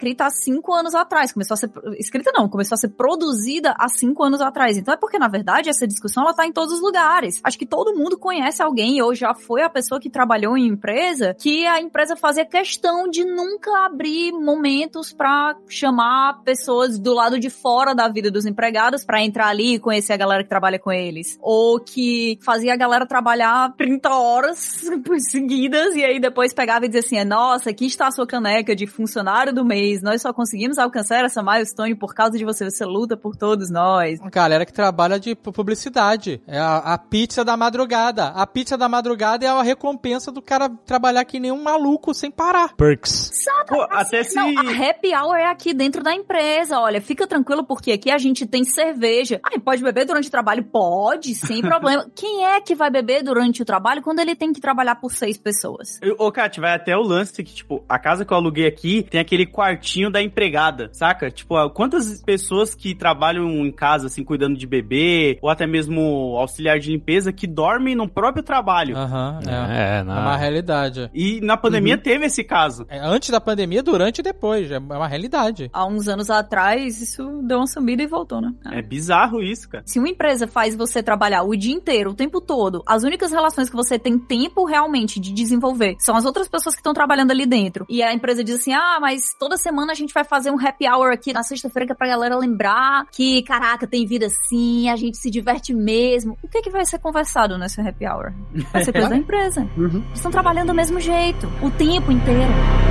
escrita há 5 anos atrás. Começou a ser produzida há 5 anos atrás. Então é porque, na verdade, essa discussão ela tá em todos os lugares. Acho que todo mundo conhece alguém ou já foi a pessoa que trabalhou em empresa, que a empresa fazia questão de nunca abrir momentos pra chamar pessoas do lado de fora da vida dos empregados pra entrar ali e conhecer a galera que trabalha com eles. Ou que fazia a galera trabalhar 30 horas seguidas e aí depois pegava e dizia assim, nossa, aqui está a sua caneca de funcionário do mês, nós só conseguimos alcançar essa milestone por causa de você luta por todos nós. Galera que trabalha de publicidade, é a pizza da madrugada. A pizza da madrugada é a recompensa do cara trabalhar que nem um maluco sem parar. Perks. Pô, até se... Não, a happy hour é aqui dentro da empresa, olha, fica tranquilo porque aqui a gente tem cerveja. Pode beber durante o trabalho? Pode, sem problema. Quem é que vai beber durante o trabalho quando ele tem que trabalhar por 6 pessoas? Ô, Kátia, vai até o lance que, tipo, a casa que eu aluguei aqui tem aquele quartinho da empregada, saca? Tipo, quantas pessoas que trabalham em casa, assim, cuidando de bebê, ou até mesmo auxiliar de limpeza, que dormem no próprio trabalho. É uma realidade. E na pandemia teve esse caso. Antes da pandemia, durante e depois. É uma realidade. Há uns anos atrás, isso deu uma sumida e voltou, né? É bizarro isso, cara. Se uma empresa faz você trabalhar o dia inteiro, o tempo todo, as únicas relações que você tem tempo realmente de desenvolver são as outras pessoas que estão trabalhando ali dentro. E a empresa diz assim, mas toda semana a gente vai fazer um happy hour aqui na sexta-feira que é pra galera lembrar que, caraca, tem vida sim, a gente se diverte mesmo. O que vai ser conversado nesse happy hour? Vai ser coisa da empresa. Eles estão trabalhando do mesmo jeito, o tempo inteiro.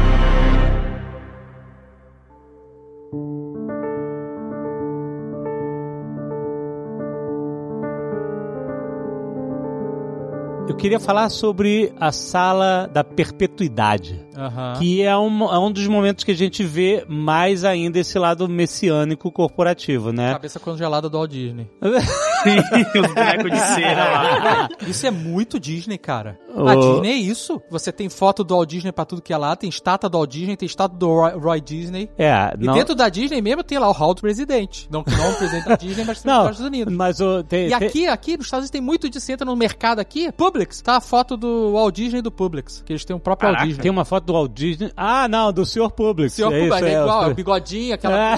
Eu queria falar sobre a sala da perpetuidade, que é um dos momentos que a gente vê mais ainda esse lado messiânico corporativo, né? Cabeça congelada do Walt Disney. Sim, os bonecos de cera lá. Isso é muito Disney, cara. A Disney é isso. Você tem foto do Walt Disney pra tudo que é lá, tem estátua do Walt Disney, tem estátua do Roy Disney. E dentro da Disney mesmo tem lá o Hall do Presidente. Não o presidente da Disney, mas dos Estados Unidos. Mas aqui nos Estados Unidos tem muito disso. Você entra no mercado aqui, Publix, tá a foto do Walt Disney e do Publix, que eles têm um próprio Walt Disney. Tem uma foto do Walt Disney. Não, do Sr. Publix. Sr. Publix, é igual, o bigodinho, aquela...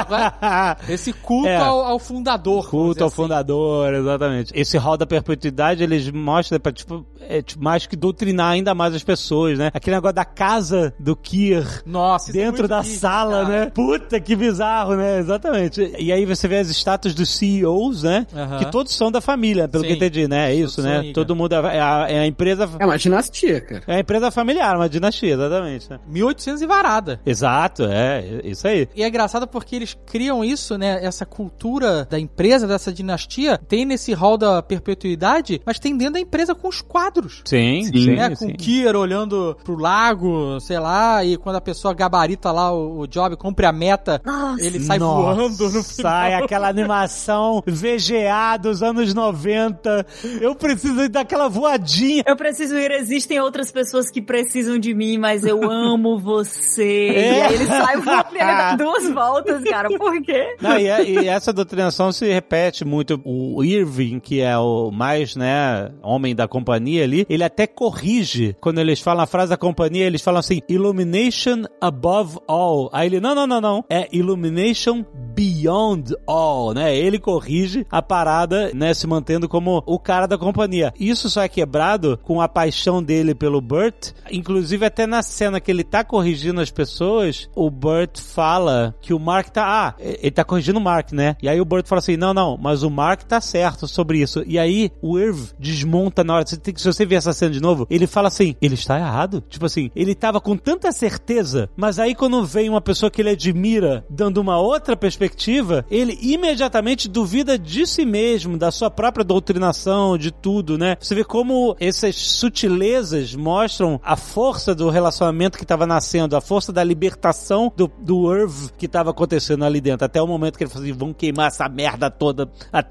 Esse culto ao fundador. Culto ao fundador, exatamente. Esse hall da perpetuidade, eles mostram pra, mais que doutrinar ainda mais as pessoas, né? Aquele negócio da casa do Kier. Nossa, dentro da sala, cara, né? Puta, que bizarro, né? Exatamente. E aí você vê as estátuas dos CEOs, né? Que todos são da família, pelo que eu entendi, né? É isso, né? Todo mundo é a empresa... É uma dinastia, cara. É a empresa familiar, uma dinastia, exatamente. Né? 1800 e varada. Exato, isso aí. E é engraçado porque eles criam isso, né? Essa cultura da empresa, dessa dinastia, tem nesse hall da perpetuidade, mas tem dentro da empresa com os quadros. Sim, né? Com o Kier olhando pro lago, sei lá, e quando a pessoa gabarita lá o job, cumpre a meta, ele sai voando no final. Sai aquela animação VGA dos anos 90. Eu preciso daquela voadinha. Eu preciso ir, existem outras pessoas que precisam de mim, mas eu amo você. E aí ele sai voando, ele dá 2 voltas, cara. Por quê? Não, e essa doutrinação se repete muito. O Irving, que é o mais, né, homem da companhia ali, ele até corrige. Quando eles falam a frase da companhia, eles falam assim, illumination above all. Aí ele, não. É illumination beyond all, né? Ele corrige a parada, né, se mantendo como o cara da companhia. Isso só é quebrado com a paixão dele pelo Burt. Inclusive, até na cena que ele tá corrigindo as pessoas, o Burt fala que o Mark tá... ele tá corrigindo o Mark, né? E aí o Burt fala assim, não, mas o Mark tá certo sobre isso. E aí o Irv desmonta na hora. Se você ver essa cena de novo, ele fala assim, ele está errado? Tipo assim, ele tava com tanta certeza, mas aí quando vem uma pessoa que ele admira dando uma outra perspectiva, ele imediatamente duvida de si mesmo, da sua própria doutrinação, de tudo, né? Você vê como essas sutilezas mostram a força do relacionamento que estava nascendo, a força da libertação do Irv que estava acontecendo ali dentro, até o momento que ele falou assim, vão queimar essa merda toda até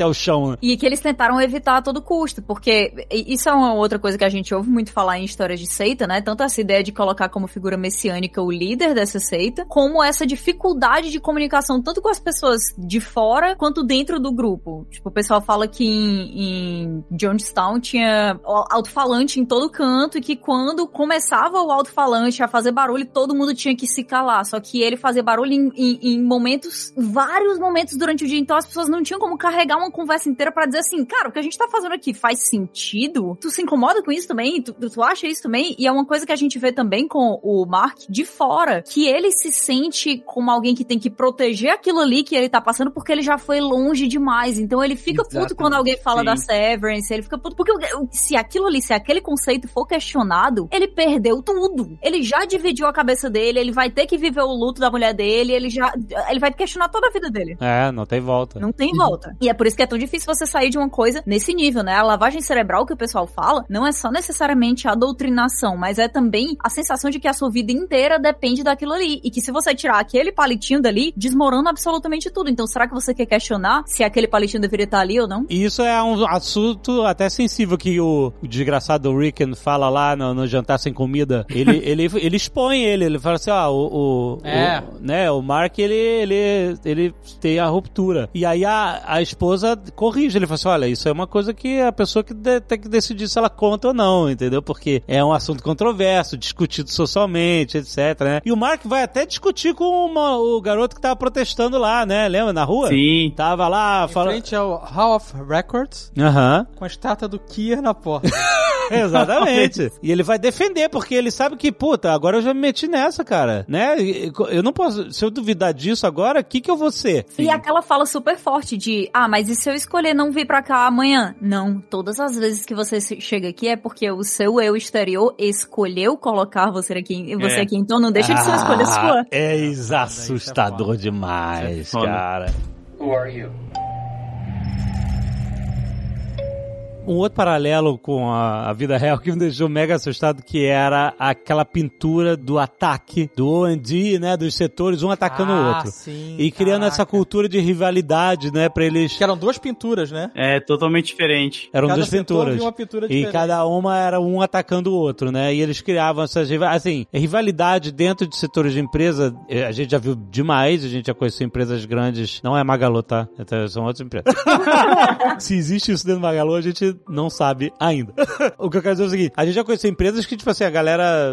o chão. E que eles tentaram evitar a todo custo, porque isso é uma outra coisa que a gente ouve muito falar em histórias de seita, né? Tanto essa ideia de colocar como figura messiânica o líder dessa seita, como essa dificuldade de comunicação tanto com as pessoas de fora quanto dentro do grupo. Tipo, o pessoal fala que em Jonestown tinha alto-falante em todo canto e que quando começava o alto-falante a fazer barulho, todo mundo tinha que se calar. Só que ele fazia barulho em momentos, vários momentos durante o dia. Então as pessoas não tinham como carregar uma conversa inteira pra dizer assim, cara, o que a gente tá fazendo aqui faz sentido? Tu se incomoda com isso também? Tu acha isso também? E é uma coisa que a gente vê também com o Mark de fora, que ele se sente como alguém que tem que proteger aquilo ali que ele tá passando porque ele já foi longe demais. Então ele fica puto quando alguém fala da Severance, ele fica puto porque se aquilo ali, se aquele conceito for questionado, ele perdeu tudo. Ele já dividiu a cabeça dele, ele vai ter que viver o luto da mulher dele, ele vai questionar toda a vida dele. Não tem volta. Não tem volta. E é por isso que é tão difícil você sair de uma coisa nesse nível, né? A lavagem cerebral que o pessoal fala não é só necessariamente a doutrinação, mas é também a sensação de que a sua vida inteira depende daquilo ali. E que se você tirar aquele palitinho dali, desmorona absolutamente tudo. Então será que você quer questionar se aquele palitinho deveria estar ali ou não? E isso é um assunto até sensível que o desgraçado Rickon fala lá no Jantar Sem Comida. Ele expõe ele fala assim, o Mark, ele tem a ruptura. E aí a esposa corrige, ele fala assim, olha, isso é uma coisa que a pessoa que tem que decidir se ela conta ou não, entendeu? Porque é um assunto controverso, discutido socialmente, etc, né? E o Mark vai até discutir com o garoto que tava protestando lá, né? Lembra? Na rua? Sim. Tava lá falando... Em frente ao Hall of Records, com a estátua do Kier na porta. Exatamente. E ele vai defender, porque ele sabe que, puta, agora eu já me meti nessa, cara, né? Eu não posso, se eu duvidar disso agora, o que eu vou ser? E aquela fala super forte de, mas e se eu escolher não vir pra cá amanhã? Não, todas as vezes que você chega aqui é porque o seu eu exterior escolheu colocar você aqui, então não deixa de ser uma escolha sua. É assustador demais, cara. Who are you? Um outro paralelo com a vida real que me deixou mega assustado, que era aquela pintura do ataque do O&D, né, dos setores, um atacando o outro. Sim, e criando essa cultura de rivalidade, né, pra eles... Que eram duas pinturas, né? É, totalmente diferente. Eram Cada duas pinturas. Uma pintura e cada uma era um atacando o outro, né? E eles criavam essas assim, rivalidade dentro de setores de empresa, a gente já viu demais, a gente já conheceu empresas grandes, não é Magalu, tá? São outras empresas. Se existe isso dentro do Magalu, a gente não sabe ainda. O que eu quero dizer é o seguinte, a gente já conheceu empresas que, tipo assim, a galera,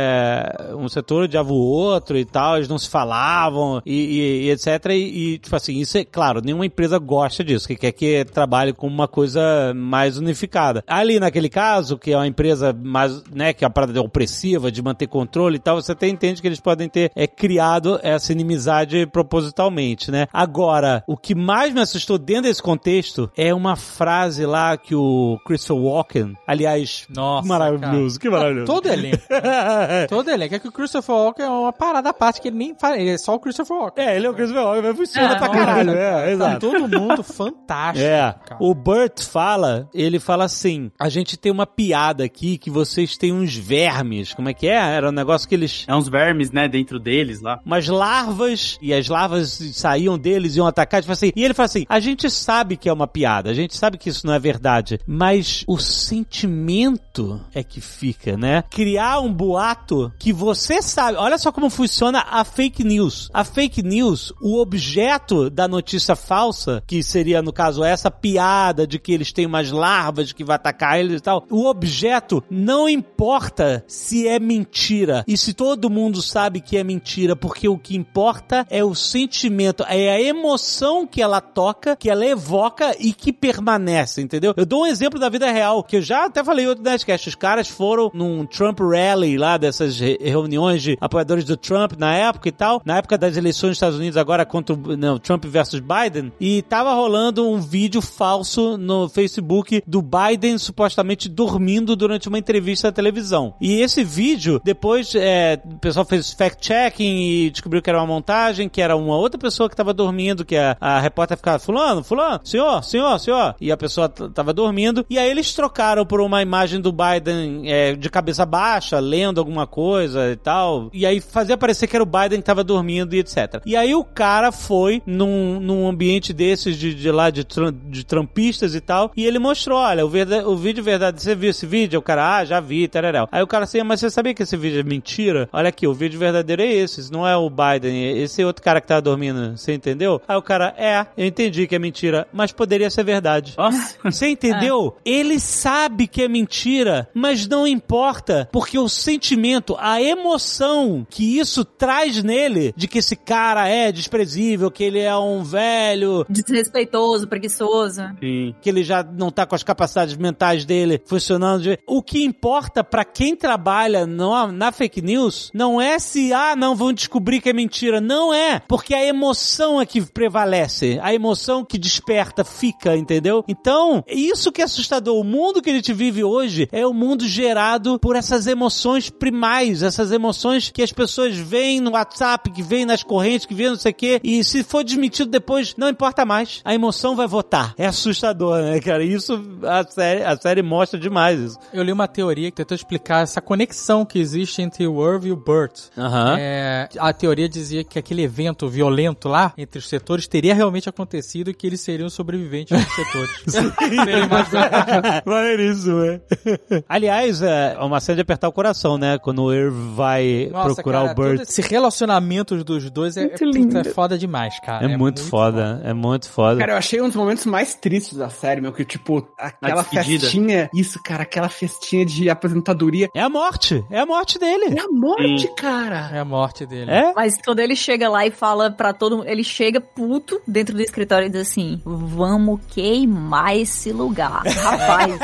um setor odiava o outro e tal, eles não se falavam e etc. E, tipo assim, isso é claro, nenhuma empresa gosta disso, que quer que trabalhe com uma coisa mais unificada. Ali, naquele caso, que é uma empresa mais, né, que é uma parada opressiva, de manter controle e tal, você até entende que eles podem ter criado essa inimizade propositalmente, né? Agora, o que mais me assustou dentro desse contexto é uma frase lá que o Christopher Walken, aliás, nossa, maravilhoso, cara. Que maravilhoso. Todo elenco. Todo elenco. É que o Christopher Walken é uma parada à parte que ele nem faz, ele é só o Christopher Walken. Ele é o Christopher Walken, mas funciona pra caralho. Exato. Todo mundo fantástico. Cara. O Burt ele fala assim, a gente tem uma piada aqui que vocês têm uns vermes, como é que é? Era um negócio que eles... É uns vermes, né, dentro deles lá. Umas larvas, e as larvas saíam deles e iam atacar, tipo assim, e ele fala assim, a gente sabe que é uma piada, a gente sabe que isso não é verdade, mas o sentimento é que fica, né? Criar um boato que você sabe, olha só como funciona a fake news. A fake news, o objeto da notícia falsa, que seria, no caso, essa piada de que eles têm umas larvas que vai atacar eles e tal, o objeto não importa se é mentira e se todo mundo sabe que é mentira, porque o que importa é o sentimento, é a emoção que ela toca, que ela evoca e que permanece, entendeu? Eu dou um exemplo da vida real, que eu já até falei em outro Nerdcast, os caras foram num Trump Rally lá, dessas reuniões de apoiadores do Trump na época e tal, na época das eleições dos Estados Unidos agora contra Trump versus Biden, e tava rolando um vídeo falso no Facebook do Biden supostamente dormindo durante uma entrevista na televisão. E esse vídeo, depois o pessoal fez fact-checking e descobriu que era uma montagem, que era uma outra pessoa que tava dormindo, que a repórter ficava, fulano, senhor, e a pessoa tava dormindo, dormindo, e aí eles trocaram por uma imagem do Biden de cabeça baixa, lendo alguma coisa e tal, e aí fazia parecer que era o Biden que tava dormindo e etc. E aí o cara foi num ambiente desses de trumpistas e tal, e ele mostrou, olha, o vídeo verdade, você viu esse vídeo? O cara, já vi, tararel. Aí o cara assim, mas você sabia que esse vídeo é mentira? Olha aqui, o vídeo verdadeiro é esse não é o Biden, esse outro cara que tá dormindo, você entendeu? Aí o cara, eu entendi que é mentira, mas poderia ser verdade. Nossa. Você entendeu? Ele sabe que é mentira, mas não importa, porque o sentimento, a emoção que isso traz nele, de que esse cara é desprezível, que ele é um velho... desrespeitoso, preguiçoso. Sim. Que ele já não tá com as capacidades mentais dele funcionando. O que importa pra quem trabalha na fake news não é se, não, vão descobrir que é mentira. Não é, porque a emoção é que prevalece. A emoção que desperta, fica, entendeu? Então, isso que é assustador. O mundo que a gente vive hoje é o mundo gerado por essas emoções primais, essas emoções que as pessoas veem no WhatsApp, que veem nas correntes, que veem não sei o quê, e se for desmentido depois, não importa mais. A emoção vai votar. É assustador, né, cara? Isso, a série mostra demais isso. Eu li uma teoria que tentou explicar essa conexão que existe entre o Irv e o Burt. A teoria dizia que aquele evento violento lá, entre os setores, teria realmente acontecido e que eles seriam sobreviventes dos setores. Maneiríssimo, Aliás, é uma série de apertar o coração, né? Quando o Irv vai procurar o Burt. Esse relacionamento dos dois é foda demais, cara. É muito foda. É muito foda. Cara, eu achei um dos momentos mais tristes da série, meu, que tipo, aquela festinha, aquela festinha de aposentadoria. É a morte dele. É a morte, cara. É a morte dele. Mas quando ele chega lá e fala pra todo mundo, ele chega puto dentro do escritório e diz assim, vamos queimar esse lugar, rapaz.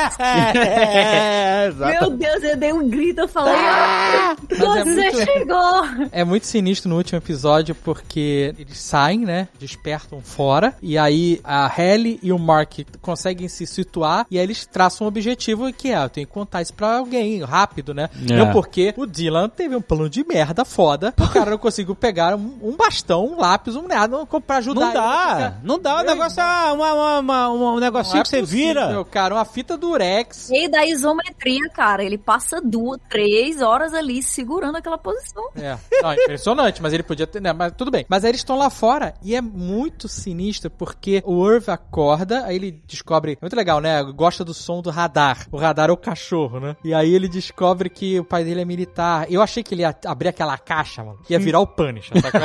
Meu Deus, eu dei um grito, eu falei, você chegou. É muito sinistro no último episódio porque eles saem, né, despertam fora, e aí a Halle e o Mark conseguem se situar, e aí eles traçam um objetivo que eu tenho que contar isso pra alguém, rápido, né? Não porque o Dylan teve um plano de merda foda, o cara não conseguiu pegar um bastão, um lápis, nada pra ajudar. Não dá, o negócio é um negocinho que você vira. Cara, uma fita durex. E da isometria, cara, ele passa 3 horas ali segurando aquela posição. Não, impressionante, mas ele podia ter, né, mas tudo bem. Mas aí eles estão lá fora e é muito sinistro porque o Irv acorda, aí ele descobre, muito legal, né, gosta do som do radar. O radar é o cachorro, né? E aí ele descobre que o pai dele é militar. Eu achei que ele ia abrir aquela caixa, mano, que ia virar o Punisher, sabe?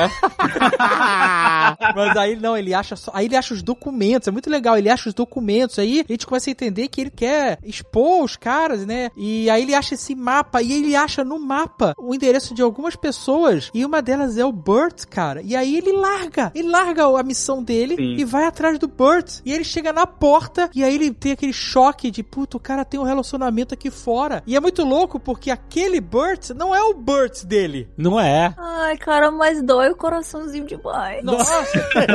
Mas aí não, ele acha os documentos, é muito legal, ele acha os documentos, aí a gente começa a entender que ele quer expor os caras, né? E aí ele acha esse mapa, e ele acha no mapa o endereço de algumas pessoas, e uma delas é o Burt, cara. E aí ele larga a missão dele e vai atrás do Burt. E ele chega na porta, e aí ele tem aquele choque de, puto, o cara tem um relacionamento aqui fora. E é muito louco, porque aquele Burt não é o Burt dele. Não é. Ai, cara, mas dói o coraçãozinho demais. Nossa.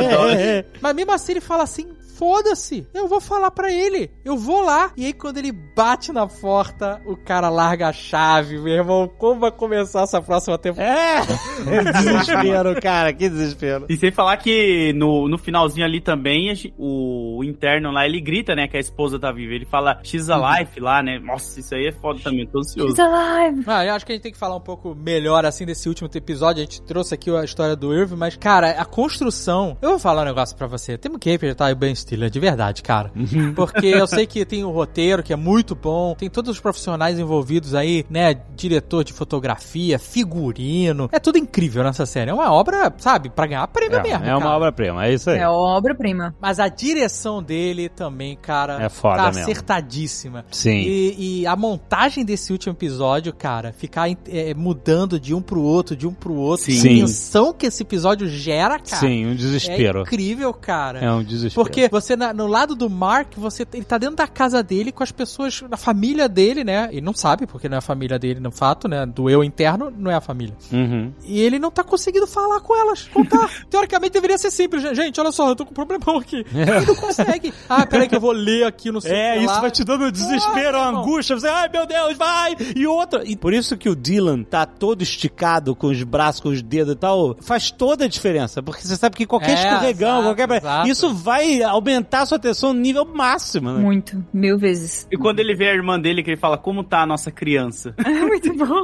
Mas mesmo assim ele fala assim, foda-se, eu vou falar pra ele, eu vou lá. E aí quando ele bate na porta, o cara larga a chave, meu irmão. Como vai começar essa próxima temporada? Que desespero, cara, que desespero. E sem falar que no finalzinho ali também, o interno lá, ele grita, né, que a esposa tá viva. Ele fala She's alive lá, né? Nossa, isso aí é foda também, tô ansioso. She's alive. Eu acho que a gente tem que falar um pouco melhor, assim, desse último episódio. A gente trouxe aqui a história do Irv, mas, cara, a construção... Eu vou falar um negócio pra você. Temos que respeitar o Ben Stiller, de verdade, cara. Porque eu sei que tem o roteiro, que é muito bom, tem todos os profissionais envolvidos aí, né, diretor de fotografia, figurino, é tudo incrível nessa série. É uma obra, sabe, pra ganhar prêmio mesmo, É uma obra-prima, é isso aí. É obra-prima. Mas a direção dele também, cara, é foda tá mesmo. Acertadíssima. Sim. E a montagem desse último episódio, cara, ficar mudando de um pro outro, Sim. A tensão que esse episódio gera, cara. Sim, um desespero. É incrível, cara. É um desespero. Porque você, no lado do Mark, ele tá dentro da casa dele com as pessoas, na família dele, né? Ele não sabe, porque não é a família dele, no fato, né? Do eu interno, não é a família. E ele não tá conseguindo falar com elas, contar. Teoricamente deveria ser simples. Gente, olha só, eu tô com um problemão aqui. Ele não consegue. Peraí que eu vou ler aqui no celular. Isso vai te dando um desespero, uma angústia. Você, ai meu Deus, vai! E outra. E por isso que o Dylan tá todo esticado, com os braços, com os dedos e tal, faz toda a diferença. Porque você sabe que qualquer escorregão, exato. Isso vai aumentar a sua tensão no nível máximo, né? Muito, 1000 vezes. E quando ele vê a irmã dele, que ele fala, como tá a nossa criança? É muito bom.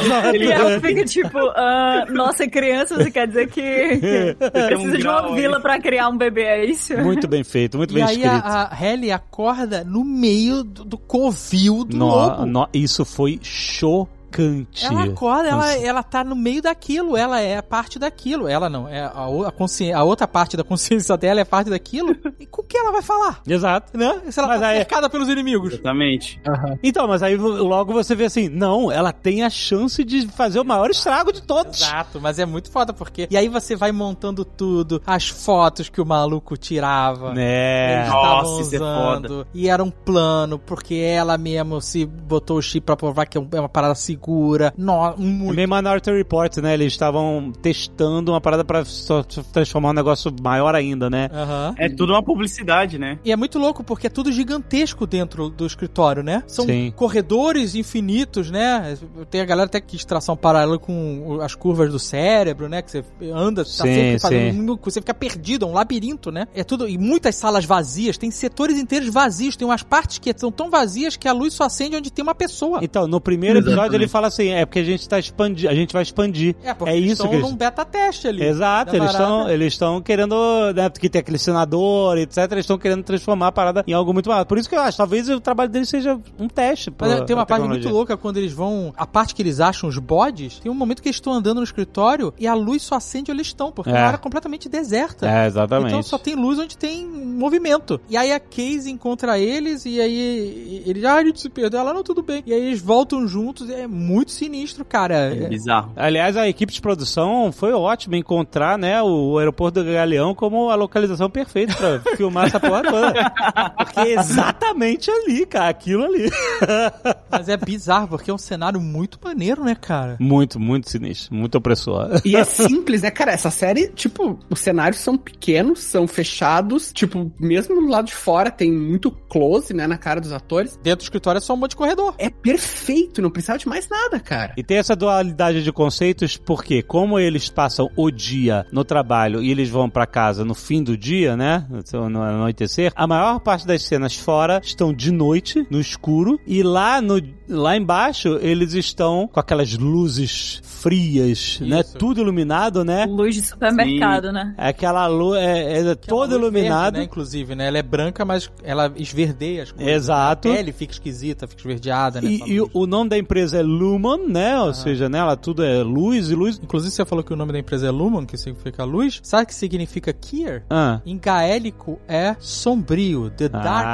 E ela fica tipo, nossa criança, você quer dizer que precisa de uma vila pra criar um bebê, é isso? Muito bem feito, muito bem escrito. E aí a Halle acorda no meio do covil do lobo. Isso foi chocante. Ela acorda, ela tá no meio daquilo, ela é parte daquilo. Ela não, é a outra parte da consciência dela é parte daquilo. E com o que ela vai falar? Exato. Né? Se ela tá cercada pelos inimigos. Exatamente. Então, mas aí logo você vê assim, não, ela tem a chance de fazer o maior estrago de todos. Exato, mas é muito foda, porque... E aí você vai montando tudo, as fotos que o maluco tirava. Né? Nossa, isso é foda. E era um plano, porque ela mesmo se botou o chip pra provar que é uma parada segura. Muito. Meio Minority Report, né? Eles estavam testando uma parada pra transformar um negócio maior ainda, né? É tudo uma publicidade, né? E é muito louco, porque é tudo gigantesco dentro do escritório, né? São corredores infinitos, né? Tem a galera até que extração paralela com as curvas do cérebro, né? Que você anda, tá sempre fazendo... Você fica perdido, é um labirinto, né? É tudo... E muitas salas vazias, tem setores inteiros vazios, tem umas partes que são tão vazias que a luz só acende onde tem uma pessoa. Então, no primeiro episódio ele fala assim, é porque a gente vai expandir. É, porque eles estão num beta teste ali. Exato, eles estão querendo, né, que tem aquele senador, etc, eles estão querendo transformar a parada em algo muito maior. Por isso que eu acho, talvez o trabalho deles seja um teste. Mas tem uma parte muito louca, quando eles vão, a parte que eles acham os bodes, tem um momento que eles estão andando no escritório e a luz só acende onde eles estão, porque é uma área completamente deserta. É, exatamente. Então só tem luz onde tem movimento. E aí a Casey encontra eles e aí eles, a gente se perdeu. Ela, não, tudo bem. E aí eles voltam juntos, é muito sinistro, cara. É bizarro. Aliás, a equipe de produção foi ótima encontrar, né, o aeroporto do Galeão como a localização perfeita pra filmar essa porra toda. Porque é exatamente ali, cara, aquilo ali. Mas é bizarro, porque é um cenário muito maneiro, né, cara? Muito, muito sinistro, muito opressor. E é simples, né, cara? Essa série, tipo, os cenários são pequenos, são fechados, tipo, mesmo do lado de fora tem muito close, né, na cara dos atores. Dentro do escritório é só um monte de corredor. É perfeito, não precisava de mais nada, cara. E tem essa dualidade de conceitos porque, como eles passam o dia no trabalho e eles vão pra casa no fim do dia, né, no anoitecer, a maior parte das cenas fora estão de noite, no escuro, e lá embaixo eles estão com aquelas luzes frias, né, tudo iluminado, né. Luz de supermercado, né. Aquela luz é toda iluminada. Verde, né, inclusive, né, ela é branca, mas ela esverdeia as coisas. Exato. A pele fica esquisita, fica esverdeada, né. E o nome da empresa é Lumon, né, ou seja, né, ela tudo é luz e luz. Inclusive você falou que o nome da empresa é Lumon, que significa luz. Sabe o que significa Kier? Em gaélico é sombrio, The Dark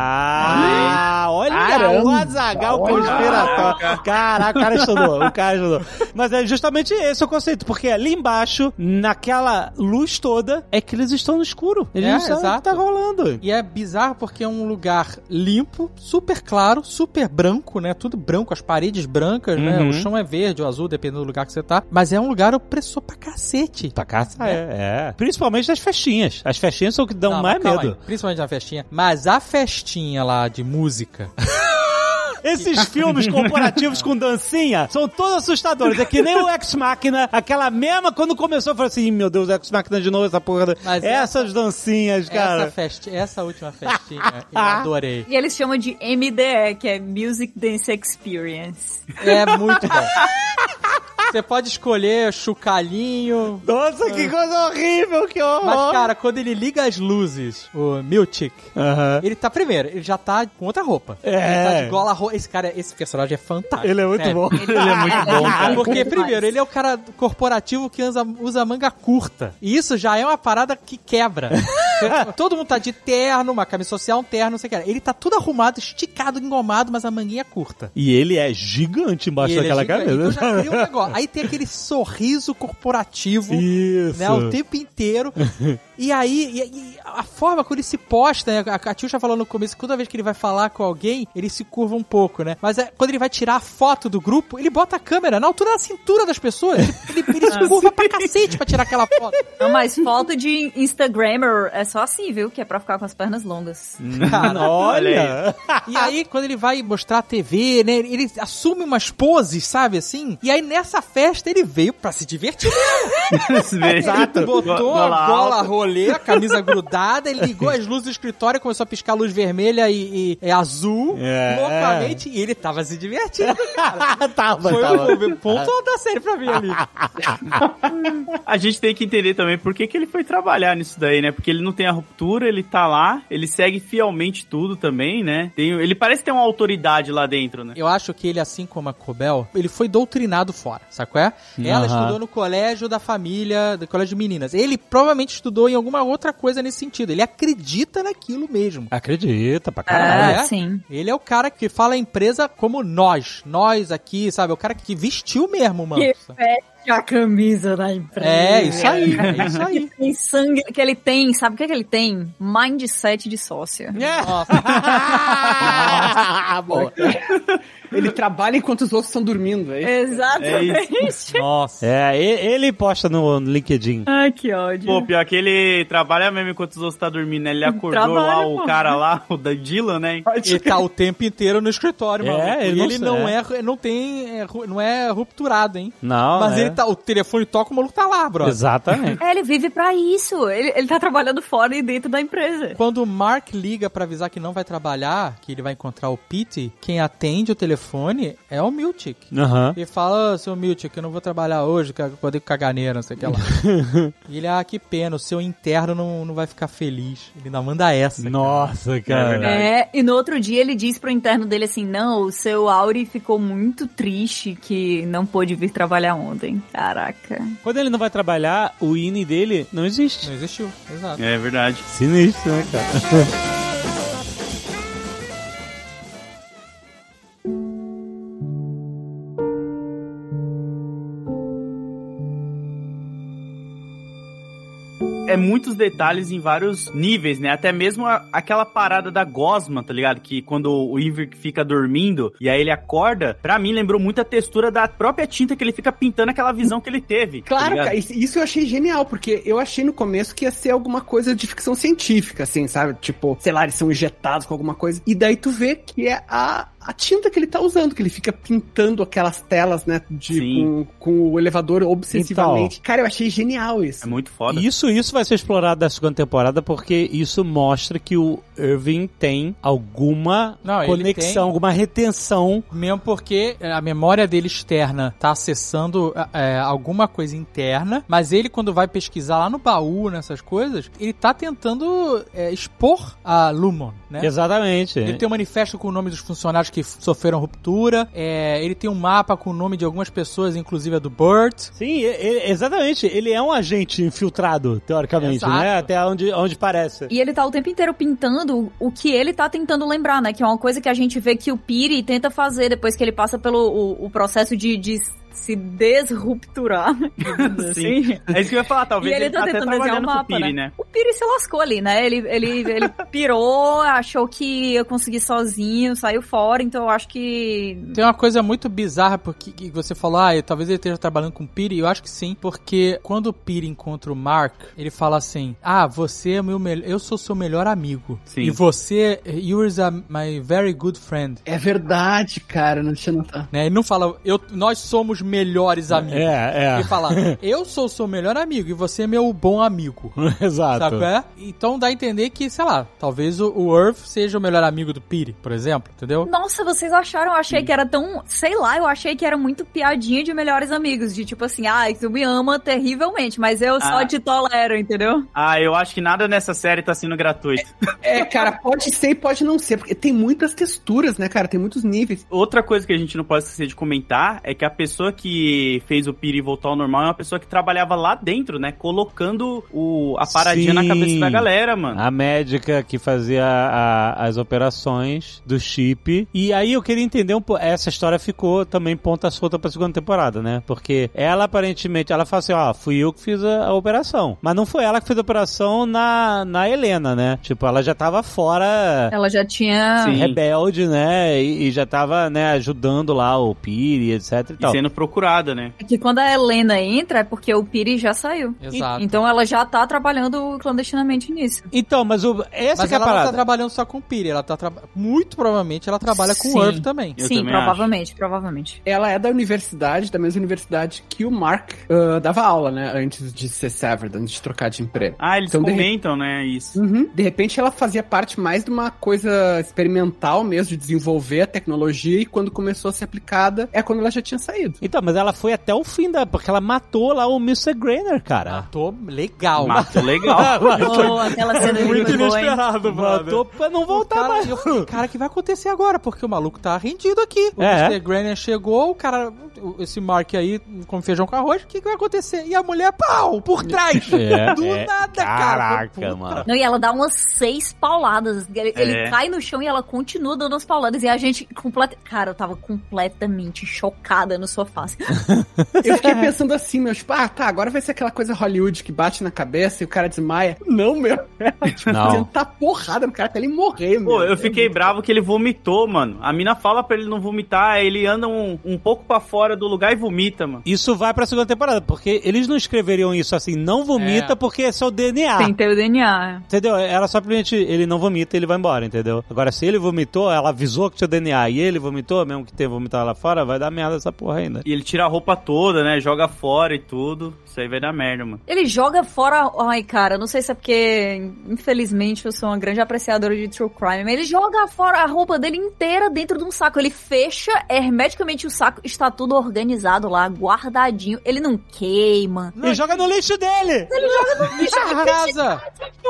One. Olha o Azaghal conspiratório. Caraca, o cara estudou. Mas é justamente esse o conceito, porque ali embaixo, naquela luz toda, é que eles estão no escuro. Eles não sabem o que tá rolando. E é bizarro porque é um lugar limpo, super claro, super branco, né? Tudo branco, as paredes brancas, né? O chão é verde ou azul, dependendo do lugar que você tá. Mas é um lugar opressor pra cacete. Pra cacete, Principalmente nas festinhas. As festinhas são o que dão mais medo. Aí. Principalmente na festinha. Mas a festinha lá de música... Esses filmes corporativos com dancinha são todos assustadores. É que nem o Ex Machina, aquela mesma, quando começou, eu falei assim, meu Deus, Ex Machina de novo, essa porra. Mas essas dancinhas, cara. Essa última festinha, eu adorei. E eles chamam de MDE, que é Music Dance Experience. É muito bom. Você pode escolher chocalhinho. Nossa, que coisa horrível, que horror. Mas, cara, quando ele liga as luzes, o Miltic, ele tá, primeiro, ele já tá com outra roupa. Ele tá de gola roupa. Esse personagem é fantástico. Ele é muito bom. Ele é muito bom, cara. Porque, primeiro, ele é o cara corporativo que usa manga curta. E isso já é uma parada que quebra. Todo mundo tá de terno, uma camisa social, um terno, não sei o que. Ele tá tudo arrumado, esticado, engomado, mas a manguinha é curta. E ele é gigante embaixo daquela camisa. Então já cria um negócio. Aí tem aquele sorriso corporativo, né, o tempo inteiro. E aí, a forma como ele se posta, né, a Tio já falou no começo, que toda vez que ele vai falar com alguém, ele se curva um pouco, né? Mas quando ele vai tirar a foto do grupo, ele bota a câmera na altura da cintura das pessoas. Ele se curva pra cacete pra tirar aquela foto. Não, mas foto de Instagrammer é só assim, viu? Que é pra ficar com as pernas longas. Cara, olha! E aí, quando ele vai mostrar a TV, né, ele assume umas poses, sabe, assim? E aí, nessa festa, ele veio pra se divertir mesmo. Exato. Ele botou a gola rolê rolê, a camisa grudada, ele ligou as luzes do escritório, começou a piscar luz vermelha e azul, loucamente, e ele tava se divertindo, cara. tava. O ponto da série pra mim ali. A gente tem que entender também por que ele foi trabalhar nisso daí, né? Porque ele não tem a ruptura, ele tá lá, ele segue fielmente tudo também, né? Ele parece ter uma autoridade lá dentro, né? Eu acho que ele, assim como a Cobel, ele foi doutrinado fora, sabe qual é? Ela estudou no colégio da família, do colégio de meninas. Ele provavelmente estudou em alguma outra coisa nesse sentido. Ele acredita naquilo mesmo. Acredita pra caralho. Sim. Ele é o cara que fala a empresa como nós aqui, sabe? É o cara que vestiu mesmo, mano. Que veste a camisa da empresa. É isso aí, é isso aí. Tem sangue que ele tem, sabe o que ele tem? Mindset de sócia. Nossa. Boa. Ele trabalha enquanto os outros estão dormindo, é isso? Exatamente. Nossa. Ele posta no LinkedIn. Ai, que ódio. Pô, pior que ele trabalha mesmo enquanto os outros estão dormindo, né? Ele acordou lá, o cara lá, o da Dylan, né? Ele tá o tempo inteiro no escritório, mano. Ele não é rupturado, hein? Não, Mas ele tá, o telefone toca, o maluco tá lá, brother. Exatamente. Ele vive pra isso. Ele tá trabalhando fora e dentro da empresa. Quando o Mark liga pra avisar que não vai trabalhar, que ele vai encontrar o Pete, quem atende o telefone é o Miltic. Ele fala, seu Miltic, eu não vou trabalhar hoje, quero poder caganeira, não sei o que lá. E ele, que pena, o seu interno não vai ficar feliz. Ele ainda manda essa. Nossa, cara. E no outro dia ele diz pro interno dele assim, não, o seu Auri ficou muito triste que não pôde vir trabalhar ontem. Caraca. Quando ele não vai trabalhar, o INE dele não existe. Não existiu, exato. É verdade. Sinistro, né, cara? É muitos detalhes em vários níveis, né? Até mesmo aquela parada da gosma, tá ligado? Que quando o Ivor fica dormindo e aí ele acorda, pra mim lembrou muito a textura da própria tinta que ele fica pintando aquela visão que ele teve. Claro, tá cara, isso eu achei genial, porque eu achei no começo que ia ser alguma coisa de ficção científica, assim, sabe? Tipo, sei lá, eles são injetados com alguma coisa. E daí tu vê que é a tinta que ele tá usando, que ele fica pintando aquelas telas, né, com o elevador obsessivamente. Então, cara, eu achei genial isso. É muito foda. Isso vai ser explorado na segunda temporada, porque isso mostra que o Irving tem alguma conexão, alguma retenção. Mesmo porque a memória dele externa tá acessando alguma coisa interna, mas ele, quando vai pesquisar lá no baú, nessas coisas, ele tá tentando expor a Lumon, né? Exatamente. Ele tem um manifesto com o nome dos funcionários que sofreram ruptura, ele tem um mapa com o nome de algumas pessoas, inclusive a do Burt. Sim, exatamente. Ele é um agente infiltrado, teoricamente, né? Até onde parece. E ele tá o tempo inteiro pintando o que ele tá tentando lembrar, né? Que é uma coisa que a gente vê que o Piri tenta fazer depois que ele passa pelo o processo de se desrupturar. Sim. É isso que eu ia falar, talvez ele tá tentando desenhar um mapa, com o Piri, né? O Piri se lascou ali, né? Ele pirou, achou que ia conseguir sozinho, saiu fora, então eu acho que... Tem uma coisa muito bizarra, porque você falou, talvez ele esteja trabalhando com o Piri, eu acho que sim, porque quando o Piri encontra o Mark, ele fala assim, você é eu sou seu melhor amigo. Sim. E você, you're my very good friend. É verdade, cara, não tinha notado. Né? Ele não fala, nós somos melhores amigos. Ele fala, eu sou seu melhor amigo e você é meu bom amigo. Exato. Sabe? Então dá a entender que, sei lá, talvez o Earth seja o melhor amigo do Piri, por exemplo, entendeu? Nossa, vocês acharam? Eu achei que era tão... Sei lá, eu achei que era muito piadinha de melhores amigos. De tipo assim, tu me ama terrivelmente, mas eu só te tolero, entendeu? Eu acho que nada nessa série tá sendo gratuito. Cara, pode ser e pode não ser, porque tem muitas texturas, né, cara? Tem muitos níveis. Outra coisa que a gente não pode esquecer de comentar é que a pessoa que fez o Piri voltar ao normal é uma pessoa que trabalhava lá dentro, né? Colocando a paradinha na cabeça da galera, mano. A médica que fazia as operações do chip. E aí eu queria entender essa história ficou também ponta solta pra segunda temporada, né? Porque ela aparentemente, ela fala assim, fui eu que fiz a operação. Mas não foi ela que fez a operação na Helena, né? Tipo, ela já tava fora... Ela já tinha... rebelde, né? E já tava, né, ajudando lá o Piri, etc e tal. E sendo procurada, né? É que quando a Helena entra é porque o Piri já saiu. Exato. Então ela já tá trabalhando clandestinamente nisso. Então, mas essa Mas que é a ela não parada. tá trabalhando só com o Piri, ela tá muito provavelmente ela trabalha com Sim. o Irv também. Eu Sim, também provavelmente. Ela é da mesma universidade que o Mark dava aula, né? Antes de ser severed, antes de trocar de emprego. Ah, eles Então, comentam, né, isso. Uhum. De repente ela fazia parte mais de uma coisa experimental mesmo, de desenvolver a tecnologia, e quando começou a ser aplicada, é quando ela já tinha saído. Então, mas ela foi até o fim porque ela matou lá o Mr. Grainer, cara. Matou legal. Matou legal. Oh, aquela cena Muito foi boa, hein? inesperado, mano. Matou pra não voltar mais. Eu falei, cara, o que vai acontecer agora? Porque o maluco tá rendido aqui. O É. Mr. Grainer chegou, o cara, esse Mark aí, com feijão com arroz, o que vai acontecer? E a mulher, pau, por trás. Do nada, cara. Caraca, mano. Não, e ela dá umas 6 pauladas. Ele cai no chão e ela continua dando as pauladas. E a gente Cara, eu tava completamente chocada no sofá. Assim. Eu fiquei pensando assim, meu, tipo, tá, agora vai ser aquela coisa Hollywood que bate na cabeça e o cara desmaia. Não, meu. Tipo, Não. tentar porrada no cara até ele morrer, meu. Pô, eu fiquei bravo que ele vomitou, mano. A mina fala pra ele não vomitar, aí ele anda um pouco pra fora do lugar e vomita, mano. Isso vai pra segunda temporada, porque eles não escreveriam isso assim, não vomita, porque é só o DNA. Tem que ter o DNA. Entendeu? Era simplesmente, ele não vomita, ele vai embora, entendeu? Agora, se ele vomitou, ela avisou que tinha DNA, e ele vomitou, mesmo que tenha vomitado lá fora, vai dar merda essa porra ainda. E ele tira a roupa toda, né? Joga fora e tudo. Isso aí vai dar merda, mano. Ele joga fora... Ai, cara, não sei se é porque, infelizmente, eu sou uma grande apreciadora de true crime, mas ele joga fora a roupa dele inteira dentro de um saco. Ele fecha hermeticamente o saco, está tudo organizado lá, guardadinho. Ele não queima. Ele joga no lixo dele! Ele joga no lixo Da casa.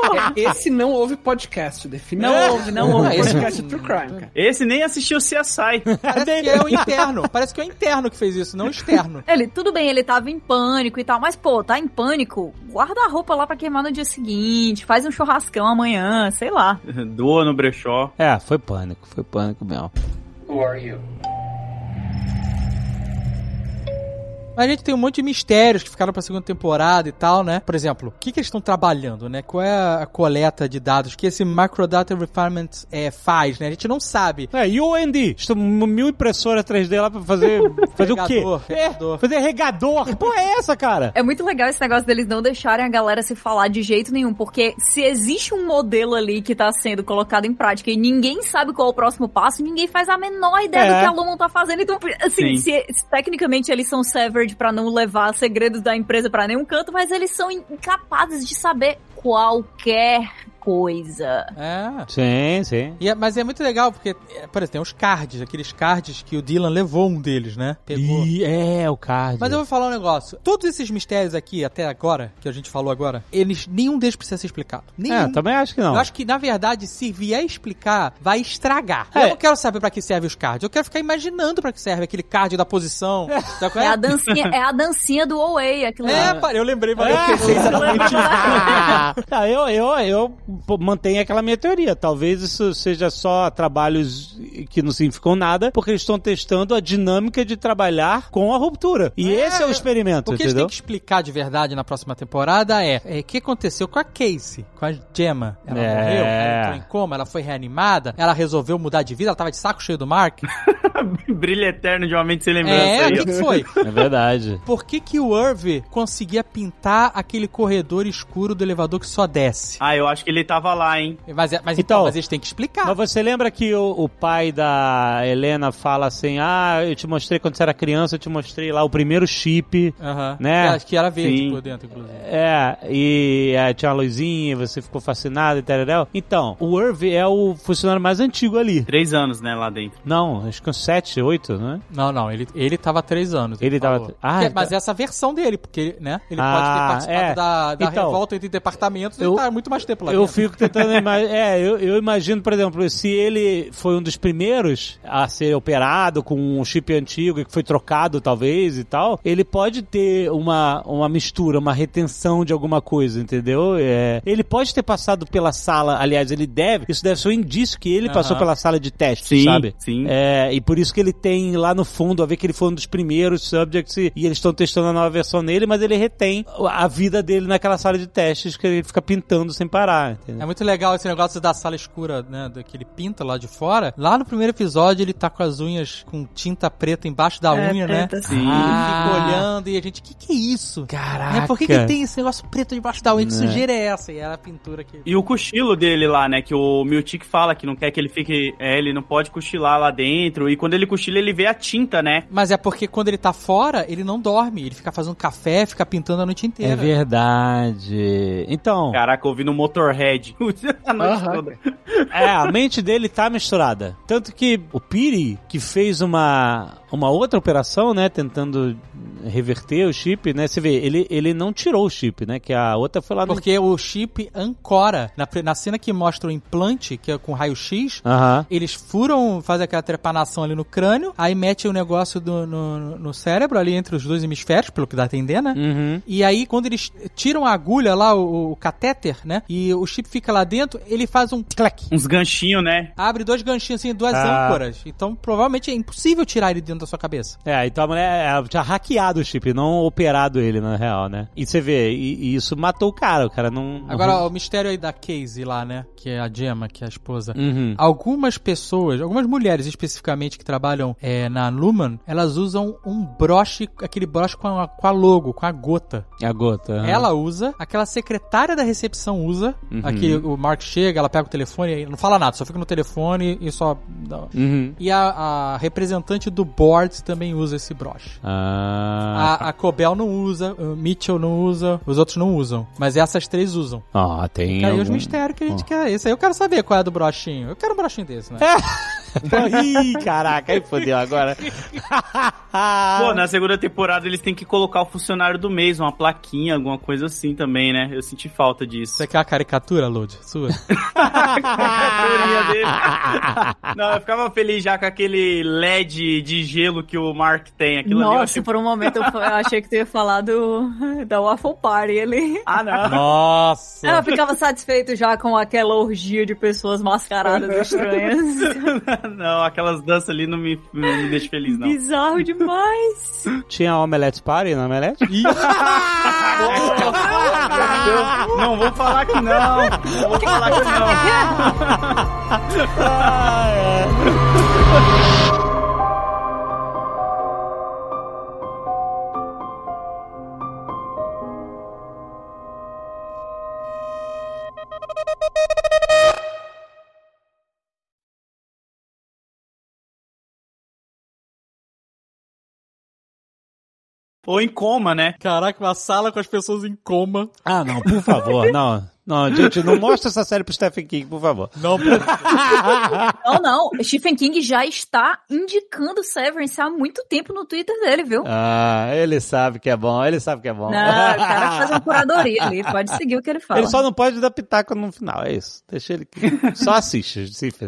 Esse não houve podcast, definitivamente. Não houve. Esse podcast de True Crime, cara. Esse nem assistiu o CSI. Parece que é o interno. Parece que é o interno que fez isso, não o externo. Tudo bem, ele tava em pânico e tal, mas, pô, tá em pânico? Guarda a roupa lá pra queimar no dia seguinte, faz um churrascão amanhã, sei lá. Doa no brechó. É, foi pânico mesmo. Who are you? Mas a gente tem um monte de mistérios que ficaram pra segunda temporada e tal, né? Por exemplo, o que eles estão trabalhando, né? Qual é a coleta de dados que esse Microdata Refinement faz, né? A gente não sabe. E o O&D? Estou 1000 impressoras 3D lá pra fazer o quê? Regador. Fazer regador. Que porra é essa, cara? É muito legal esse negócio deles não deixarem a galera se falar de jeito nenhum, porque se existe um modelo ali que tá sendo colocado em prática e ninguém sabe qual é o próximo passo, ninguém faz a menor ideia do que a Lumon tá fazendo. Então, assim, se tecnicamente eles são severed pra não levar segredos da empresa pra nenhum canto, mas eles são incapazes de saber qualquer coisa. Sim. Mas é muito legal, porque, por exemplo, tem os cards, aqueles cards que o Dylan levou um deles, né? Pegou. O card. Mas eu vou falar um negócio. Todos esses mistérios aqui, até agora, que a gente falou agora, nenhum deles precisa ser explicado. Nenhum. Também acho que não. Eu acho que, na verdade, se vier explicar, vai estragar. Eu não quero saber pra que serve os cards. Eu quero ficar imaginando pra que serve aquele card da posição. Sabe qual é? É a dancinha do OA, aquilo lá. Eu lembrei. Eu mantenho aquela minha teoria. Talvez isso seja só trabalhos que não significam nada, porque eles estão testando a dinâmica de trabalhar com a ruptura. E esse é o experimento, O que entendeu? eles têm que explicar de verdade na próxima temporada é o que aconteceu com a Casey, com a Gemma. Ela morreu, ela entrou em coma, ela foi reanimada, ela resolveu mudar de vida, ela tava de saco cheio do Mark. Brilho eterno de uma mente sem lembrança aí. O que foi? É verdade. Por que o Irv conseguia pintar aquele corredor escuro do elevador que só desce? Eu acho que ele tava lá, hein? Mas eles têm que explicar. Mas você lembra que o pai da Helena fala assim, eu te mostrei quando você era criança, eu te mostrei lá o primeiro chip, né? Que era verde por dentro, inclusive. E tinha uma luzinha, você ficou fascinado e tal. Então, o Irv é o funcionário mais antigo ali. 3 anos, né, lá dentro. Não, acho que uns 7, 8, né? Não, ele tava 3 anos. Ele tava... Mas essa versão dele, porque, né? Ele pode ter participado da revolta entre departamentos e tá muito mais tempo lá dentro. Eu fico tentando imaginar... eu imagino, por exemplo, se ele foi um dos primeiros a ser operado com um chip antigo que foi trocado, talvez, e tal, ele pode ter uma mistura, uma retenção de alguma coisa, entendeu? Ele pode ter passado pela sala, aliás, isso deve ser um indício que ele passou pela sala de teste, sabe? Sim. E por isso que ele tem lá no fundo, a ver que ele foi um dos primeiros subjects e eles estão testando a nova versão nele, mas ele retém a vida dele naquela sala de testes que ele fica pintando sem parar. entendeu? É muito legal esse negócio da sala escura, né? Daquele pinta lá de fora. Lá no primeiro episódio, ele tá com as unhas com tinta preta embaixo da unha, preta, né? sim. Ele fica olhando e a gente, que é isso? Caraca. Por que tem esse negócio preto debaixo da unha? Que sujeira é essa? E era a pintura que... E o cochilo dele lá, né? Que o Miltic fala que não quer que ele fique... ele não pode cochilar lá dentro. E quando ele cochila, ele vê a tinta, né? Mas é porque quando ele tá fora, ele não dorme. Ele fica fazendo café, fica pintando a noite inteira. É verdade. Então... Caraca, ouvindo Motorhead a noite toda. A mente dele tá misturada. Tanto que o Piri, que fez uma outra operação, né, tentando reverter o chip, né, você vê, ele não tirou o chip, né, que a outra foi lá no... Porque o chip ancora, na cena que mostra o implante, que é com raio-x, eles fazem aquela trepanação ali no crânio, aí mete o negócio no cérebro, ali entre os dois hemisférios, pelo que dá a entender, né, e aí quando eles tiram a agulha lá, o catéter, né, e o chip fica lá dentro, ele faz um clac. Uns ganchinhos, né? Abre 2 ganchinhos assim, 2 âncoras. Então, provavelmente é impossível tirar ele dentro da sua cabeça. Então a mulher ela tinha hackeado o chip, não operado ele, na real, né? E você vê, e isso matou o cara não... Agora, o mistério aí da Casey lá, né? Que é a Gemma, que é a esposa. Algumas pessoas, algumas mulheres especificamente que trabalham na Lumen, elas usam um broche, aquele broche com a logo, com a gota. A gota. Ela usa, aquela secretária da recepção usa, aqui o Mark chega, ela pega o telefone e não fala nada, só fica no telefone e só... E a representante do board também usa esse broche. A Cobell não usa, o Mitchell não usa, os outros não usam. Mas essas 3 usam. Tem Fica aí os mistérios que a gente quer. Esse aí eu quero saber qual é do brochinho. Eu quero um brochinho desse, né? Ih, caraca, aí fodeu agora. Pô, na segunda temporada eles têm que colocar o funcionário do mês, uma plaquinha, alguma coisa assim também, né? Eu senti falta disso. Você quer a caricatura, Lud? Sua? A caricaturinha dele. Não, eu ficava feliz já com aquele LED de gelo que o Mark tem. Aquilo Nossa, ali, por um momento eu achei que tu ia falar da Waffle Party ali. não. Nossa. Eu ficava satisfeito já com aquela orgia de pessoas mascaradas estranhas. Não, aquelas danças ali não me deixam feliz, não. Bizarro demais. Tinha Omelette Party na Omelette? Não vou falar que não. Não vou falar que não. Ou em coma, né? Caraca, uma sala com as pessoas em coma. Não, por favor, não. Não, gente, não mostra essa série pro Stephen King, por favor. Não, Não. Stephen King já está indicando Severance há muito tempo no Twitter dele, viu? Ele sabe que é bom, Não, o cara faz uma curadoria ali, pode seguir o que ele fala. Ele só não pode dar pitaco no final, é isso. Deixa ele... Só assiste.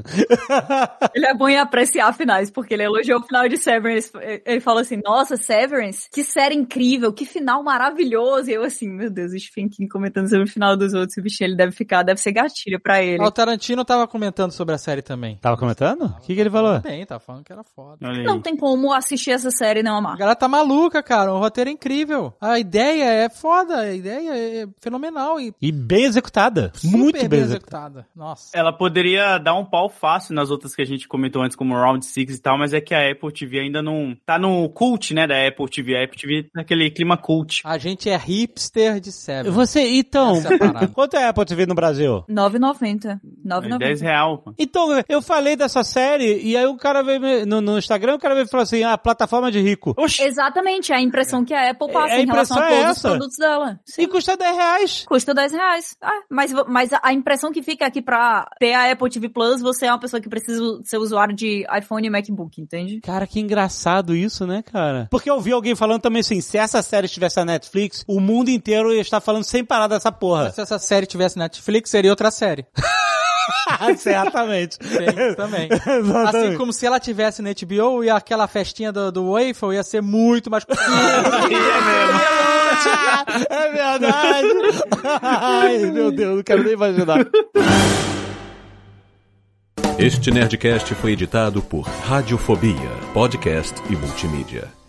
Ele é bom em apreciar finais, porque ele elogiou o final de Severance. Ele falou assim, nossa, Severance, que série incrível, que final maravilhoso. E eu assim, meu Deus, o Stephen King comentando sobre o final dos outros. Ele deve ser gatilho pra ele. O Tarantino tava comentando sobre a série também. Tava comentando? O que ele falou? Bem, tava falando que era foda. Não tem como assistir essa série e não amar. A galera tá maluca, cara. O roteiro é incrível. A ideia é foda. A ideia é fenomenal. E bem executada. Muito bem executada. Nossa. Ela poderia dar um pau fácil nas outras que a gente comentou antes, como Round 6 e tal, mas é que a Apple TV ainda não... Tá no cult, né, da Apple TV. A Apple TV tá naquele clima cult. A gente é hipster de Severance. Então... Quanto é a Apple TV no Brasil? R$9,90. R$10. Então, eu falei dessa série e aí o cara veio no Instagram, o cara veio e falou assim, plataforma de rico. Oxi. Exatamente, a impressão que a Apple passa em relação a todos os produtos dela. Sim. E custa R$10. Custa R$10. Mas a impressão que fica aqui pra ter a Apple TV Plus, você é uma pessoa que precisa ser usuário de iPhone e MacBook, entende? Cara, que engraçado isso, né, cara? Porque eu vi alguém falando também assim, se essa série estivesse na Netflix, o mundo inteiro ia estar falando sem parar dessa porra. Mas se essa série tivesse Netflix, seria outra série. Certamente. Sim, também. Assim como se ela tivesse na HBO e aquela festinha do Waffle ia ser muito mais... É verdade. Ai, meu Deus, não quero nem imaginar. Este Nerdcast foi editado por Radiofobia, podcast e multimídia.